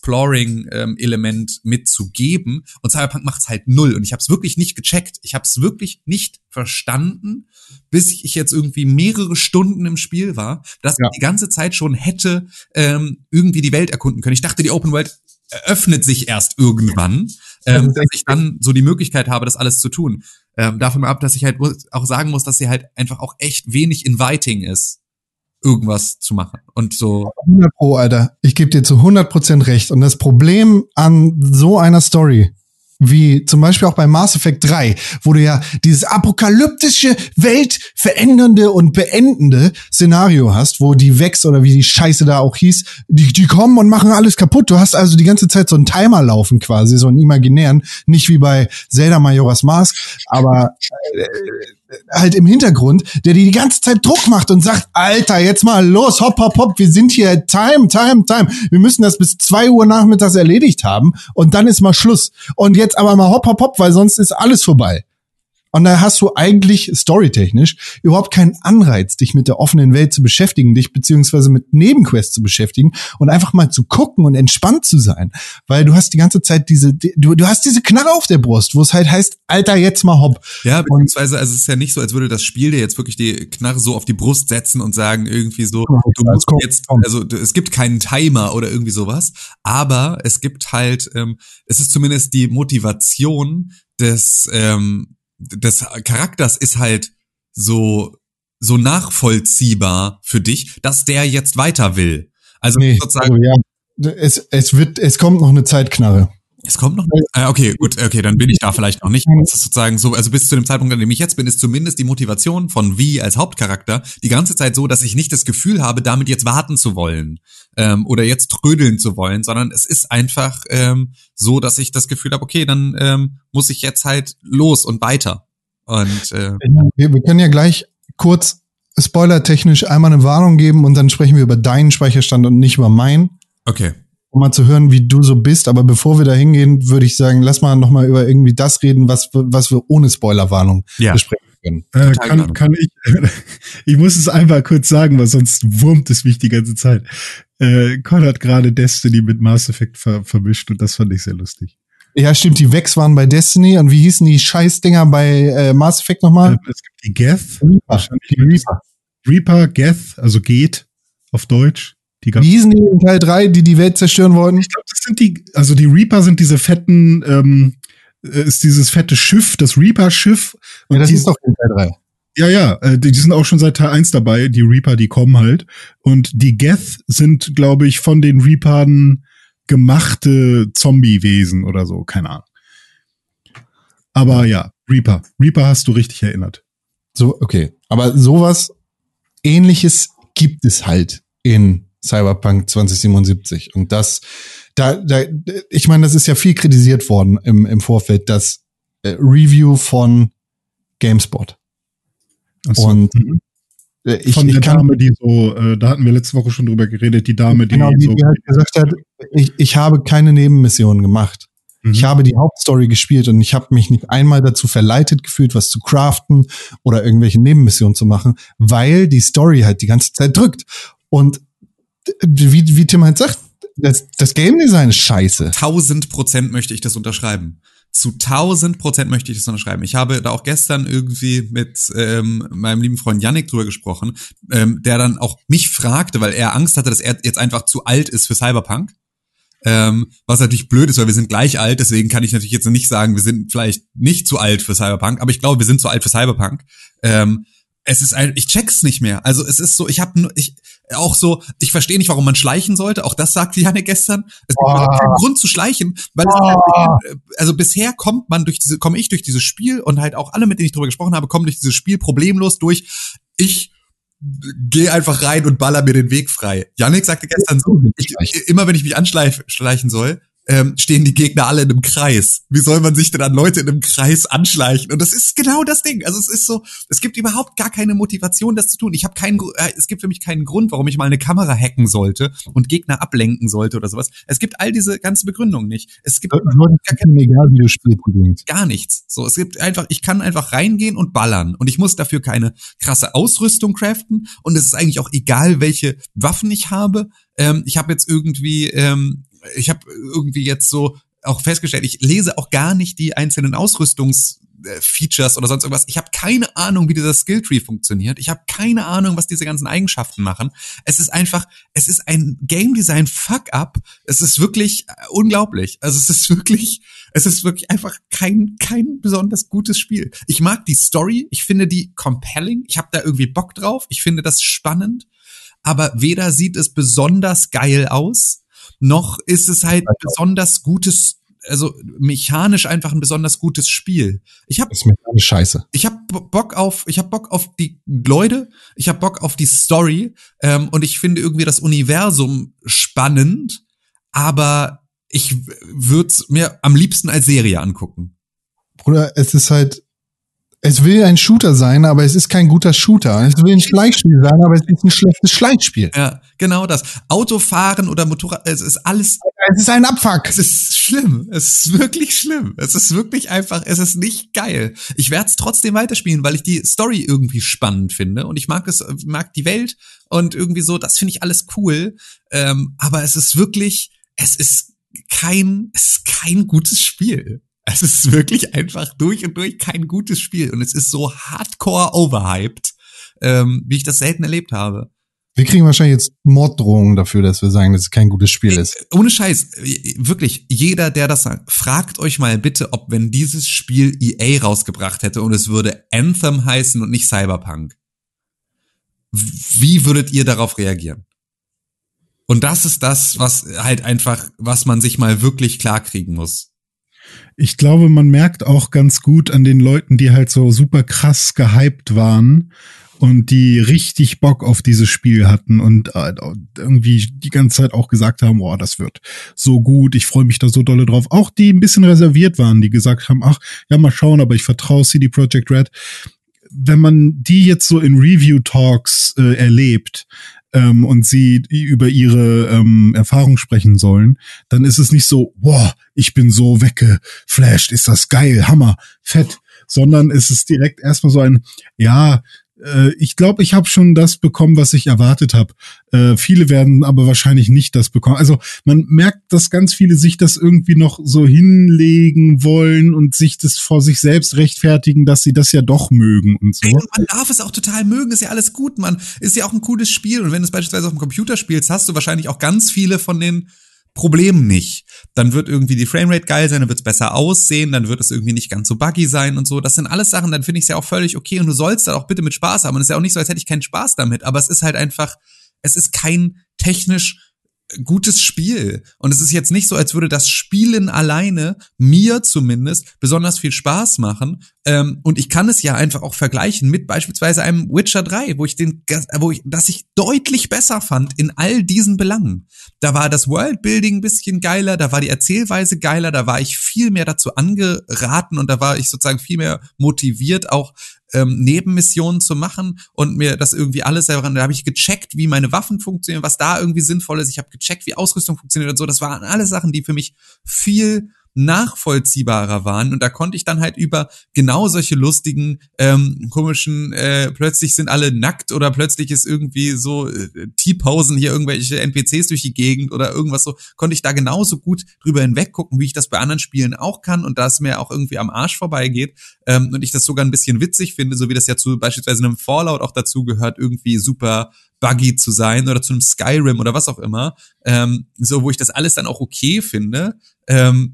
Exploring-Element mitzugeben. Und Cyberpunk macht's halt null. Und ich habe es wirklich nicht gecheckt. Ich habe es wirklich nicht verstanden, bis ich jetzt irgendwie mehrere Stunden im Spiel war, dass Ja. ich die ganze Zeit schon hätte ähm, irgendwie die Welt erkunden können. Ich dachte, die Open-World öffnet sich erst irgendwann, ähm, dass ich dann so die Möglichkeit habe, das alles zu tun. Ähm, davon ab, dass ich halt auch sagen muss, dass sie halt einfach auch echt wenig inviting ist, irgendwas zu machen. Und so. hundert Pro, Alter. Ich gebe dir zu hundert Prozent recht. Und das Problem an so einer Story, wie zum Beispiel auch bei Mass Effect drei, wo du ja dieses apokalyptische, weltverändernde und beendende Szenario hast, wo die Vex oder wie die Scheiße da auch hieß, die, die kommen und machen alles kaputt. Du hast also die ganze Zeit so einen Timer laufen quasi, so einen imaginären, nicht wie bei Zelda Majora's Mask, aber äh, halt im Hintergrund, der dir die ganze Zeit Druck macht und sagt, Alter, jetzt mal los, hopp, hopp, hopp, wir sind hier, time, time, time. Wir müssen das bis zwei Uhr nachmittags erledigt haben und dann ist mal Schluss. Und jetzt aber mal hopp, hopp, hopp, weil sonst ist alles vorbei. Und da hast du eigentlich storytechnisch überhaupt keinen Anreiz, dich mit der offenen Welt zu beschäftigen, dich beziehungsweise mit Nebenquests zu beschäftigen und einfach mal zu gucken und entspannt zu sein. Weil du hast die ganze Zeit diese, du, du hast diese Knarre auf der Brust, wo es halt heißt, Alter, jetzt mal hopp. Ja, beziehungsweise, also es ist ja nicht so, als würde das Spiel dir jetzt wirklich die Knarre so auf die Brust setzen und sagen irgendwie so, du musst Komm, jetzt, komm. also du- es gibt keinen Timer oder irgendwie sowas, aber es gibt halt, ähm, es ist zumindest die Motivation des, ähm, des Charakters ist halt so, so nachvollziehbar für dich, dass der jetzt weiter will. Also Nee, sozusagen, also, ja, es, es wird, es kommt noch eine Zeitknarre. es kommt noch. Ah, okay, gut, okay, dann bin ich da vielleicht noch nicht. Das ist sozusagen so, also bis zu dem Zeitpunkt, an dem ich jetzt bin, ist zumindest die Motivation von Vi als Hauptcharakter die ganze Zeit so, dass ich nicht das Gefühl habe, damit jetzt warten zu wollen ähm, oder jetzt trödeln zu wollen, sondern es ist einfach ähm, so, dass ich das Gefühl habe, okay, dann ähm, muss ich jetzt halt los und weiter. Und äh, Wir, wir können ja gleich kurz spoilertechnisch einmal eine Warnung geben und dann sprechen wir über deinen Speicherstand und nicht über meinen, okay. um mal zu hören, wie du so bist. Aber bevor wir da hingehen, würde ich sagen, lass mal noch mal über irgendwie das reden, was, was wir ohne Spoilerwarnung Ja. besprechen können. Äh, Total kann, gerne. kann ich, ich muss es einmal kurz sagen, weil sonst wurmt es mich die ganze Zeit. Äh, Con hat gerade Destiny mit Mass Effect ver vermischt und das fand ich sehr lustig. Ja, stimmt, die Vex waren bei Destiny und wie hießen die Scheißdinger bei äh, Mass Effect nochmal? Äh, es gibt die Geth, Reaper. wahrscheinlich Die Reaper. Reaper, Geth, also geht auf Deutsch. Die Wie hießen die in Teil drei, die die Welt zerstören wollten? Ich glaube, das sind die, also die Reaper sind diese fetten, ähm, ist dieses fette Schiff, das Reaper-Schiff. Ja, das die, ist doch in Teil drei. Ja, ja, äh, die, die sind auch schon seit Teil eins dabei, die Reaper, die kommen halt. Und die Geth sind, glaube ich, von den Reapern gemachte Zombie-Wesen oder so, keine Ahnung. Aber ja, Reaper. Reaper hast du richtig erinnert. So, okay. Aber sowas Ähnliches gibt es halt in Cyberpunk zwanzig siebenundsiebzig. Und das, da, da, ich meine, das ist ja viel kritisiert worden im, im Vorfeld, das äh, Review von GameSpot. Ach so. Und mhm. äh, ich, von der ich kann, Dame, die so, äh, da hatten wir letzte Woche schon drüber geredet, die Dame, die, genau, die, so die halt gesagt hat, ich, ich habe keine Nebenmissionen gemacht. Mhm. Ich habe die Hauptstory gespielt und ich habe mich nicht einmal dazu verleitet gefühlt, was zu craften oder irgendwelche Nebenmissionen zu machen, weil die Story halt die ganze Zeit drückt. Und wie, wie Tim halt sagt, das, das Game Design ist scheiße. Tausend Prozent möchte ich das unterschreiben. Zu tausend Prozent möchte ich das unterschreiben. Ich habe da auch gestern irgendwie mit ähm, meinem lieben Freund Yannick drüber gesprochen, ähm, der dann auch mich fragte, weil er Angst hatte, dass er jetzt einfach zu alt ist für Cyberpunk. Ähm, was natürlich blöd ist, weil wir sind gleich alt, deswegen kann ich natürlich jetzt nicht sagen, wir sind vielleicht nicht zu alt für Cyberpunk, aber ich glaube, wir sind zu alt für Cyberpunk. Ähm, es ist ein, ich check's nicht mehr. Also es ist so, ich habe ich auch so, ich verstehe nicht, warum man schleichen sollte. Auch das sagte Janne gestern. Es gibt oh. keinen Grund zu schleichen, weil es oh. halt, also bisher kommt man durch diese, komme ich durch dieses Spiel und halt auch alle, mit denen ich drüber gesprochen habe, kommen durch dieses Spiel problemlos durch. Ich geh einfach rein und baller mir den Weg frei. Yannick sagte gestern so, ich, immer wenn ich mich anschleichen soll, ähm, stehen die Gegner alle in einem Kreis. Wie soll man sich denn an Leute in einem Kreis anschleichen? Und das ist genau das Ding. Also es ist so, es gibt überhaupt gar keine Motivation, das zu tun. Ich habe keinen, äh, es gibt für mich keinen Grund, warum ich mal eine Kamera hacken sollte und Gegner ablenken sollte oder sowas. Es gibt all diese ganze Begründung nicht. Es gibt gar, kein, egal, wie du spielst, gar nichts. So, es gibt einfach, ich kann einfach reingehen und ballern und ich muss dafür keine krasse Ausrüstung craften und es ist eigentlich auch egal, welche Waffen ich habe. Ähm, ich habe jetzt irgendwie ähm, Ich habe irgendwie jetzt so auch festgestellt, ich lese auch gar nicht die einzelnen Ausrüstungsfeatures oder sonst irgendwas. Ich habe keine Ahnung, wie dieser Skilltree funktioniert. Ich habe keine Ahnung, was diese ganzen Eigenschaften machen. Es ist einfach, es ist ein Game Design Fuck-up. Es ist wirklich unglaublich. Also es ist wirklich, es ist wirklich einfach kein kein besonders gutes Spiel. Ich mag die Story, ich finde die compelling. Ich habe da irgendwie Bock drauf. Ich finde das spannend. Aber weder sieht es besonders geil aus, noch ist es halt besonders gutes, also mechanisch einfach ein besonders gutes Spiel. Ich habe ist mechanisch scheiße. Ich habe Bock auf, ich habe Bock auf die Leute, ich habe Bock auf die Story ähm, und ich finde irgendwie das Universum spannend, aber ich würde es mir am liebsten als Serie angucken. Bruder, es ist halt, es will ein Shooter sein, aber es ist kein guter Shooter. Es will ein Schleichspiel sein, aber es ist ein schlechtes Schleichspiel. Ja, genau das. Autofahren oder Motorrad, es ist alles. Es ist ein Abfuck. Es ist schlimm. Es ist wirklich schlimm. Es ist wirklich einfach, es ist nicht geil. Ich werde es trotzdem weiterspielen, weil ich die Story irgendwie spannend finde und ich mag es, mag die Welt und irgendwie so, das finde ich alles cool. Ähm, aber es ist wirklich, es ist kein, es ist kein gutes Spiel. Es ist wirklich einfach durch und durch kein gutes Spiel. Und es ist so hardcore overhyped, ähm, wie ich das selten erlebt habe. Wir kriegen wahrscheinlich jetzt Morddrohungen dafür, dass wir sagen, dass es kein gutes Spiel ist. Ohne Scheiß, wirklich, jeder, der das sagt, fragt euch mal bitte, ob wenn dieses Spiel E A rausgebracht hätte und es würde Anthem heißen und nicht Cyberpunk, wie würdet ihr darauf reagieren? Und das ist das, was halt einfach, was man sich mal wirklich klar kriegen muss. Ich glaube, man merkt auch ganz gut an den Leuten, die halt so super krass gehypt waren und die richtig Bock auf dieses Spiel hatten und äh, irgendwie die ganze Zeit auch gesagt haben, oh, das wird so gut, ich freue mich da so dolle drauf. Auch die ein bisschen reserviert waren, die gesagt haben, ach, ja, mal schauen, aber ich vertraue C D Projekt Red. Wenn man die jetzt so in Review-Talks äh, erlebt, ähm, und sie über ihre ähm, Erfahrung sprechen sollen, dann ist es nicht so, boah, ich bin so weggeflasht, ist das geil, Hammer, fett, sondern es ist direkt erstmal so ein, ja, äh, ich glaube, ich habe schon das bekommen, was ich erwartet habe. Äh, viele werden aber wahrscheinlich nicht das bekommen. Also man merkt, dass ganz viele sich das irgendwie noch so hinlegen wollen und sich das vor sich selbst rechtfertigen, dass sie das ja doch mögen und so. Ey, und man darf es auch total mögen, ist ja alles gut, man. Ist ja auch ein cooles Spiel. Und wenn du es beispielsweise auf dem Computer spielst, hast du wahrscheinlich auch ganz viele von den Problemen nicht. Dann wird irgendwie die Framerate geil sein, dann wird es besser aussehen, dann wird es irgendwie nicht ganz so buggy sein und so. Das sind alles Sachen, dann finde ich es ja auch völlig okay und du sollst da auch bitte mit Spaß haben. Und es ist ja auch nicht so, als hätte ich keinen Spaß damit, aber es ist halt einfach, es ist kein technisch gutes Spiel. Und es ist jetzt nicht so, als würde das Spielen alleine mir zumindest besonders viel Spaß machen. Ähm, und ich kann es ja einfach auch vergleichen mit beispielsweise einem Witcher drei, wo ich den, wo ich, das ich deutlich besser fand in all diesen Belangen. Da war das Worldbuilding ein bisschen geiler, da war die Erzählweise geiler, da war ich viel mehr dazu angeraten und da war ich sozusagen viel mehr motiviert, auch ähm, Nebenmissionen zu machen und mir das irgendwie alles selber, da habe ich gecheckt, wie meine Waffen funktionieren, was da irgendwie sinnvoll ist. Ich habe gecheckt, wie Ausrüstung funktioniert und so. Das waren alles Sachen, die für mich viel nachvollziehbarer waren und da konnte ich dann halt über genau solche lustigen, ähm, komischen, äh, plötzlich sind alle nackt oder plötzlich ist irgendwie so äh, T-Posen hier irgendwelche N P Cs durch die Gegend oder irgendwas so, konnte ich da genauso gut drüber hinweggucken, wie ich das bei anderen Spielen auch kann und da es mir auch irgendwie am Arsch vorbeigeht ähm, und ich das sogar ein bisschen witzig finde, so wie das ja zu beispielsweise einem Fallout auch dazu gehört, irgendwie super buggy zu sein oder zu einem Skyrim oder was auch immer, ähm, so wo ich das alles dann auch okay finde, ähm,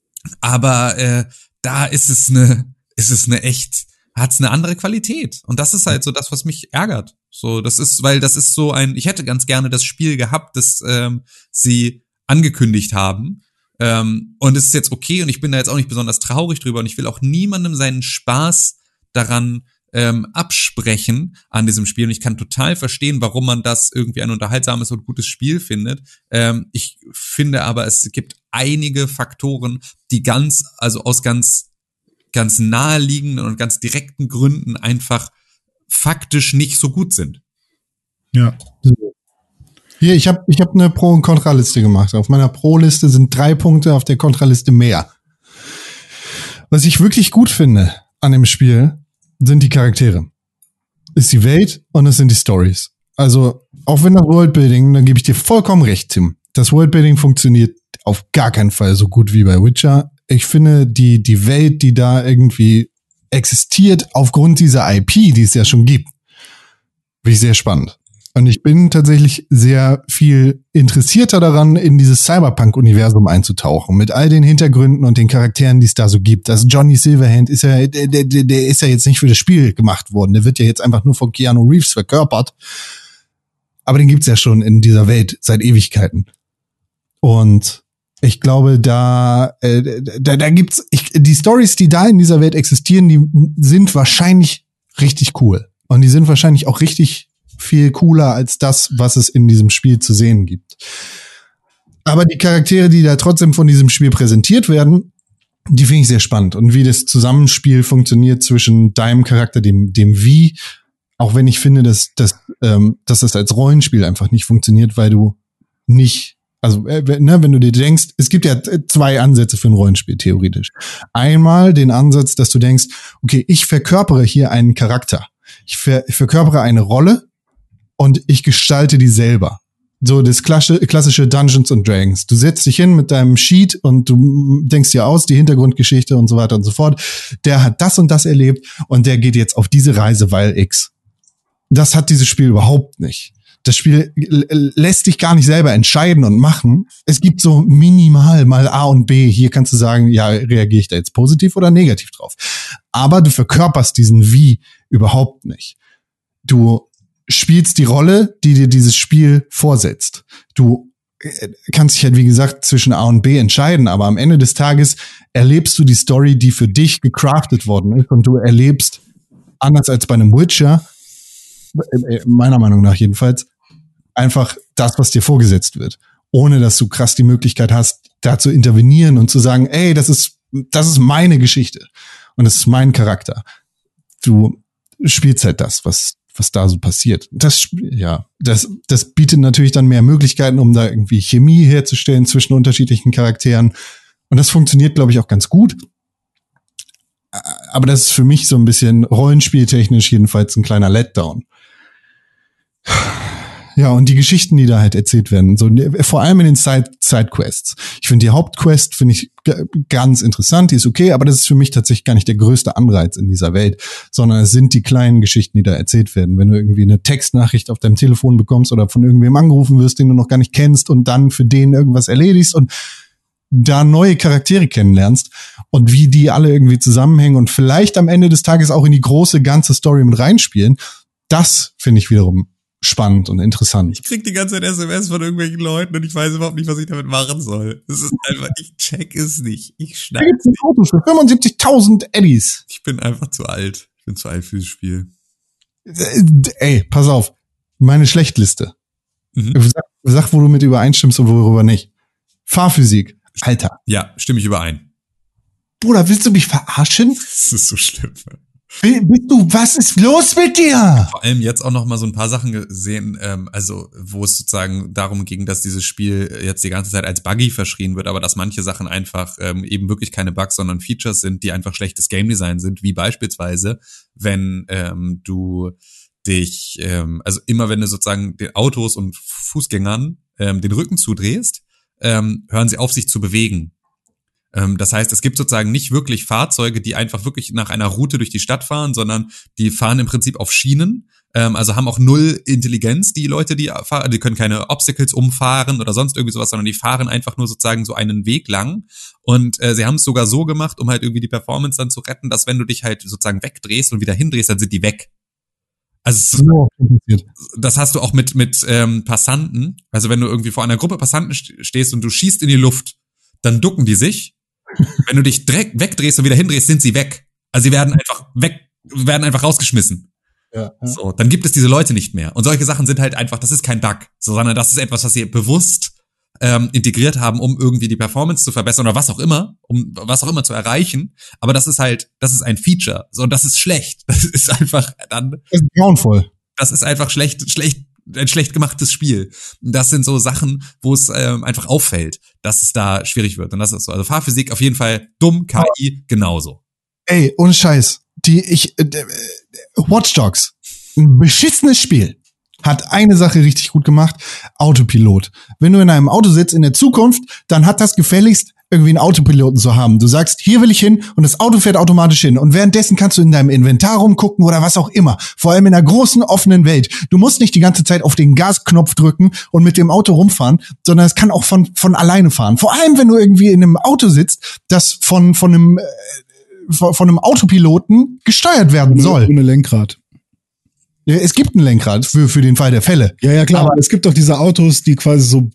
aber äh, da ist es eine, ist es eine echt, hat es eine andere Qualität und das ist halt so das, was mich ärgert. So, das ist, weil das ist so ein, ich hätte ganz gerne das Spiel gehabt, das ähm, sie angekündigt haben ähm, und es ist jetzt okay und ich bin da jetzt auch nicht besonders traurig drüber und ich will auch niemandem seinen Spaß daran ähm, absprechen an diesem Spiel und ich kann total verstehen, warum man das irgendwie ein unterhaltsames und gutes Spiel findet. Ähm, ich finde aber, es gibt einige Faktoren, die ganz, also aus ganz, ganz naheliegenden und ganz direkten Gründen einfach faktisch nicht so gut sind. Ja. Hier, ich habe ich hab eine Pro- und Kontraliste gemacht. Auf meiner Pro-Liste sind drei Punkte, auf der Kontraliste mehr. Was ich wirklich gut finde an dem Spiel, sind die Charaktere. Ist die Welt und es sind die Stories. Also, auch wenn das Worldbuilding, dann gebe ich dir vollkommen recht, Tim. Das Worldbuilding funktioniert auf gar keinen Fall so gut wie bei Witcher. Ich finde, die, die Welt, die da irgendwie existiert, aufgrund dieser I P, die es ja schon gibt, finde ich sehr spannend. Und ich bin tatsächlich sehr viel interessierter daran, in dieses Cyberpunk-Universum einzutauchen, mit all den Hintergründen und den Charakteren, die es da so gibt. Das Johnny Silverhand ist ja, der, der, der ist ja jetzt nicht für das Spiel gemacht worden. Der wird ja jetzt einfach nur von Keanu Reeves verkörpert. Aber den gibt's ja schon in dieser Welt seit Ewigkeiten. Und ich glaube, da, äh, da, da gibt's, ich, die Stories, die da in dieser Welt existieren, die sind wahrscheinlich richtig cool. Und die sind wahrscheinlich auch richtig viel cooler als das, was es in diesem Spiel zu sehen gibt. Aber die Charaktere, die da trotzdem von diesem Spiel präsentiert werden, die finde ich sehr spannend. Und wie das Zusammenspiel funktioniert zwischen deinem Charakter, dem, dem Wie, auch wenn ich finde, dass, dass, ähm, dass das als Rollenspiel einfach nicht funktioniert, weil du nicht, also äh, ne, wenn du dir denkst, es gibt ja zwei Ansätze für ein Rollenspiel, theoretisch. Einmal den Ansatz, dass du denkst, okay, ich verkörpere hier einen Charakter. Ich, ver, ich verkörpere eine Rolle, und ich gestalte die selber. So das klassische Dungeons and Dragons. Du setzt dich hin mit deinem Sheet und du denkst dir aus, die Hintergrundgeschichte und so weiter und so fort. Der hat das und das erlebt und der geht jetzt auf diese Reise, weil X. Das hat dieses Spiel überhaupt nicht. Das Spiel lässt dich gar nicht selber entscheiden und machen. Es gibt so minimal mal A und B. Hier kannst du sagen, ja, reagiere ich da jetzt positiv oder negativ drauf. Aber du verkörperst diesen Wie überhaupt nicht. Du spielst die Rolle, die dir dieses Spiel vorsetzt. Du kannst dich halt, wie gesagt, zwischen A und B entscheiden, aber am Ende des Tages erlebst du die Story, die für dich gecraftet worden ist und du erlebst, anders als bei einem Witcher, meiner Meinung nach jedenfalls, einfach das, was dir vorgesetzt wird. Ohne, dass du krass die Möglichkeit hast, da zu intervenieren und zu sagen, ey, das ist, das ist meine Geschichte und das ist mein Charakter. Du spielst halt das, was was da so passiert. Das, ja, das, das bietet natürlich dann mehr Möglichkeiten, um da irgendwie Chemie herzustellen zwischen unterschiedlichen Charakteren. Und das funktioniert, glaube ich, auch ganz gut. aber das ist für mich so ein bisschen rollenspieltechnisch jedenfalls ein kleiner Letdown. Ja, und die Geschichten, die da halt erzählt werden, so vor allem in den Side Sidequests. Ich finde die Hauptquest finde ich g- ganz interessant, die ist okay, aber das ist für mich tatsächlich gar nicht der größte Anreiz in dieser Welt, sondern es sind die kleinen Geschichten, die da erzählt werden. Wenn du irgendwie eine Textnachricht auf deinem Telefon bekommst oder von irgendwem angerufen wirst, den du noch gar nicht kennst und dann für den irgendwas erledigst und da neue Charaktere kennenlernst und wie die alle irgendwie zusammenhängen und vielleicht am Ende des Tages auch in die große ganze Story mit reinspielen, das finde ich wiederum spannend und interessant. Ich krieg die ganze Zeit S M S von irgendwelchen Leuten und ich weiß überhaupt nicht, was ich damit machen soll. Das ist einfach, ich check es nicht. Ich schneide es nicht. Autos für fünfundsiebzigtausend Eddies. Ich bin einfach zu alt. Ich bin zu alt fürs Spiel. Ey, pass auf. Meine Schlechtliste. Mhm. Sag, sag, wo du mit übereinstimmst und worüber nicht. Fahrphysik. Alter. Ja, stimme ich überein. Bruder, willst du mich verarschen? Das ist so schlimm. Bist du, was ist los mit dir? Vor allem jetzt auch noch mal so ein paar Sachen gesehen, ähm, also wo es sozusagen darum ging, dass dieses Spiel jetzt die ganze Zeit als buggy verschrien wird, aber dass manche Sachen einfach ähm, eben wirklich keine Bugs, sondern Features sind, die einfach schlechtes Game Design sind, wie beispielsweise, wenn ähm, du dich, ähm, also immer wenn du sozusagen den Autos und Fußgängern ähm, den Rücken zudrehst, ähm, hören sie auf, sich zu bewegen. Das heißt, es gibt sozusagen nicht wirklich Fahrzeuge, die einfach wirklich nach einer Route durch die Stadt fahren, sondern die fahren im Prinzip auf Schienen, also haben auch null Intelligenz, die Leute, die fahren, die können keine Obstacles umfahren oder sonst irgendwie sowas, sondern die fahren einfach nur sozusagen so einen Weg lang und äh, sie haben es sogar so gemacht, um halt irgendwie die Performance dann zu retten, dass wenn du dich halt sozusagen wegdrehst und wieder hindrehst, dann sind die weg. Also so, das hast du auch mit mit ähm, Passanten, also wenn du irgendwie vor einer Gruppe Passanten stehst und du schießt in die Luft, dann ducken die sich. Wenn du dich direkt wegdrehst und wieder hindrehst, sind sie weg. Also sie werden einfach weg, werden einfach rausgeschmissen. Ja, ja. So, dann gibt es diese Leute nicht mehr. Und solche Sachen sind halt einfach, das ist kein Bug, so, sondern das ist etwas, was sie bewusst ähm, integriert haben, um irgendwie die Performance zu verbessern oder was auch immer, um was auch immer zu erreichen. Aber das ist halt, das ist ein Feature. So, und das ist schlecht. Das ist einfach dann. Das ist grauenvoll. Das ist einfach schlecht, schlecht. Ein schlecht gemachtes Spiel. Das sind so Sachen, wo es ähm, einfach auffällt, dass es da schwierig wird. Und das ist so. Also Fahrphysik auf jeden Fall dumm, K I genauso. Ey, ohne Scheiß. Die, ich, äh, Watch Dogs. Ein beschissenes Spiel. Hat eine Sache richtig gut gemacht. Autopilot. Wenn du in einem Auto sitzt in der Zukunft, dann hat das gefälligst irgendwie einen Autopiloten zu haben. Du sagst, hier will ich hin und das Auto fährt automatisch hin. Und währenddessen kannst du in deinem Inventar rumgucken oder was auch immer. Vor allem in einer großen, offenen Welt. Du musst nicht die ganze Zeit auf den Gasknopf drücken und mit dem Auto rumfahren, sondern es kann auch von von alleine fahren. Vor allem, wenn du irgendwie in einem Auto sitzt, das von von einem, äh, von, von einem Autopiloten gesteuert werden soll. Ohne Lenkrad. Ja, es gibt ein Lenkrad für für den Fall der Fälle. Ja, ja, klar. Aber es gibt doch diese Autos, die quasi so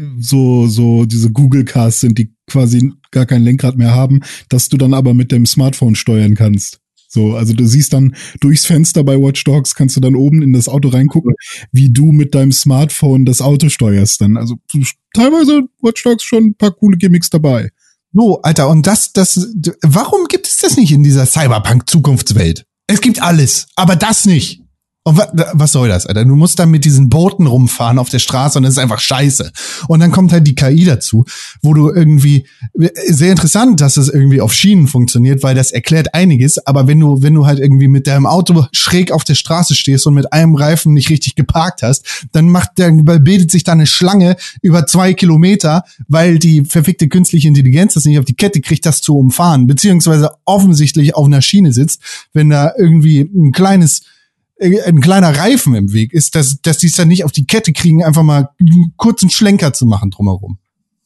so so diese Google Cars sind, die quasi gar kein Lenkrad mehr haben, dass du dann aber mit dem Smartphone steuern kannst. So, also du siehst dann durchs Fenster bei Watch Dogs, kannst du dann oben in das Auto reingucken, wie du mit deinem Smartphone das Auto steuerst dann. Also teilweise Watch Dogs schon ein paar coole Gimmicks dabei. So, Alter, und das, das, warum gibt es das nicht in dieser Cyberpunk-Zukunftswelt? Es gibt alles, aber das nicht. Und wa, was soll das, Alter? Du musst dann mit diesen Booten rumfahren auf der Straße und das ist einfach scheiße. Und dann kommt halt die K I dazu, wo du irgendwie, sehr interessant, dass es irgendwie auf Schienen funktioniert, weil das erklärt einiges, aber wenn du, wenn du halt irgendwie mit deinem Auto schräg auf der Straße stehst und mit einem Reifen nicht richtig geparkt hast, dann macht, dann bildet sich da eine Schlange über zwei Kilometer, weil die verfickte künstliche Intelligenz das nicht auf die Kette kriegt, das zu umfahren, beziehungsweise offensichtlich auf einer Schiene sitzt, wenn da irgendwie ein kleines ein kleiner Reifen im Weg ist, dass, dass die es dann nicht auf die Kette kriegen, einfach mal einen kurzen Schlenker zu machen drumherum.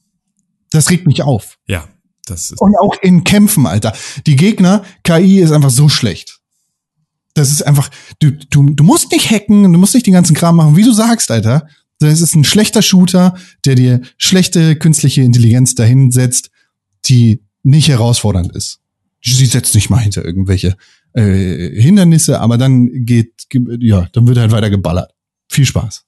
Das regt mich auf. Ja, das ist. Und auch in Kämpfen, Alter. Die Gegner, K I ist einfach so schlecht. Das ist einfach, du, du, du musst nicht hacken, du musst nicht den ganzen Kram machen, wie du sagst, Alter. Das ist ein schlechter Shooter, der dir schlechte künstliche Intelligenz dahin setzt, die nicht herausfordernd ist. Sie setzt nicht mal hinter irgendwelche Äh, Hindernisse, aber dann geht, ja, dann wird halt weiter geballert. Viel Spaß.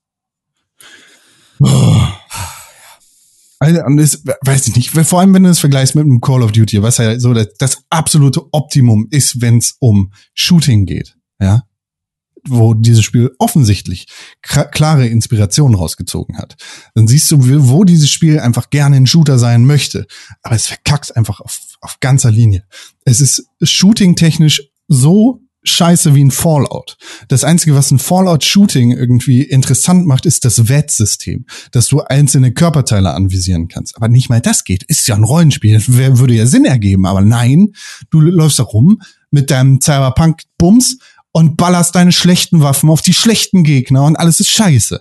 Oh. Also, und das, weiß ich nicht, vor allem wenn du das vergleichst mit einem Call of Duty, was ja so das, das absolute Optimum ist, wenn es um Shooting geht, ja. wo dieses Spiel offensichtlich k- klare Inspiration rausgezogen hat. Dann siehst du, wo dieses Spiel einfach gerne ein Shooter sein möchte. Aber es verkackt einfach auf, auf ganzer Linie. Es ist shooting-technisch so scheiße wie ein Fallout. Das Einzige, was ein Fallout-Shooting irgendwie interessant macht, ist das V A T-System, dass du einzelne Körperteile anvisieren kannst. Aber nicht mal das geht. Ist ja ein Rollenspiel. Das wär, würde ja Sinn ergeben. Aber nein, du läufst da rum mit deinem Cyberpunk-Bums und ballerst deine schlechten Waffen auf die schlechten Gegner und alles ist scheiße.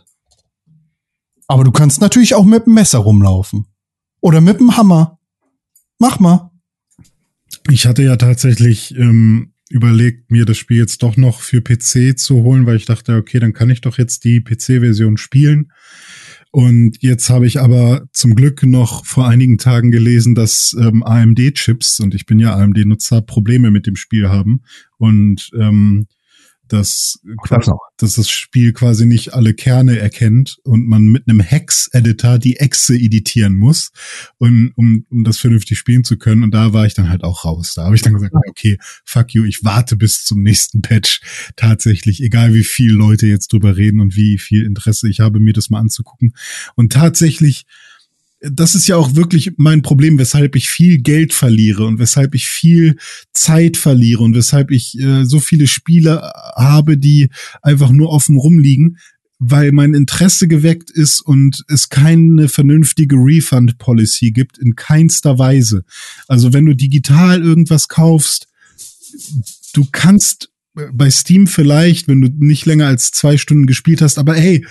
Aber du kannst natürlich auch mit dem Messer rumlaufen. Oder mit dem Hammer. Mach mal. Ich hatte ja tatsächlich ähm überlegt, mir das Spiel jetzt doch noch für P C zu holen, weil ich dachte, okay, dann kann ich doch jetzt die P C-Version spielen. Und jetzt habe ich aber zum Glück noch vor einigen Tagen gelesen, dass ähm, A M D-Chips, und ich bin ja A M D-Nutzer, Probleme mit dem Spiel haben. Und ähm, dass, das dass das Spiel quasi nicht alle Kerne erkennt und man mit einem Hex-Editor die Echse editieren muss, und, um, um das vernünftig spielen zu können. Und da war ich dann halt auch raus. Da habe ich dann gesagt, okay, fuck you, ich warte bis zum nächsten Patch. Tatsächlich, egal wie viel Leute jetzt drüber reden und wie viel Interesse ich habe, mir das mal anzugucken. Und tatsächlich, das ist ja auch wirklich mein Problem, weshalb ich viel Geld verliere und weshalb ich viel Zeit verliere und weshalb ich äh, so viele Spiele habe, die einfach nur offen rumliegen, weil mein Interesse geweckt ist und es keine vernünftige Refund-Policy gibt, in keinster Weise. Also wenn du digital irgendwas kaufst, du kannst bei Steam vielleicht, wenn du nicht länger als zwei Stunden gespielt hast, aber hey,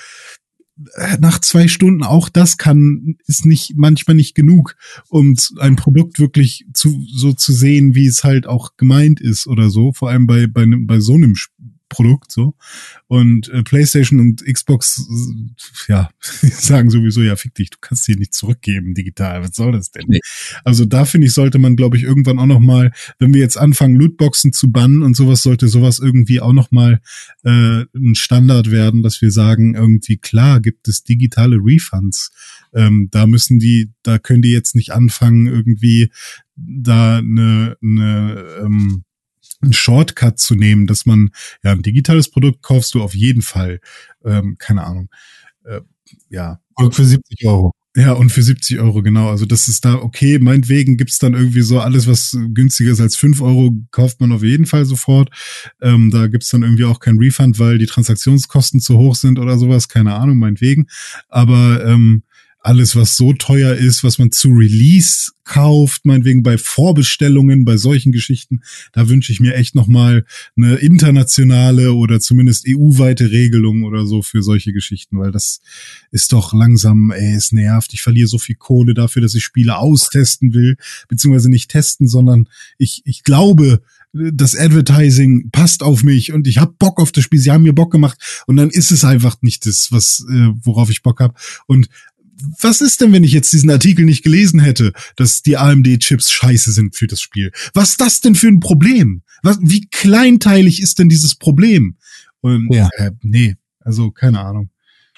nach zwei Stunden, auch das kann, ist nicht, manchmal nicht genug, um ein Produkt wirklich zu, so zu sehen, wie es halt auch gemeint ist oder so, vor allem bei, bei, bei so einem Produkt, so. Und äh, PlayStation und Xbox, äh, ja, sagen sowieso, ja, fick dich, du kannst die nicht zurückgeben digital, was soll das denn? Nee. Also da finde ich, sollte man, glaube ich, irgendwann auch noch mal, wenn wir jetzt anfangen, Lootboxen zu bannen und sowas, sollte sowas irgendwie auch noch mal äh, ein Standard werden, dass wir sagen, irgendwie, klar, gibt es digitale Refunds. Ähm, da müssen die, da können die jetzt nicht anfangen, irgendwie da eine, eine ähm, einen Shortcut zu nehmen, dass man, ja, ein digitales Produkt kaufst du auf jeden Fall, ähm, keine Ahnung, äh, ja. Und für siebzig Euro. Ja, und für siebzig Euro, genau. Also das ist da, okay, meinetwegen gibt's dann irgendwie so alles, was günstiger ist als fünf Euro, kauft man auf jeden Fall sofort. Ähm, da gibt's dann irgendwie auch kein Refund, weil die Transaktionskosten zu hoch sind oder sowas, keine Ahnung, meinetwegen. Aber ähm, alles, was so teuer ist, was man zu Release kauft, meinetwegen bei Vorbestellungen, bei solchen Geschichten, da wünsche ich mir echt nochmal eine internationale oder zumindest E U-weite Regelung oder so für solche Geschichten, weil das ist doch langsam, ey, es nervt. Ich verliere so viel Kohle dafür, dass ich Spiele austesten will, beziehungsweise nicht testen, sondern ich, ich glaube, das Advertising passt auf mich und ich hab Bock auf das Spiel, sie haben mir Bock gemacht und dann ist es einfach nicht das, was äh, worauf ich Bock hab. Und was ist denn, wenn ich jetzt diesen Artikel nicht gelesen hätte, dass die A M D-Chips scheiße sind für das Spiel? Was ist das denn für ein Problem? Was, wie kleinteilig ist denn dieses Problem? Und ja. äh, nee, also keine Ahnung.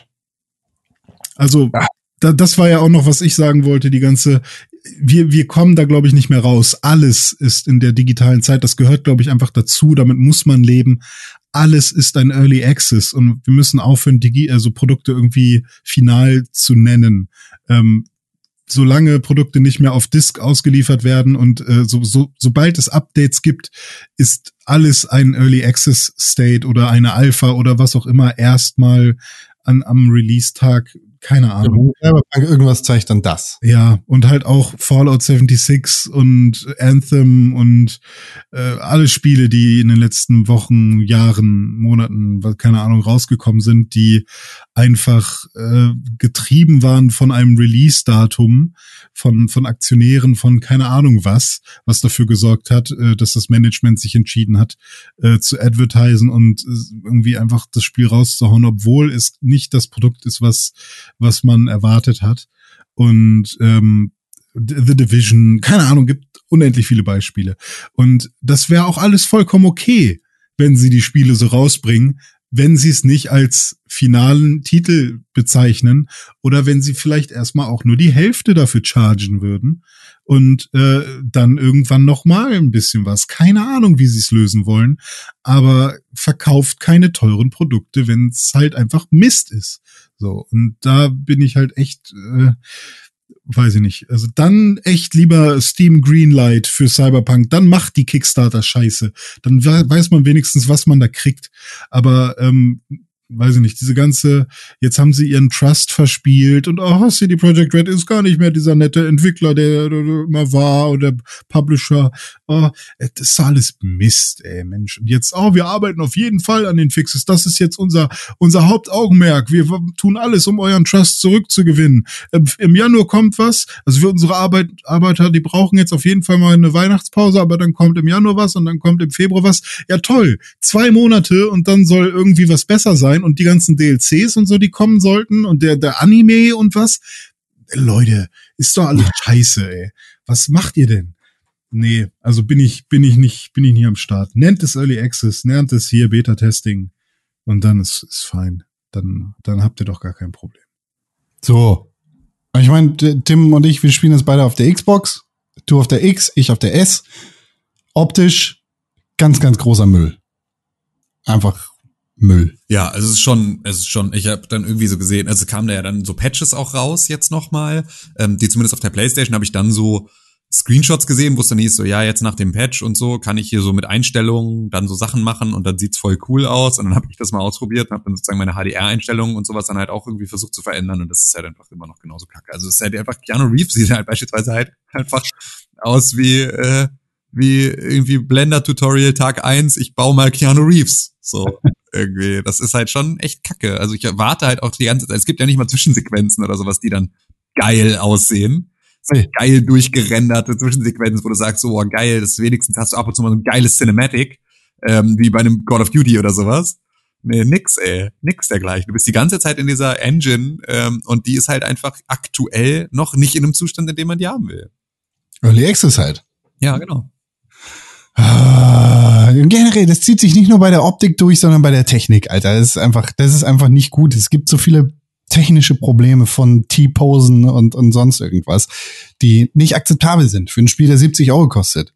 Also da, das war ja auch noch, was ich sagen wollte, die ganze, wir wir kommen da, glaube ich, nicht mehr raus. Alles ist in der digitalen Zeit, das gehört, glaube ich, einfach dazu, damit muss man leben. Alles ist ein Early Access und wir müssen aufhören, Digi- also Produkte irgendwie final zu nennen. Ähm, solange Produkte nicht mehr auf Disk ausgeliefert werden und äh, so, so, sobald es Updates gibt, ist alles ein Early Access State oder eine Alpha oder was auch immer erstmal an am Release-Tag. Keine Ahnung. Ja, irgendwas zeigt dann das. Ja, und halt auch Fallout sechsundsiebzig und Anthem und äh, alle Spiele, die in den letzten Wochen, Jahren, Monaten, keine Ahnung, rausgekommen sind, die einfach äh, getrieben waren von einem Release-Datum, von von Aktionären, von keine Ahnung was, was dafür gesorgt hat, äh, dass das Management sich entschieden hat, äh, zu advertisen und äh, irgendwie einfach das Spiel rauszuhauen, obwohl es nicht das Produkt ist, was was man erwartet hat. Und ähm, The Division, keine Ahnung, gibt unendlich viele Beispiele. Und das wäre auch alles vollkommen okay, wenn sie die Spiele so rausbringen, wenn sie es nicht als finalen Titel bezeichnen oder wenn sie vielleicht erstmal auch nur die Hälfte dafür chargen würden und äh, dann irgendwann noch mal ein bisschen was. Keine Ahnung, wie sie es lösen wollen, aber verkauft keine teuren Produkte, wenn es halt einfach Mist ist. So, und da bin ich halt echt, äh, weiß ich nicht, also dann echt lieber Steam Greenlight für Cyberpunk, dann macht die Kickstarter-Scheiße, dann weiß man wenigstens, was man da kriegt, aber ähm, weiß ich nicht, diese ganze, jetzt haben sie ihren Trust verspielt und oh, C D Projekt Red ist gar nicht mehr dieser nette Entwickler, der, der, der immer war oder Publisher, oh, das ist alles Mist, ey, Mensch. Und jetzt, oh, wir arbeiten auf jeden Fall an den Fixes, das ist jetzt unser unser Hauptaugenmerk, wir tun alles, um euren Trust zurückzugewinnen. Im Januar kommt was, also für unsere Arbeit, Arbeiter, die brauchen jetzt auf jeden Fall mal eine Weihnachtspause, aber dann kommt im Januar was und dann kommt im Februar was. Ja toll, zwei Monate und dann soll irgendwie was besser sein. Und die ganzen D L Cs und so, die kommen sollten und der der Anime und was. Leute, ist doch alles scheiße, ey. Was macht ihr denn? Nee, also bin ich bin ich nicht bin ich nicht am Start. Nennt es Early Access, nennt es hier Beta-Testing und dann ist ist fein. Dann dann habt ihr doch gar kein Problem. So. Ich meine, Tim und ich, wir spielen das beide auf der Xbox. Du auf der X, ich auf der S. Optisch ganz, ganz großer Müll. Einfach Müll. Ja, also es ist schon, es ist schon, ich habe dann irgendwie so gesehen, also kamen da ja dann so Patches auch raus jetzt nochmal, ähm, die zumindest auf der PlayStation habe ich dann so Screenshots gesehen, wo es dann hieß so, ja, jetzt nach dem Patch und so kann ich hier so mit Einstellungen dann so Sachen machen und dann sieht's voll cool aus und dann habe ich das mal ausprobiert und habe dann sozusagen meine H D R-Einstellungen und sowas dann halt auch irgendwie versucht zu verändern und das ist halt einfach immer noch genauso kacke. Also es ist halt einfach, Keanu Reeves sieht halt beispielsweise halt einfach aus wie, äh, wie irgendwie Blender-Tutorial Tag eins, ich baue mal Keanu Reeves. So, irgendwie. Das ist halt schon echt kacke. Also ich erwarte halt auch die ganze Zeit, es gibt ja nicht mal Zwischensequenzen oder sowas, die dann geil aussehen. So geil durchgerenderte Zwischensequenzen, wo du sagst, so, oh, geil, das wenigstens hast du ab und zu mal so ein geiles Cinematic, ähm, wie bei einem Call of Duty oder sowas. Nee, nix, ey. Nix dergleichen. Du bist die ganze Zeit in dieser Engine ähm, und die ist halt einfach aktuell noch nicht in einem Zustand, in dem man die haben will. Early Access halt. Ja, genau. Ah, generell, das zieht sich nicht nur bei der Optik durch, sondern bei der Technik, Alter. Das ist einfach, das ist einfach nicht gut. Es gibt so viele technische Probleme von T-Posen und, und sonst irgendwas, die nicht akzeptabel sind für ein Spiel, der siebzig Euro kostet.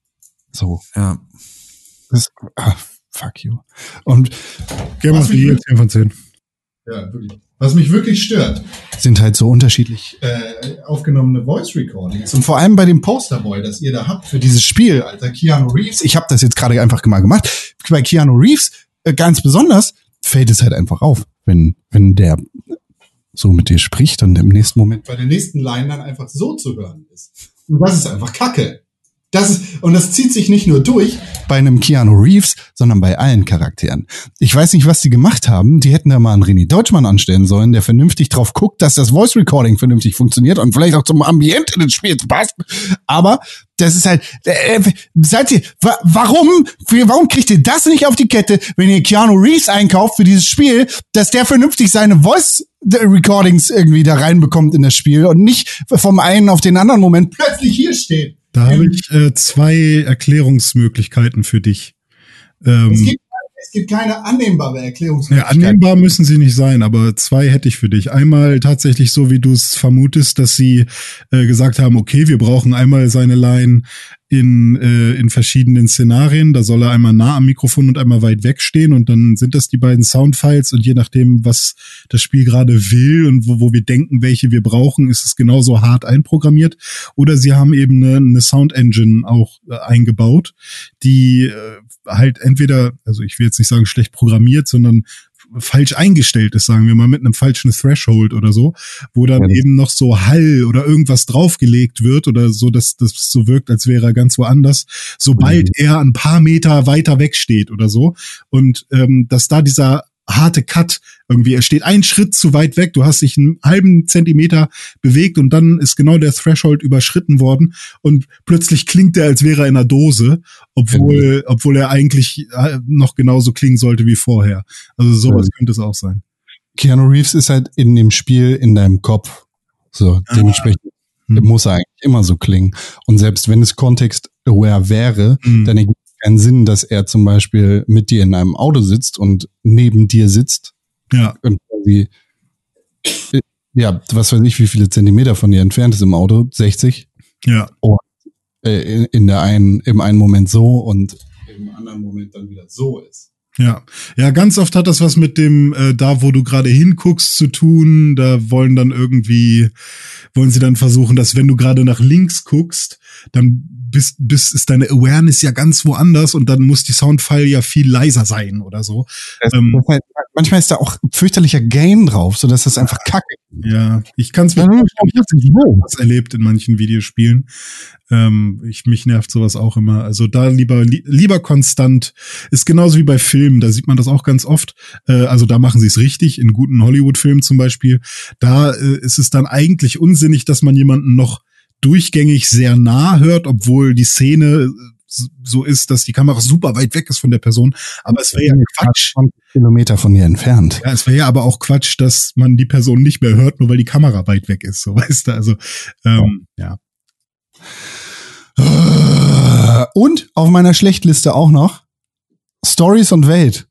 So. Ja. Das, ah, fuck you. Und Game of the Year zehn von zehn. Ja, wirklich. Was mich wirklich stört, sind halt so unterschiedlich äh, aufgenommene Voice Recordings. Und vor allem bei dem Posterboy, das ihr da habt für dieses Spiel, Alter, Keanu Reeves. Ich habe das jetzt gerade einfach mal gemacht. Bei Keanu Reeves äh, ganz besonders fällt es halt einfach auf, wenn wenn der so mit dir spricht und im nächsten Moment bei der nächsten Line dann einfach so zu hören ist. Und das ist einfach Kacke. Das ist, und das zieht sich nicht nur durch bei einem Keanu Reeves, sondern bei allen Charakteren. Ich weiß nicht, was die gemacht haben. Die hätten da mal einen René Deutschmann anstellen sollen, der vernünftig drauf guckt, dass das Voice Recording vernünftig funktioniert und vielleicht auch zum Ambiente des Spiels passt. Aber das ist halt, äh, seid ihr, wa- warum, warum kriegt ihr das nicht auf die Kette, wenn ihr Keanu Reeves einkauft für dieses Spiel, dass der vernünftig seine Voice Recordings irgendwie da reinbekommt in das Spiel und nicht vom einen auf den anderen Moment plötzlich hier steht. Da habe ich äh, zwei Erklärungsmöglichkeiten für dich. Ähm, es, gibt, es gibt keine annehmbare Erklärungsmöglichkeit. Ja, annehmbar müssen sie nicht sein, aber zwei hätte ich für dich. Einmal tatsächlich so, wie du es vermutest, dass sie äh, gesagt haben, okay, wir brauchen einmal seine Line in äh, in verschiedenen Szenarien. Da soll er einmal nah am Mikrofon und einmal weit weg stehen und dann sind das die beiden Soundfiles und je nachdem, was das Spiel gerade will und wo, wo wir denken, welche wir brauchen, ist es genauso hart einprogrammiert. Oder sie haben eben eine, eine Sound Engine auch äh, eingebaut, die äh, halt entweder, also ich will jetzt nicht sagen schlecht programmiert, sondern falsch eingestellt ist, sagen wir mal, mit einem falschen Threshold oder so, wo dann ja. eben noch so Hall oder irgendwas draufgelegt wird oder so, dass das so wirkt, als wäre er ganz woanders, sobald mhm. er ein paar Meter weiter weg steht oder so. Und ähm, dass da dieser harte Cut irgendwie, er steht einen Schritt zu weit weg, du hast dich einen halben Zentimeter bewegt und dann ist genau der Threshold überschritten worden und plötzlich klingt er, als wäre er in einer Dose, obwohl, mhm. obwohl er eigentlich noch genauso klingen sollte wie vorher. Also sowas mhm. könnte es auch sein. Keanu Reeves ist halt in dem Spiel in deinem Kopf. So, ah. dementsprechend mhm. muss er eigentlich immer so klingen. Und selbst wenn es Context-aware wäre, mhm. dann ergibt es keinen Sinn, dass er zum Beispiel mit dir in einem Auto sitzt und neben dir sitzt. Ja. Und quasi, ja, was weiß ich, wie viele Zentimeter von dir entfernt ist im Auto, sechzig. Ja. Und äh, in der einen, im einen Moment so und im anderen Moment dann wieder so ist. Ja, ja, ganz oft hat das was mit dem, äh, da wo du gerade hinguckst zu tun, da wollen dann irgendwie, wollen sie dann versuchen, dass wenn du gerade nach links guckst, dann bist, bist, ist deine Awareness ja ganz woanders und dann muss die Soundfile ja viel leiser sein oder so. Das, ähm, das heißt, manchmal ist da auch fürchterlicher Gain drauf, so dass das einfach kacke ist. Ja, ich kann es mir vorstellen, ich habe das erlebt in manchen Videospielen. Ähm, ich, mich nervt sowas auch immer. Also da lieber li- lieber konstant. Ist genauso wie bei Filmen, da sieht man das auch ganz oft. Äh, also da machen sie es richtig, in guten Hollywood-Filmen zum Beispiel. Da äh, ist es dann eigentlich unsinnig, dass man jemanden noch durchgängig sehr nah hört, obwohl die Szene so ist, dass die Kamera super weit weg ist von der Person. Aber es wäre ja Quatsch. zwanzig Kilometer von ihr entfernt. Ja, es wäre ja aber auch Quatsch, dass man die Person nicht mehr hört, nur weil die Kamera weit weg ist. So, weißt du, also, ähm, ja. Und auf meiner Schlechtliste auch noch Stories und Welt.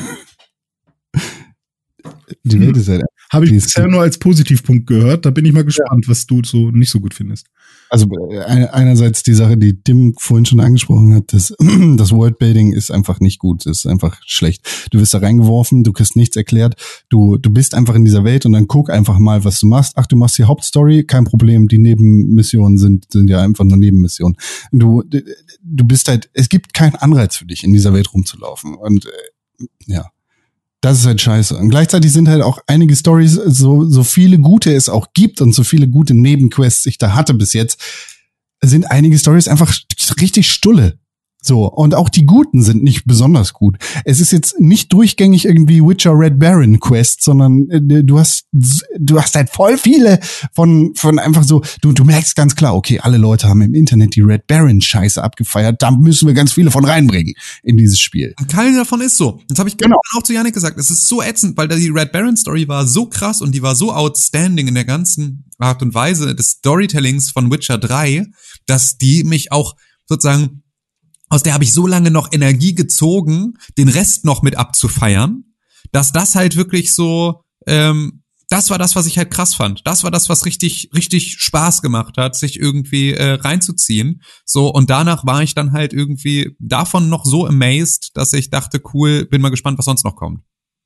Die Welt ist ja... Habe ich bisher nur als Positivpunkt gehört. Da bin ich mal gespannt, ja. was du so nicht so gut findest. Also einerseits die Sache, die Tim vorhin schon angesprochen hat, das, das Worldbuilding ist einfach nicht gut, ist einfach schlecht. Du wirst da reingeworfen, du kriegst nichts erklärt, du du bist einfach in dieser Welt und dann guck einfach mal, was du machst. Ach, du machst die Hauptstory, kein Problem, die Nebenmissionen sind sind ja einfach nur Nebenmissionen. Du du bist halt, es gibt keinen Anreiz für dich, in dieser Welt rumzulaufen und äh, ja. Das ist halt scheiße. Und gleichzeitig sind halt auch einige Storys, so, so viele gute es auch gibt und so viele gute Nebenquests ich da hatte bis jetzt, sind einige Storys einfach richtig stulle. So. Und auch die guten sind nicht besonders gut. Es ist jetzt nicht durchgängig irgendwie Witcher Red Baron Quest, sondern äh, du hast, du hast halt voll viele von, von einfach so, du, du merkst ganz klar, okay, alle Leute haben im Internet die Red Baron Scheiße abgefeiert, da müssen wir ganz viele von reinbringen in dieses Spiel. Und keiner davon ist so. Das habe ich genau auch zu Yannick gesagt. Es ist so ätzend, weil die Red Baron Story war so krass und die war so outstanding in der ganzen Art und Weise des Storytellings von Witcher drei, dass die mich auch sozusagen, aus der habe ich so lange noch Energie gezogen, den Rest noch mit abzufeiern, dass das halt wirklich so, ähm, das war das, was ich halt krass fand. Das war das, was richtig, richtig Spaß gemacht hat, sich irgendwie äh, reinzuziehen. So, und danach war ich dann halt irgendwie davon noch so amazed, dass ich dachte, cool, bin mal gespannt, was sonst noch kommt.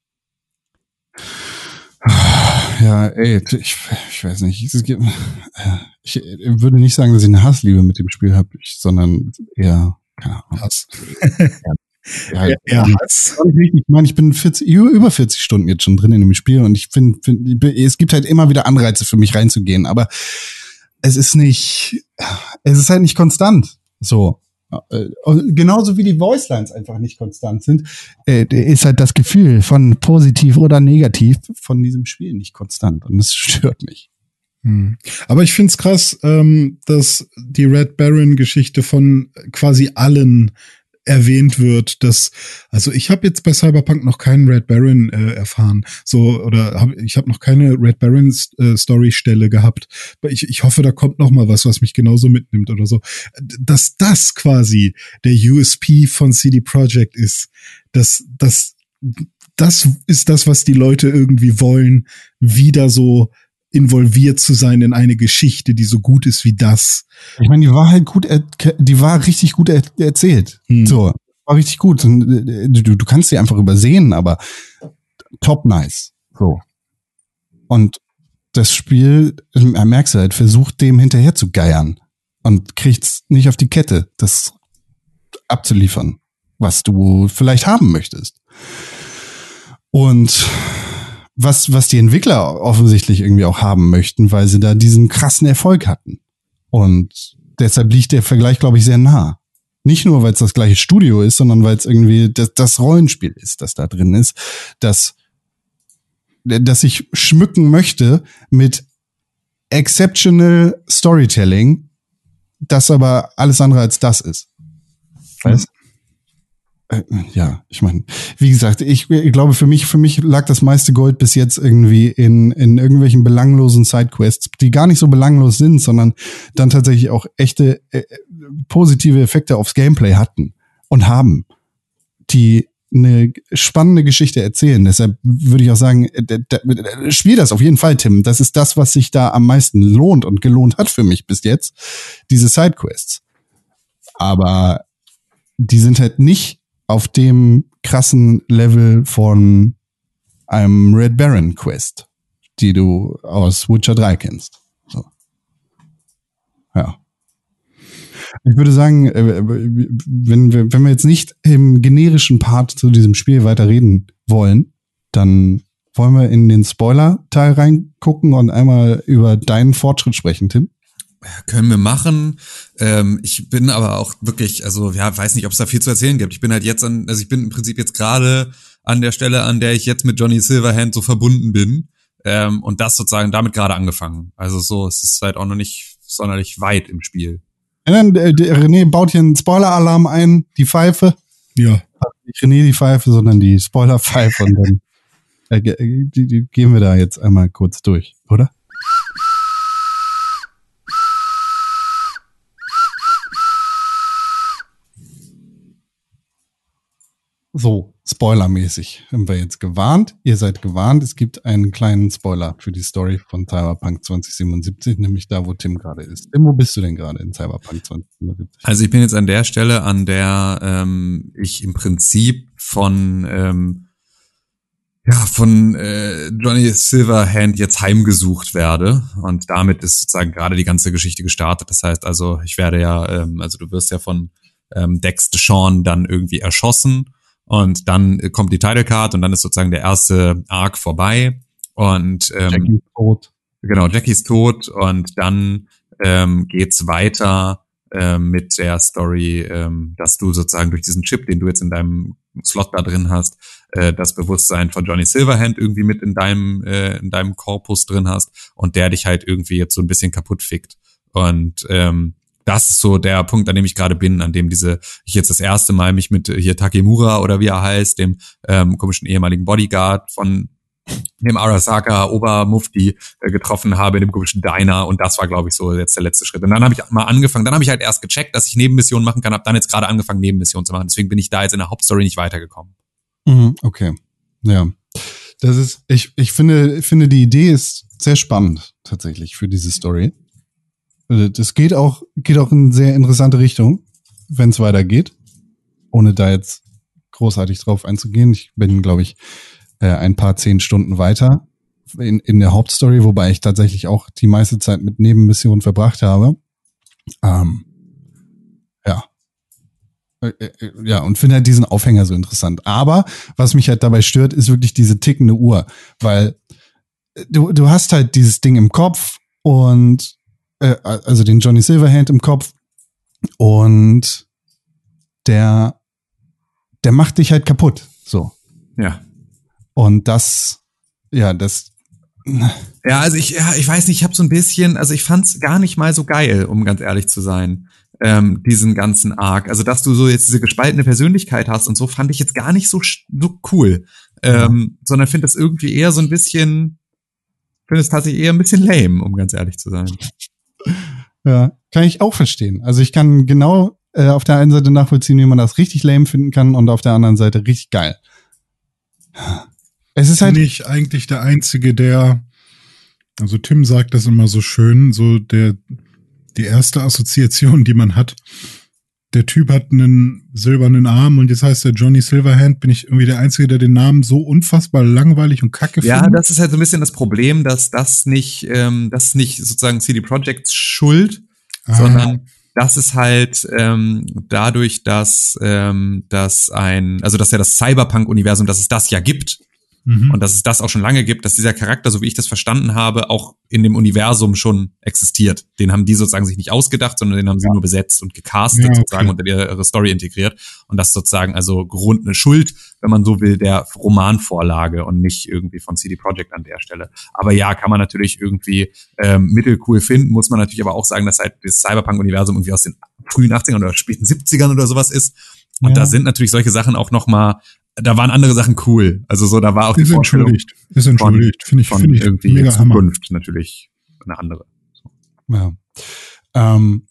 Ja, ey, ich, ich weiß nicht. Ich, ich würde nicht sagen, dass ich eine Hassliebe mit dem Spiel habe, sondern eher keine Ahnung. Hass. Ja, ja, ja, Hass. Ich meine, ich bin vierzig, über vierzig Stunden jetzt schon drin in dem Spiel und ich finde, find, es gibt halt immer wieder Anreize für mich reinzugehen, aber es ist nicht, es ist halt nicht konstant. So. Genauso wie die Voicelines einfach nicht konstant sind, ist halt das Gefühl von positiv oder negativ von diesem Spiel nicht konstant und das stört mich. Hm. Aber ich find's krass, ähm, dass die Red Baron-Geschichte von quasi allen erwähnt wird, dass, also ich habe jetzt bei Cyberpunk noch keinen Red Baron äh, erfahren, so, oder hab, ich habe noch keine Red Baron äh, Story-Stelle gehabt. Ich, ich hoffe, da kommt noch mal was, was mich genauso mitnimmt oder so. Dass das quasi der U S P von C D Projekt ist, dass das das ist das, was die Leute irgendwie wollen, wieder so involviert zu sein in eine Geschichte, die so gut ist wie das. Ich meine, die war halt gut, die war richtig gut er- erzählt. Hm. So, war richtig gut. Du, du kannst sie einfach übersehen, aber top nice. So. Und das Spiel, merkst du halt, versucht dem hinterher zu geiern und kriegt's nicht auf die Kette, das abzuliefern, was du vielleicht haben möchtest. Und was was die Entwickler offensichtlich irgendwie auch haben möchten, weil sie da diesen krassen Erfolg hatten. Und deshalb liegt der Vergleich, glaube ich, sehr nah. Nicht nur, weil es das gleiche Studio ist, sondern weil es irgendwie das, das Rollenspiel ist, das da drin ist, das, das ich schmücken möchte mit exceptional Storytelling, das aber alles andere als das ist. Weißt? Ja, ich meine, wie gesagt, ich, ich glaube, für mich, für mich lag das meiste Gold bis jetzt irgendwie in, in irgendwelchen belanglosen Sidequests, die gar nicht so belanglos sind, sondern dann tatsächlich auch echte äh, positive Effekte aufs Gameplay hatten. und haben, die eine spannende Geschichte erzählen. Deshalb würde ich auch sagen, da, da, spiel das auf jeden Fall, Tim. Das ist das, was sich da am meisten lohnt und gelohnt hat für mich bis jetzt, diese Sidequests. Aber die sind halt nicht auf dem krassen Level von einem Red Baron Quest, die du aus Witcher drei kennst. So. Ja. Ich würde sagen, wenn wir, wenn wir jetzt nicht im generischen Part zu diesem Spiel weiter reden wollen, dann wollen wir in den Spoiler-Teil reingucken und einmal über deinen Fortschritt sprechen, Tim. Können wir machen. Ähm, ich bin aber auch wirklich, also ja, weiß nicht, ob es da viel zu erzählen gibt. Ich bin halt jetzt an, also ich bin im Prinzip jetzt gerade an der Stelle, an der ich jetzt mit Johnny Silverhand so verbunden bin. Ähm, und das sozusagen damit gerade angefangen. Also so, es ist halt auch noch nicht sonderlich weit im Spiel. Und dann, äh, René baut hier einen Spoiler-Alarm ein, die Pfeife. Ja. Nicht René die Pfeife, sondern die Spoiler-Pfeife. Und dann äh, die, die gehen wir da jetzt einmal kurz durch, oder? So, spoilermäßig haben wir jetzt gewarnt. Ihr seid gewarnt. Es gibt einen kleinen Spoiler für die Story von Cyberpunk zwanzig siebenundsiebzig, nämlich da, wo Tim gerade ist. Tim, wo bist du denn gerade in Cyberpunk zwanzig siebenundsiebzig? Also ich bin jetzt an der Stelle, an der ähm, ich im Prinzip von ähm, ja von äh, Johnny Silverhand jetzt heimgesucht werde. Und damit ist sozusagen gerade die ganze Geschichte gestartet. Das heißt also, ich werde ja, ähm, also du wirst ja von ähm, Dex Deshawn dann irgendwie erschossen. Und dann kommt die Title Card und dann ist sozusagen der erste Arc vorbei. Und ähm, Jackie ist tot. Genau, Jackie ist tot und dann ähm, geht's weiter ähm, mit der Story, ähm, dass du sozusagen durch diesen Chip, den du jetzt in deinem Slot da drin hast, äh, das Bewusstsein von Johnny Silverhand irgendwie mit in deinem äh, in deinem Korpus drin hast und der dich halt irgendwie jetzt so ein bisschen kaputt fickt. Und ähm, das ist so der Punkt, an dem ich gerade bin, an dem diese ich jetzt das erste Mal mich mit hier Takemura oder wie er heißt, dem ähm, komischen ehemaligen Bodyguard von dem Arasaka Obermufti äh, getroffen habe in dem komischen Diner und das war, glaube ich, so jetzt der letzte Schritt. Und dann habe ich mal angefangen, dann habe ich halt erst gecheckt, dass ich Nebenmissionen machen kann, habe dann jetzt gerade angefangen, Nebenmissionen zu machen. Deswegen bin ich da jetzt in der Hauptstory nicht weitergekommen. Mhm, okay, ja. Das ist, ich ich finde, ich finde die Idee ist sehr spannend tatsächlich für diese Story. Das geht auch, geht auch in sehr interessante Richtung, wenn es weitergeht, ohne da jetzt großartig drauf einzugehen. Ich bin, glaube ich, äh, ein paar zehn Stunden weiter in, in der Hauptstory, wobei ich tatsächlich auch die meiste Zeit mit Nebenmissionen verbracht habe. Ähm, ja. Äh, äh, ja, und finde halt diesen Aufhänger so interessant. Aber was mich halt dabei stört, ist wirklich diese tickende Uhr, weil du, du hast halt dieses Ding im Kopf und also den Johnny Silverhand im Kopf und der der macht dich halt kaputt, so. Ja. Und das, ja, das Ja, also ich ja, ich weiß nicht, ich habe so ein bisschen, also ich fand's gar nicht mal so geil, um ganz ehrlich zu sein, ähm, diesen ganzen Arc. Also, dass du so jetzt diese gespaltene Persönlichkeit hast und so, fand ich jetzt gar nicht so, so cool. Ähm, ja. Sondern finde das irgendwie eher so ein bisschen, finde es tatsächlich eher ein bisschen lame, um ganz ehrlich zu sein. Ja, kann ich auch verstehen. Also ich kann genau äh, auf der einen Seite nachvollziehen, wie man das richtig lame finden kann und auf der anderen Seite richtig geil. Es ist halt bin ich eigentlich der Einzige, der, also Tim sagt das immer so schön, so der die erste Assoziation, die man hat. Der Typ hat einen silbernen Arm und jetzt heißt er Johnny Silverhand. Bin ich irgendwie der Einzige, der den Namen so unfassbar langweilig und kacke findet? Ja, das ist halt so ein bisschen das Problem, dass das nicht, ähm, das ist nicht sozusagen C D Projekts Schuld, ah. sondern das ist halt ähm, dadurch, dass ähm, dass ein, also dass ja das Cyberpunk-Universum, dass es das ja gibt. Mhm. Und dass es das auch schon lange gibt, dass dieser Charakter, so wie ich das verstanden habe, auch in dem Universum schon existiert. Den haben die sozusagen sich nicht ausgedacht, sondern den haben sie ja. nur besetzt und gecastet, ja, okay. sozusagen unter ihre Story integriert. Und das ist sozusagen also Grund eine Schuld, wenn man so will, der Romanvorlage und nicht irgendwie von C D Projekt an der Stelle. Aber ja, kann man natürlich irgendwie ähm, mittelcool finden, muss man natürlich aber auch sagen, dass halt das Cyberpunk-Universum irgendwie aus den frühen achtzigern oder späten siebzigern oder sowas ist. Und ja. da sind natürlich solche Sachen auch noch mal, da waren andere Sachen cool. Also so, da war auch die ist Vorstellung entschuldigt. Ist entschuldigt. Finde ich, von finde ich irgendwie mega Zukunft Hammer. Natürlich eine andere. Ja. Ähm,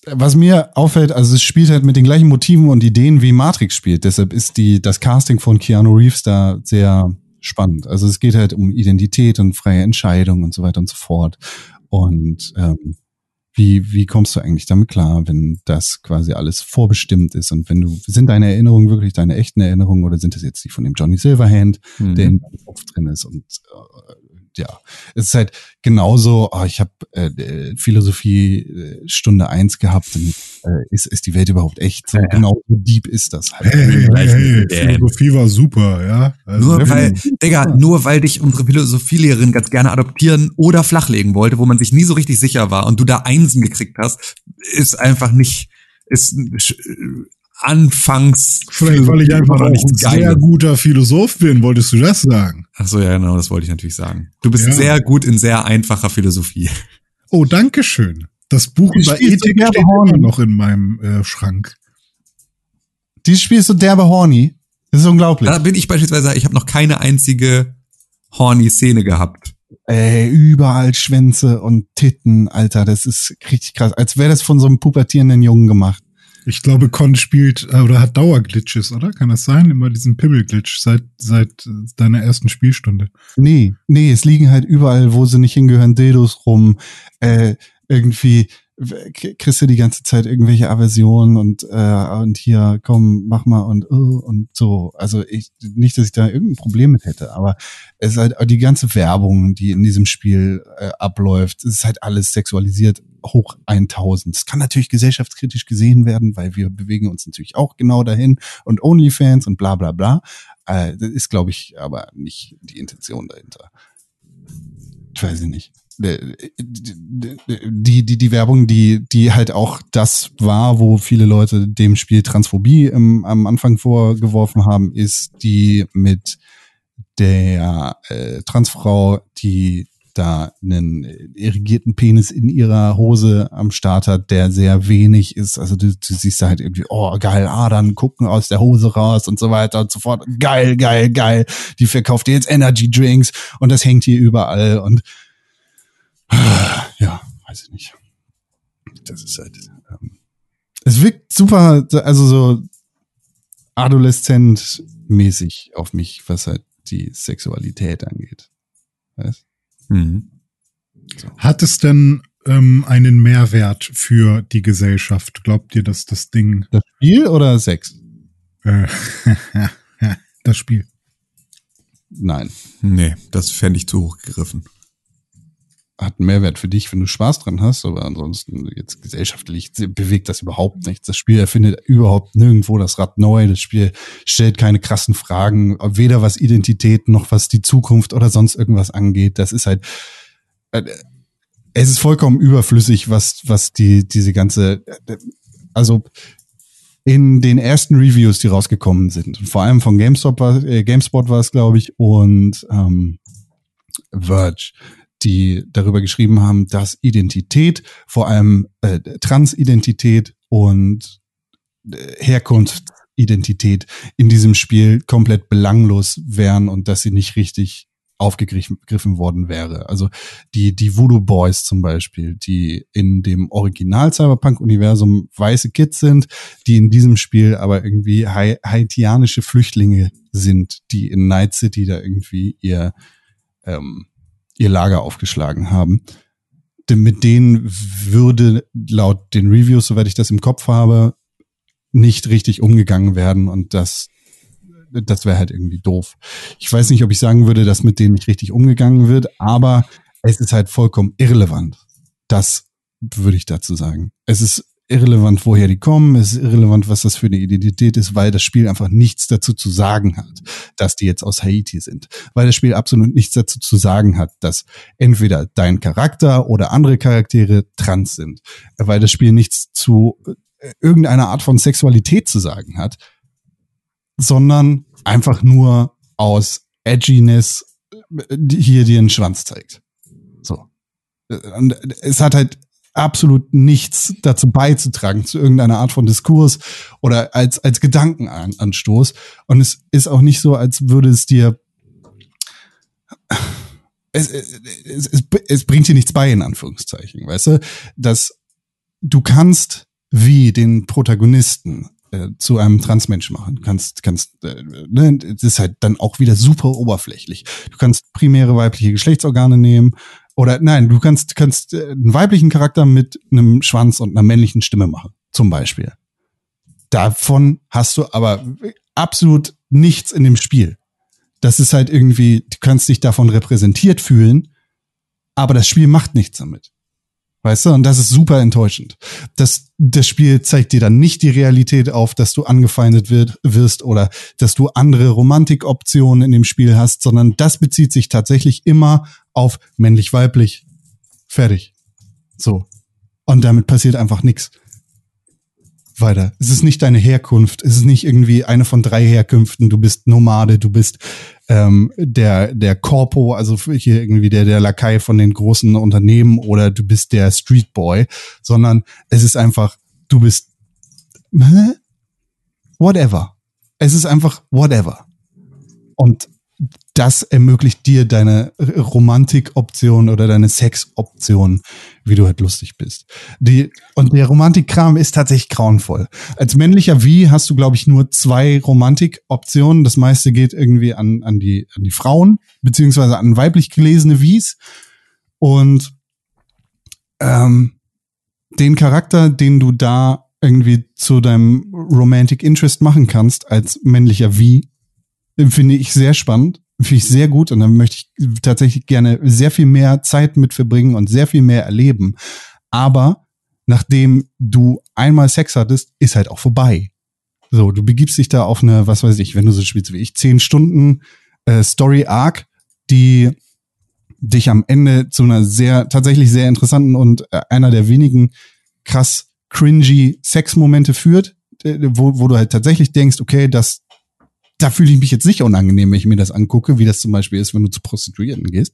was mir auffällt, also es spielt halt mit den gleichen Motiven und Ideen wie Matrix spielt. Deshalb ist die das Casting von Keanu Reeves da sehr spannend. Also es geht halt um Identität und freie Entscheidung und so weiter und so fort. Und ähm, wie wie kommst du eigentlich damit klar, wenn das quasi alles vorbestimmt ist und wenn du sind deine Erinnerungen wirklich deine echten Erinnerungen oder sind das jetzt die von dem Johnny Silverhand, mhm. der in deinem Kopf drin ist und äh, ja, es ist halt genauso, oh, ich habe äh, Philosophie äh, Stunde eins gehabt, und, äh, ist, ist die Welt überhaupt echt? So ja. Genau so deep ist das halt. Hey, hey, hey, Philosophie war super, ja. Also nur weil, Digga, nur weil dich unsere Philosophielehrerin ganz gerne adoptieren oder flachlegen wollte, wo man sich nie so richtig sicher war und du da Einsen gekriegt hast, ist einfach nicht, ist anfangs. Vielleicht, weil ich einfach auch ein sehr guter Philosoph bin, wolltest du das sagen? Ach so, ja, genau, das wollte ich natürlich sagen. Du bist ja. sehr gut in sehr einfacher Philosophie. Oh, danke schön. Das Buch über Ethik steht immer noch in meinem äh, Schrank. Die spielst du derbe horny. Das ist unglaublich. Da bin ich beispielsweise, ich habe noch keine einzige horny Szene gehabt. Ey, überall Schwänze und Titten, Alter, das ist richtig krass. Als wäre das von so einem pubertierenden Jungen gemacht. Ich glaube, Con spielt oder hat Dauerglitches, oder? Kann das sein? Immer diesen Pimmel-Glitch seit seit deiner ersten Spielstunde. Nee, nee, es liegen halt überall, wo sie nicht hingehören, Dildos rum. Äh, irgendwie kriegst du die ganze Zeit irgendwelche Aversionen und äh, und hier, komm, mach mal und uh, und so. Also ich nicht, dass ich da irgendein Problem mit hätte, aber es ist halt die ganze Werbung, die in diesem Spiel äh, abläuft, es ist halt alles sexualisiert hoch tausend. Es kann natürlich gesellschaftskritisch gesehen werden, weil wir bewegen uns natürlich auch genau dahin und OnlyFans und bla bla bla. Äh, das ist, glaube ich, aber nicht die Intention dahinter. Ich weiß nicht. Die, die, die Werbung, die, die halt auch das war, wo viele Leute dem Spiel Transphobie im, am Anfang vorgeworfen haben, ist die mit der äh, Transfrau, die da einen irrigierten Penis in ihrer Hose am Start hat, der sehr wenig ist. Also du, du siehst da halt irgendwie, oh geil, Adern gucken aus der Hose raus und so weiter und so fort. Geil, geil, geil. Die verkauft dir jetzt Energy Drinks und das hängt hier überall und ja, weiß ich nicht. Das ist halt, ähm, es wirkt super, also so adoleszent-mäßig auf mich, was halt die Sexualität angeht. Weißt? Mhm. So. Hat es denn ähm, einen Mehrwert für die Gesellschaft? Glaubt ihr, dass das Ding... Das Spiel oder Sex? Äh, das Spiel. Nein. Nee, das fände ich zu hoch gegriffen. Hat einen Mehrwert für dich, wenn du Spaß dran hast, aber ansonsten jetzt gesellschaftlich bewegt das überhaupt nichts. Das Spiel erfindet überhaupt nirgendwo das Rad neu. Das Spiel stellt keine krassen Fragen, weder was Identität noch was die Zukunft oder sonst irgendwas angeht. Das ist halt, äh, es ist vollkommen überflüssig, was was die diese ganze, äh, also in den ersten Reviews, die rausgekommen sind, vor allem von GameStop war, äh, GameSpot war es, glaube ich, und ähm, Verge, die darüber geschrieben haben, dass Identität, vor allem äh, Transidentität und äh, Herkunftsidentität in diesem Spiel komplett belanglos wären und dass sie nicht richtig aufgegriffen worden wäre. Also die die Voodoo Boys zum Beispiel, die in dem Original Cyberpunk-Universum weiße Kids sind, die in diesem Spiel aber irgendwie ha- haitianische Flüchtlinge sind, die in Night City da irgendwie ihr ähm, ihr Lager aufgeschlagen haben. Denn mit denen würde laut den Reviews, soweit ich das im Kopf habe, nicht richtig umgegangen werden und das das wäre halt irgendwie doof. Ich weiß nicht, ob ich sagen würde, dass mit denen nicht richtig umgegangen wird, aber es ist halt vollkommen irrelevant. Das würde ich dazu sagen. Es ist irrelevant, woher die kommen, es ist irrelevant, was das für eine Identität ist, weil das Spiel einfach nichts dazu zu sagen hat, dass die jetzt aus Haiti sind. Weil das Spiel absolut nichts dazu zu sagen hat, dass entweder dein Charakter oder andere Charaktere trans sind. Weil das Spiel nichts zu irgendeiner Art von Sexualität zu sagen hat, sondern einfach nur aus Edginess hier dir einen Schwanz zeigt. So. Und es hat halt absolut nichts dazu beizutragen, zu irgendeiner Art von Diskurs oder als, als Gedankenanstoß. Und es ist auch nicht so, als würde es dir, es, es, es, es bringt dir nichts bei, in Anführungszeichen, weißt du, dass du kannst wie den Protagonisten äh, zu einem Transmensch machen. Kannst, kannst, äh, ne, das ist halt dann auch wieder super oberflächlich. Du kannst primäre weibliche Geschlechtsorgane nehmen oder nein, du kannst, kannst äh, einen weiblichen Charakter mit einem Schwanz und einer männlichen Stimme machen, zum Beispiel. Davon hast du aber absolut nichts in dem Spiel. Das ist halt irgendwie, du kannst dich davon repräsentiert fühlen, aber das Spiel macht nichts damit. Weißt du? Und das ist super enttäuschend. Das, das Spiel zeigt dir dann nicht die Realität auf, dass du angefeindet wird, wirst oder dass du andere Romantikoptionen in dem Spiel hast, sondern das bezieht sich tatsächlich immer auf männlich-weiblich. Fertig. So. Und damit passiert einfach nichts. Weiter. Es ist nicht deine Herkunft. Es ist nicht irgendwie eine von drei Herkünften. Du bist Nomade, du bist ähm, der der Corpo, also hier irgendwie der der Lakai von den großen Unternehmen oder du bist der Street Boy, sondern es ist einfach, du bist hä? Whatever. Es ist einfach whatever. Und das ermöglicht dir deine Romantikoption oder deine Sexoption, wie du halt lustig bist. Die, und der Romantikkram ist tatsächlich grauenvoll. Als männlicher Wie hast du, glaube ich, nur zwei Romantikoptionen. Das meiste geht irgendwie an, an die, an die Frauen, beziehungsweise an weiblich gelesene Wies. Und ähm, den Charakter, den du da irgendwie zu deinem Romantic Interest machen kannst, als männlicher Wie, finde ich sehr spannend. Finde ich sehr gut und dann möchte ich tatsächlich gerne sehr viel mehr Zeit mit verbringen und sehr viel mehr erleben. Aber nachdem du einmal Sex hattest, ist halt auch vorbei. So, du begibst dich da auf eine, was weiß ich, wenn du so spielst wie ich, zehn Stunden äh, Story-Arc, die dich am Ende zu einer sehr, tatsächlich sehr interessanten und äh, einer der wenigen krass cringy Sex-Momente führt, äh, wo, wo du halt tatsächlich denkst, okay, das da fühle ich mich jetzt nicht unangenehm, wenn ich mir das angucke, wie das zum Beispiel ist, wenn du zu Prostituierten gehst.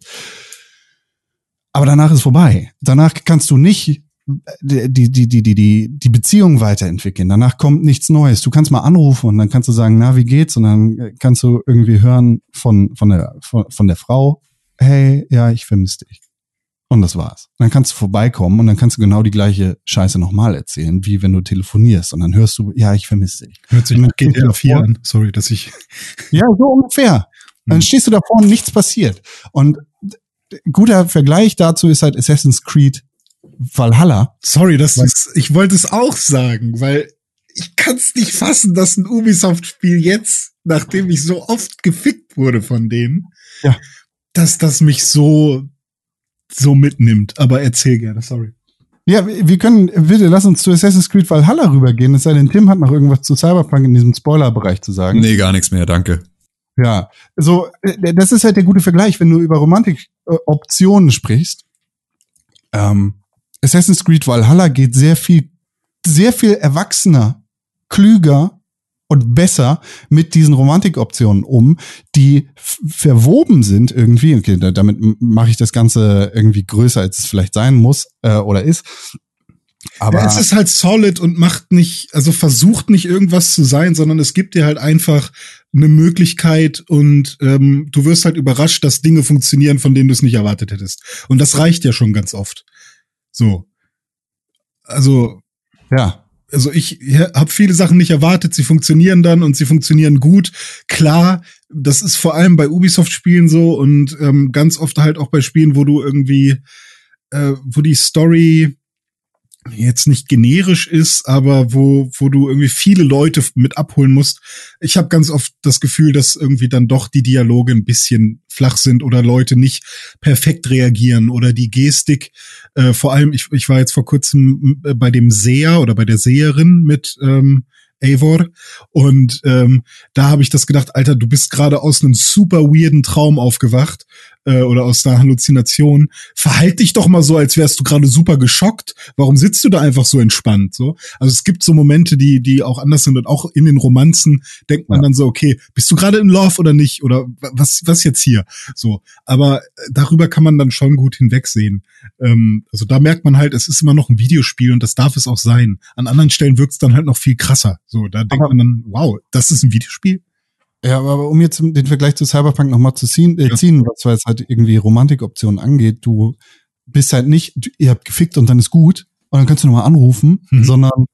Aber danach ist vorbei. Danach kannst du nicht die, die, die, die, die, die Beziehung weiterentwickeln. Danach kommt nichts Neues. Du kannst mal anrufen und dann kannst du sagen, na, wie geht's? Und dann kannst du irgendwie hören von, von der, von, von der Frau, hey, ja, ich vermisse dich. Und das war's. Dann kannst du vorbeikommen und dann kannst du genau die gleiche Scheiße nochmal erzählen, wie wenn du telefonierst. Und dann hörst du, ja, ich vermisse dich. Hört sich nach G T A vier an. Sorry, dass ich... Ja, so ungefähr. Dann stehst du davor und nichts passiert. Und guter Vergleich dazu ist halt Assassin's Creed Valhalla. Sorry, das ist, ich wollte es auch sagen, weil ich kann es nicht fassen, dass ein Ubisoft-Spiel jetzt, nachdem ich so oft gefickt wurde von denen, ja, dass das mich so so mitnimmt. Aber erzähl gerne, sorry. Ja, wir können, bitte lass uns zu Assassin's Creed Valhalla rübergehen. Es sei denn, Tim hat noch irgendwas zu Cyberpunk in diesem Spoiler-Bereich zu sagen. Nee, gar nichts mehr, danke. Ja, so, das ist halt der gute Vergleich, wenn du über Romantik-Optionen sprichst. Ähm, Assassin's Creed Valhalla geht sehr viel, sehr viel erwachsener, klüger und besser mit diesen Romantikoptionen um, die f- verwoben sind irgendwie. Okay, da, damit mache ich das Ganze irgendwie größer, als es vielleicht sein muss äh, oder ist. Aber ja, es ist halt solid und macht nicht, also versucht nicht irgendwas zu sein, sondern es gibt dir halt einfach eine Möglichkeit und ähm, du wirst halt überrascht, dass Dinge funktionieren, von denen du es nicht erwartet hättest. Und das reicht ja schon ganz oft. So. Also. ja. Also ich habe viele Sachen nicht erwartet, sie funktionieren dann und sie funktionieren gut. Klar, das ist vor allem bei Ubisoft-Spielen so und ähm, ganz oft halt auch bei Spielen, wo du irgendwie, äh, wo die Story jetzt nicht generisch ist, aber wo wo du irgendwie viele Leute mit abholen musst. Ich habe ganz oft das Gefühl, dass irgendwie dann doch die Dialoge ein bisschen flach sind oder Leute nicht perfekt reagieren oder die Gestik. Äh, vor allem, ich, ich war jetzt vor kurzem bei dem Seher oder bei der Seherin mit ähm, Eivor und ähm, da habe ich das gedacht, Alter, du bist gerade aus einem super weirden Traum aufgewacht äh, oder aus einer Halluzination. Verhalt dich doch mal so, als wärst du gerade super geschockt. Warum sitzt du da einfach so entspannt? So, also es gibt so Momente, die die auch anders sind und auch in den Romanzen denkt man ja dann so, okay, bist du gerade in Love oder nicht oder was was jetzt hier? So, aber darüber kann man dann schon gut hinwegsehen. Ähm, also da merkt man halt, es ist immer noch ein Videospiel und das darf es auch sein. An anderen Stellen wirkt es dann halt noch viel krasser. So, da denkt man dann, wow, das ist ein Videospiel? Ja, aber um jetzt den Vergleich zu Cyberpunk nochmal zu ziehen, äh, ziehen, was jetzt halt irgendwie Romantikoptionen angeht, du bist halt nicht, du, ihr habt gefickt und dann ist gut und dann kannst du nochmal anrufen, mhm. sondern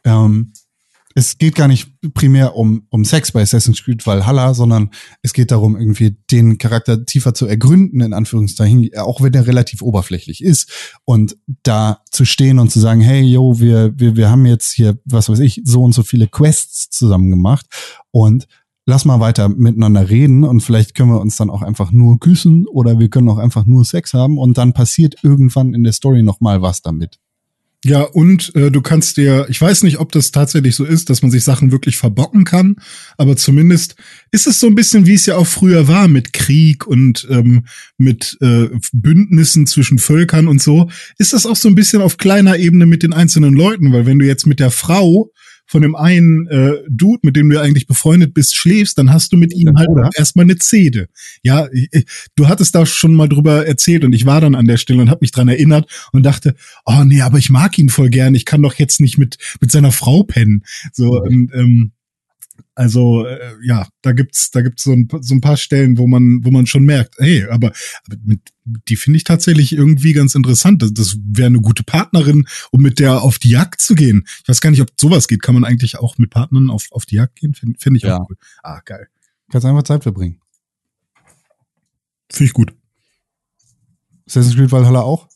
ähm, es geht gar nicht primär um, um Sex bei Assassin's Creed Valhalla, sondern es geht darum, irgendwie den Charakter tiefer zu ergründen, in Anführungszeichen, auch wenn er relativ oberflächlich ist. Und da zu stehen und zu sagen, hey, yo, wir, wir, wir haben jetzt hier, was weiß ich, so und so viele Quests zusammen gemacht und lass mal weiter miteinander reden und vielleicht können wir uns dann auch einfach nur küssen oder wir können auch einfach nur Sex haben und dann passiert irgendwann in der Story noch mal was damit. Ja, und äh, du kannst dir, ich weiß nicht, ob das tatsächlich so ist, dass man sich Sachen wirklich verbocken kann, aber zumindest ist es so ein bisschen, wie es ja auch früher war mit Krieg und ähm, mit äh, Bündnissen zwischen Völkern und so, ist das auch so ein bisschen auf kleiner Ebene mit den einzelnen Leuten, weil wenn du jetzt mit der Frau von dem einen äh, Dude, mit dem du eigentlich befreundet bist, schläfst, dann hast du mit ihm halt auch erstmal eine Zede. Ja, ich, du hattest da schon mal drüber erzählt und ich war dann an der Stelle und habe mich dran erinnert und dachte, oh nee, aber ich mag ihn voll gern, ich kann doch jetzt nicht mit mit seiner Frau pennen. So, und, ähm, also äh, ja, da gibt's da gibt's so ein, so ein paar Stellen, wo man wo man schon merkt, hey, aber, aber mit, die finde ich tatsächlich irgendwie ganz interessant. Das, das wäre eine gute Partnerin, um mit der auf die Jagd zu gehen. Ich weiß gar nicht, ob sowas geht. Kann man eigentlich auch mit Partnern auf auf die Jagd gehen? Finde find ich ja. auch cool. Ah, geil. Kannst einfach Zeit verbringen. Finde ich gut. Assassin's Creed Valhalla auch?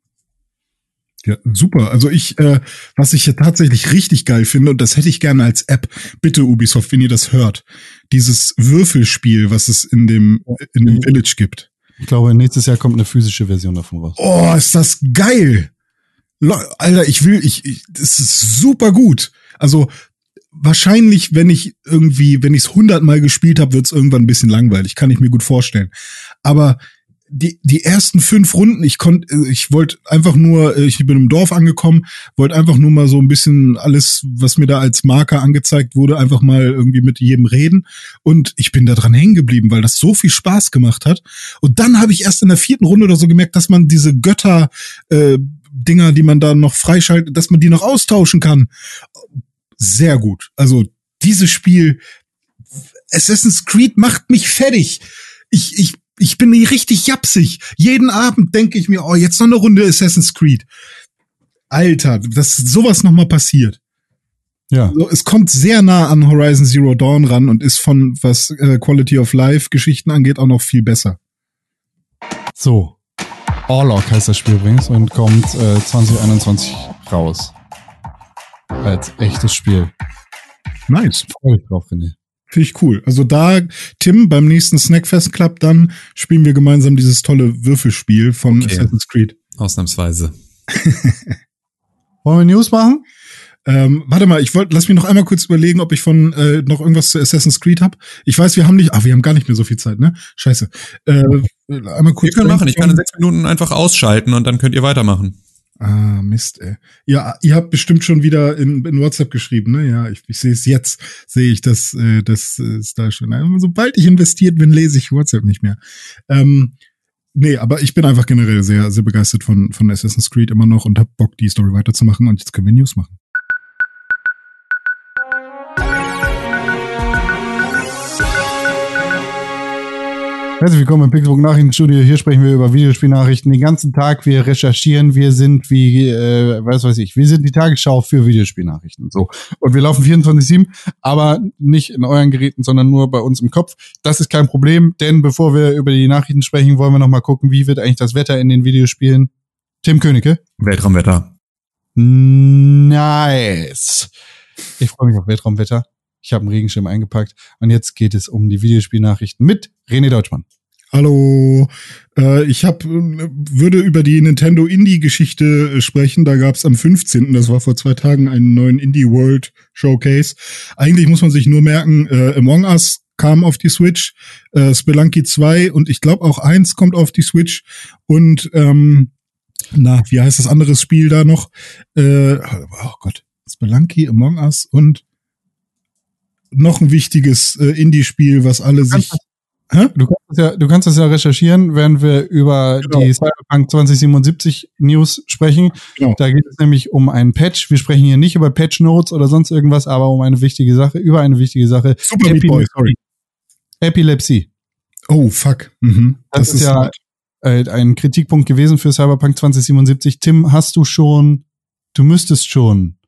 Ja, super. Also ich, äh, was ich ja tatsächlich richtig geil finde, und das hätte ich gerne als App, bitte Ubisoft, wenn ihr das hört, dieses Würfelspiel, was es in dem, in dem Village gibt. Ich glaube, nächstes Jahr kommt eine physische Version davon raus. Oh, ist das geil! Alter, ich will, ich, ich das ist super gut. Also wahrscheinlich, wenn ich irgendwie, wenn ich es hundertmal gespielt habe, wird es irgendwann ein bisschen langweilig, kann ich mir gut vorstellen. Aber die die ersten fünf Runden, ich konnte, ich wollte einfach nur, ich bin im Dorf angekommen, wollte einfach nur mal so ein bisschen alles, was mir da als Marker angezeigt wurde, einfach mal irgendwie mit jedem reden und ich bin da dran hängen geblieben, weil das so viel Spaß gemacht hat. Und dann habe ich erst in der vierten Runde oder so gemerkt, dass man diese Götter äh, Dinger, die man da noch freischaltet, dass man die noch austauschen kann. Sehr gut. Also dieses Spiel, Assassin's Creed macht mich fertig. Ich ich Ich bin richtig japsig. Jeden Abend denke ich mir, oh, jetzt noch eine Runde Assassin's Creed. Alter, dass sowas noch mal passiert. Ja. Also, es kommt sehr nah an Horizon Zero Dawn ran und ist von, was äh, Quality of Life Geschichten angeht, auch noch viel besser. So. Orlok heißt das Spiel übrigens und kommt äh, zwanzig einundzwanzig raus. Als echtes Spiel. Nice. Freue ich drauf, René. Finde ich cool. Also da, Tim, beim nächsten Snackfest Club, dann spielen wir gemeinsam dieses tolle Würfelspiel von Okay. Assassin's Creed. Ausnahmsweise. Wollen wir News machen? Ähm, warte mal, ich wollte, lass mich noch einmal kurz überlegen, ob ich von äh, noch irgendwas zu Assassin's Creed habe. Ich weiß, wir haben nicht, ah, wir haben gar nicht mehr so viel Zeit, ne? Scheiße. Äh, einmal kurz. Wir können machen. Ich kann in sechs Minuten einfach ausschalten und dann könnt ihr weitermachen. Ah, Mist, ey. Ja, ihr habt bestimmt schon wieder in, in WhatsApp geschrieben, ne? Ja, ich, ich sehe es jetzt, sehe ich, dass äh, das ist da schon. Also, sobald ich investiert bin, lese ich WhatsApp nicht mehr. Ähm, nee, aber ich bin einfach generell sehr, sehr begeistert von von Assassin's Creed immer noch und hab Bock, die Story weiterzumachen. Und jetzt können wir News machen. Herzlich willkommen im Pixelbook Nachrichtenstudio. Hier sprechen wir über Videospielnachrichten den ganzen Tag. Wir recherchieren, wir sind wie, äh, was weiß ich, wir sind die Tagesschau für Videospielnachrichten. So. Und wir laufen vierundzwanzig sieben, aber nicht in euren Geräten, sondern nur bei uns im Kopf. Das ist kein Problem, denn bevor wir über die Nachrichten sprechen, wollen wir noch mal gucken, wie wird eigentlich das Wetter in den Videospielen. Tim Königke? Weltraumwetter. Nice. Ich freue mich auf Weltraumwetter. Ich habe einen Regenschirm eingepackt und jetzt geht es um die Videospielnachrichten mit René Deutschmann. Hallo, äh, ich hab, würde über die Nintendo Indie-Geschichte äh, sprechen. Da gab es am fünfzehnten, das war vor zwei Tagen, einen neuen Indie World Showcase. Eigentlich muss man sich nur merken, äh, Among Us kam auf die Switch, äh, Spelunky zwei und ich glaube auch eins kommt auf die Switch und ähm, na, wie heißt das andere Spiel da noch? Äh, oh Gott, Spelunky, Among Us und noch ein wichtiges äh, Indie-Spiel, was alle sich... Hä? Du kannst das ja, du kannst das ja recherchieren, während wir über Genau. die Cyberpunk zwanzig siebenundsiebzig News sprechen. Genau. Da geht es nämlich um einen Patch. Wir sprechen hier nicht über Patch Notes oder sonst irgendwas, aber um eine wichtige Sache, über eine wichtige Sache. Super Meat Boy, sorry. Epilepsie. Oh, fuck. Mhm. Das, Das, ist ja hart. äh, ein Kritikpunkt gewesen für Cyberpunk zwanzig siebenundsiebzig. Tim, hast du schon, du müsstest schon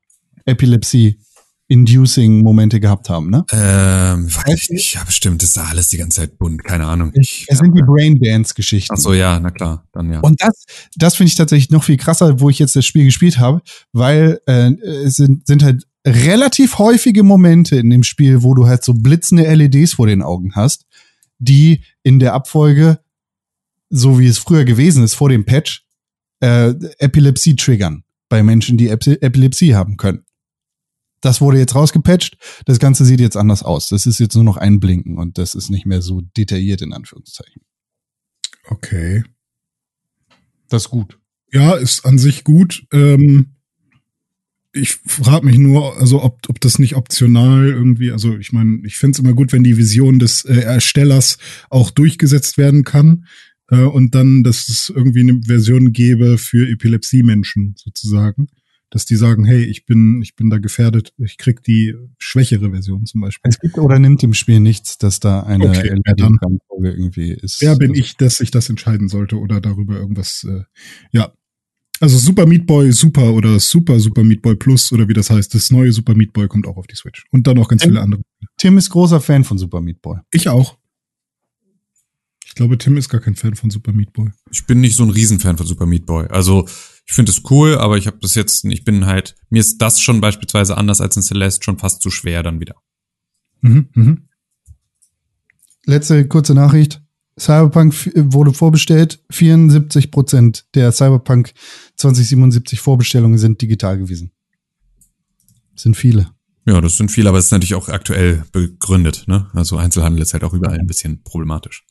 Epilepsie-inducing-Momente gehabt haben, ne? Ähm, weiß ich nicht. Ja, bestimmt. Das ist da alles die ganze Zeit bunt. Keine Ahnung. Ich, es sind die Braindance-Geschichten. Ach so, ja, na klar. Dann ja. Und das, das finde ich tatsächlich noch viel krasser, wo ich jetzt das Spiel gespielt habe, weil äh, es sind, sind halt relativ häufige Momente in dem Spiel, wo du halt so blitzende L E Ds vor den Augen hast, die in der Abfolge, so wie es früher gewesen ist, vor dem Patch, äh, Epilepsie triggern bei Menschen, die Ep- Epilepsie haben können. Das wurde jetzt rausgepatcht, das Ganze sieht jetzt anders aus. Das ist jetzt nur noch ein Blinken und das ist nicht mehr so detailliert in Anführungszeichen. Okay. Das ist gut. Ja, ist an sich gut. Ähm, ich frage mich nur, also ob, ob das nicht optional irgendwie, also ich meine, ich finde es immer gut, wenn die Vision des äh, Erstellers auch durchgesetzt werden kann äh, und dann, dass es irgendwie eine Version gäbe für Epilepsie-Menschen sozusagen, dass die sagen, hey, ich bin ich bin da gefährdet, ich krieg die schwächere Version zum Beispiel. Es gibt oder nimmt im Spiel nichts, dass da eine okay, L E D-Reihenfolge irgendwie ist. Wer bin ich, dass ich das entscheiden sollte oder darüber irgendwas, äh, ja. Also Super Meat Boy Super oder Super Super Meat Boy Plus oder wie das heißt, das neue Super Meat Boy kommt auch auf die Switch. Und dann noch ganz Tim, viele andere. Tim ist großer Fan von Super Meat Boy. Ich auch. Ich glaube, Tim ist gar kein Fan von Super Meat Boy. Ich bin nicht so ein Riesenfan von Super Meat Boy. Also ich finde es cool, aber ich habe das jetzt, ich bin halt, mir ist das schon beispielsweise anders als in Celeste schon fast zu schwer dann wieder. Mhm, mhm. Letzte kurze Nachricht. Cyberpunk wurde vorbestellt. vierundsiebzig Prozent der Cyberpunk zwanzig siebenundsiebzig Vorbestellungen sind digital gewesen. Das sind viele. Ja, das sind viele, aber es ist natürlich auch aktuell begründet, ne? Also Einzelhandel ist halt auch überall ein bisschen problematisch.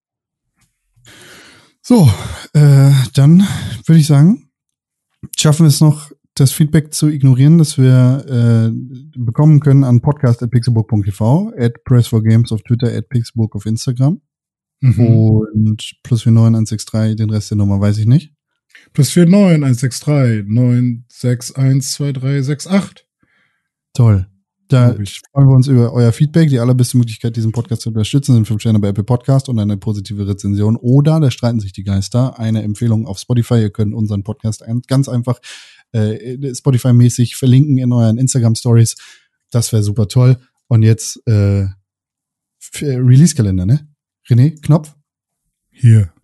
So, äh, dann würde ich sagen, schaffen wir es noch, das Feedback zu ignorieren, das wir äh, bekommen können an podcast at pixelburg punkt t v, at press for games auf Twitter, at pixelburg auf Instagram. Mhm. Und plus vier neun eins sechs drei, den Rest der Nummer weiß ich nicht. Plus vier neun eins sechs drei neun sechs eins zwei drei sechs acht. Toll. Da freuen wir uns über euer Feedback. Die allerbeste Möglichkeit, diesen Podcast zu unterstützen, sind fünf Sterne bei Apple Podcast und eine positive Rezension. Oder, da streiten sich die Geister, eine Empfehlung auf Spotify. Ihr könnt unseren Podcast ganz einfach äh, Spotify-mäßig verlinken in euren Instagram-Stories. Das wäre super toll. Und jetzt äh, Release-Kalender, ne? René, Knopf? Hier.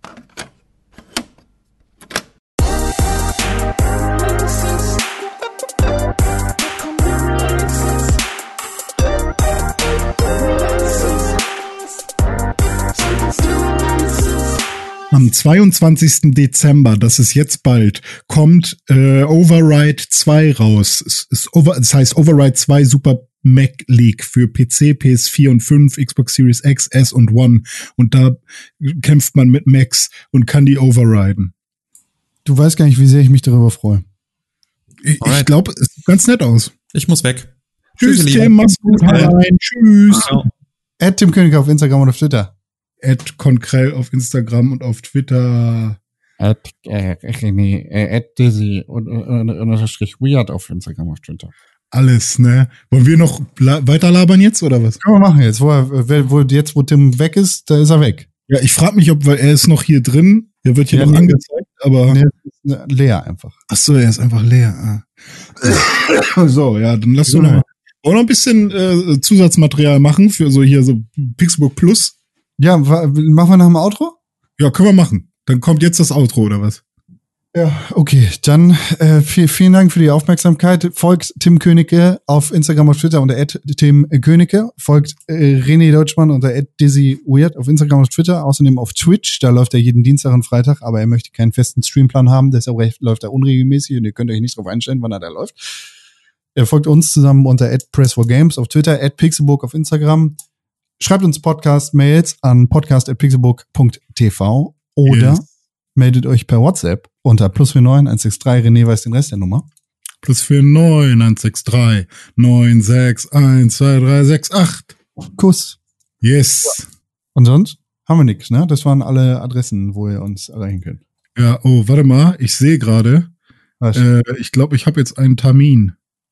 Am zweiundzwanzigsten Dezember, das ist jetzt bald, kommt äh, Override zwei raus. Es ist over, das heißt Override zwei Super Mac League für P C, P S vier und fünf, Xbox Series X, S und One. Und da kämpft man mit Macs und kann die overriden. Du weißt gar nicht, wie sehr ich mich darüber freue. Ich, ich glaube, es sieht ganz nett aus. Ich muss weg. Tschüss, Tschüss Tim, mach's gut rein. Tschüss. At Tim König auf Instagram und auf Twitter. At Konkrell auf Instagram und auf Twitter. At, äh, René, äh, at Dizzy und, und, und, und Weird auf Instagram, auf Twitter. Alles, ne? Wollen wir noch la- weiterlabern jetzt, oder was? Können wir machen jetzt. Wo, er, wo jetzt, wo Tim weg ist, da ist er weg. Ja, ich frage mich, ob, weil er ist noch hier drin. Der wird hier ja, noch nee, angezeigt, aber. Nee, ist leer einfach. Ach so, er ist einfach leer. Ah. So, ja, dann lass ja. doch noch, auch noch ein bisschen äh, Zusatzmaterial machen für so hier so Pixelburg Plus. Ja, machen wir nach dem Outro? Ja, können wir machen. Dann kommt jetzt das Outro, oder was? Ja, okay. Dann äh, viel, vielen Dank für die Aufmerksamkeit. Folgt Tim Königke auf Instagram, auf Twitter unter at Tim Königke. Folgt äh, René Deutschmann unter at Dizzy Weird auf Instagram, auf Twitter. Außerdem auf Twitch. Da läuft er jeden Dienstag und Freitag, aber er möchte keinen festen Streamplan haben. Deshalb läuft er unregelmäßig und ihr könnt euch nicht drauf einstellen, wann er da läuft. Er folgt uns zusammen unter at press for games auf Twitter, at pixelburg auf Instagram. Schreibt uns Podcast-Mails an podcast at pixelburg punkt t v oder yes. meldet euch per WhatsApp unter plus vier neun eins sechs drei, René weiß den Rest der Nummer. plus vier neun eins sechs drei neun sechs eins zwei drei sechs acht. Kuss. Yes. Ja. Und sonst haben wir nichts, ne? Das waren alle Adressen, wo ihr uns erreichen könnt. Ja, oh, warte mal, ich sehe gerade. Äh, ich glaube, ich habe jetzt einen Termin.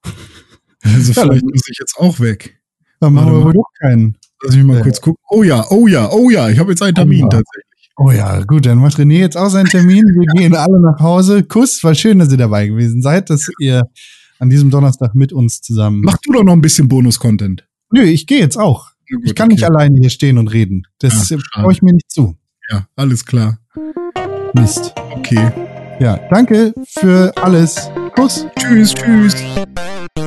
Also ja, vielleicht muss ich jetzt auch weg. Dann machen wir wohl doch keinen. Lass mich mal äh. kurz gucken. Oh ja, oh ja, oh ja, ich habe jetzt einen Termin oh ja. tatsächlich. Oh ja, gut, dann macht René jetzt auch seinen Termin. Wir gehen alle nach Hause. Kuss, war schön, dass ihr dabei gewesen seid, dass ihr an diesem Donnerstag mit uns zusammen. Mach du doch noch ein bisschen Bonus-Content. Nö, ich gehe jetzt auch. Gut, ich kann okay. nicht alleine hier stehen und reden. Das Ja, traue ich mir nicht zu. Ja, alles klar. Mist. Okay. Ja, danke für alles. Kuss. Tschüss, tschüss.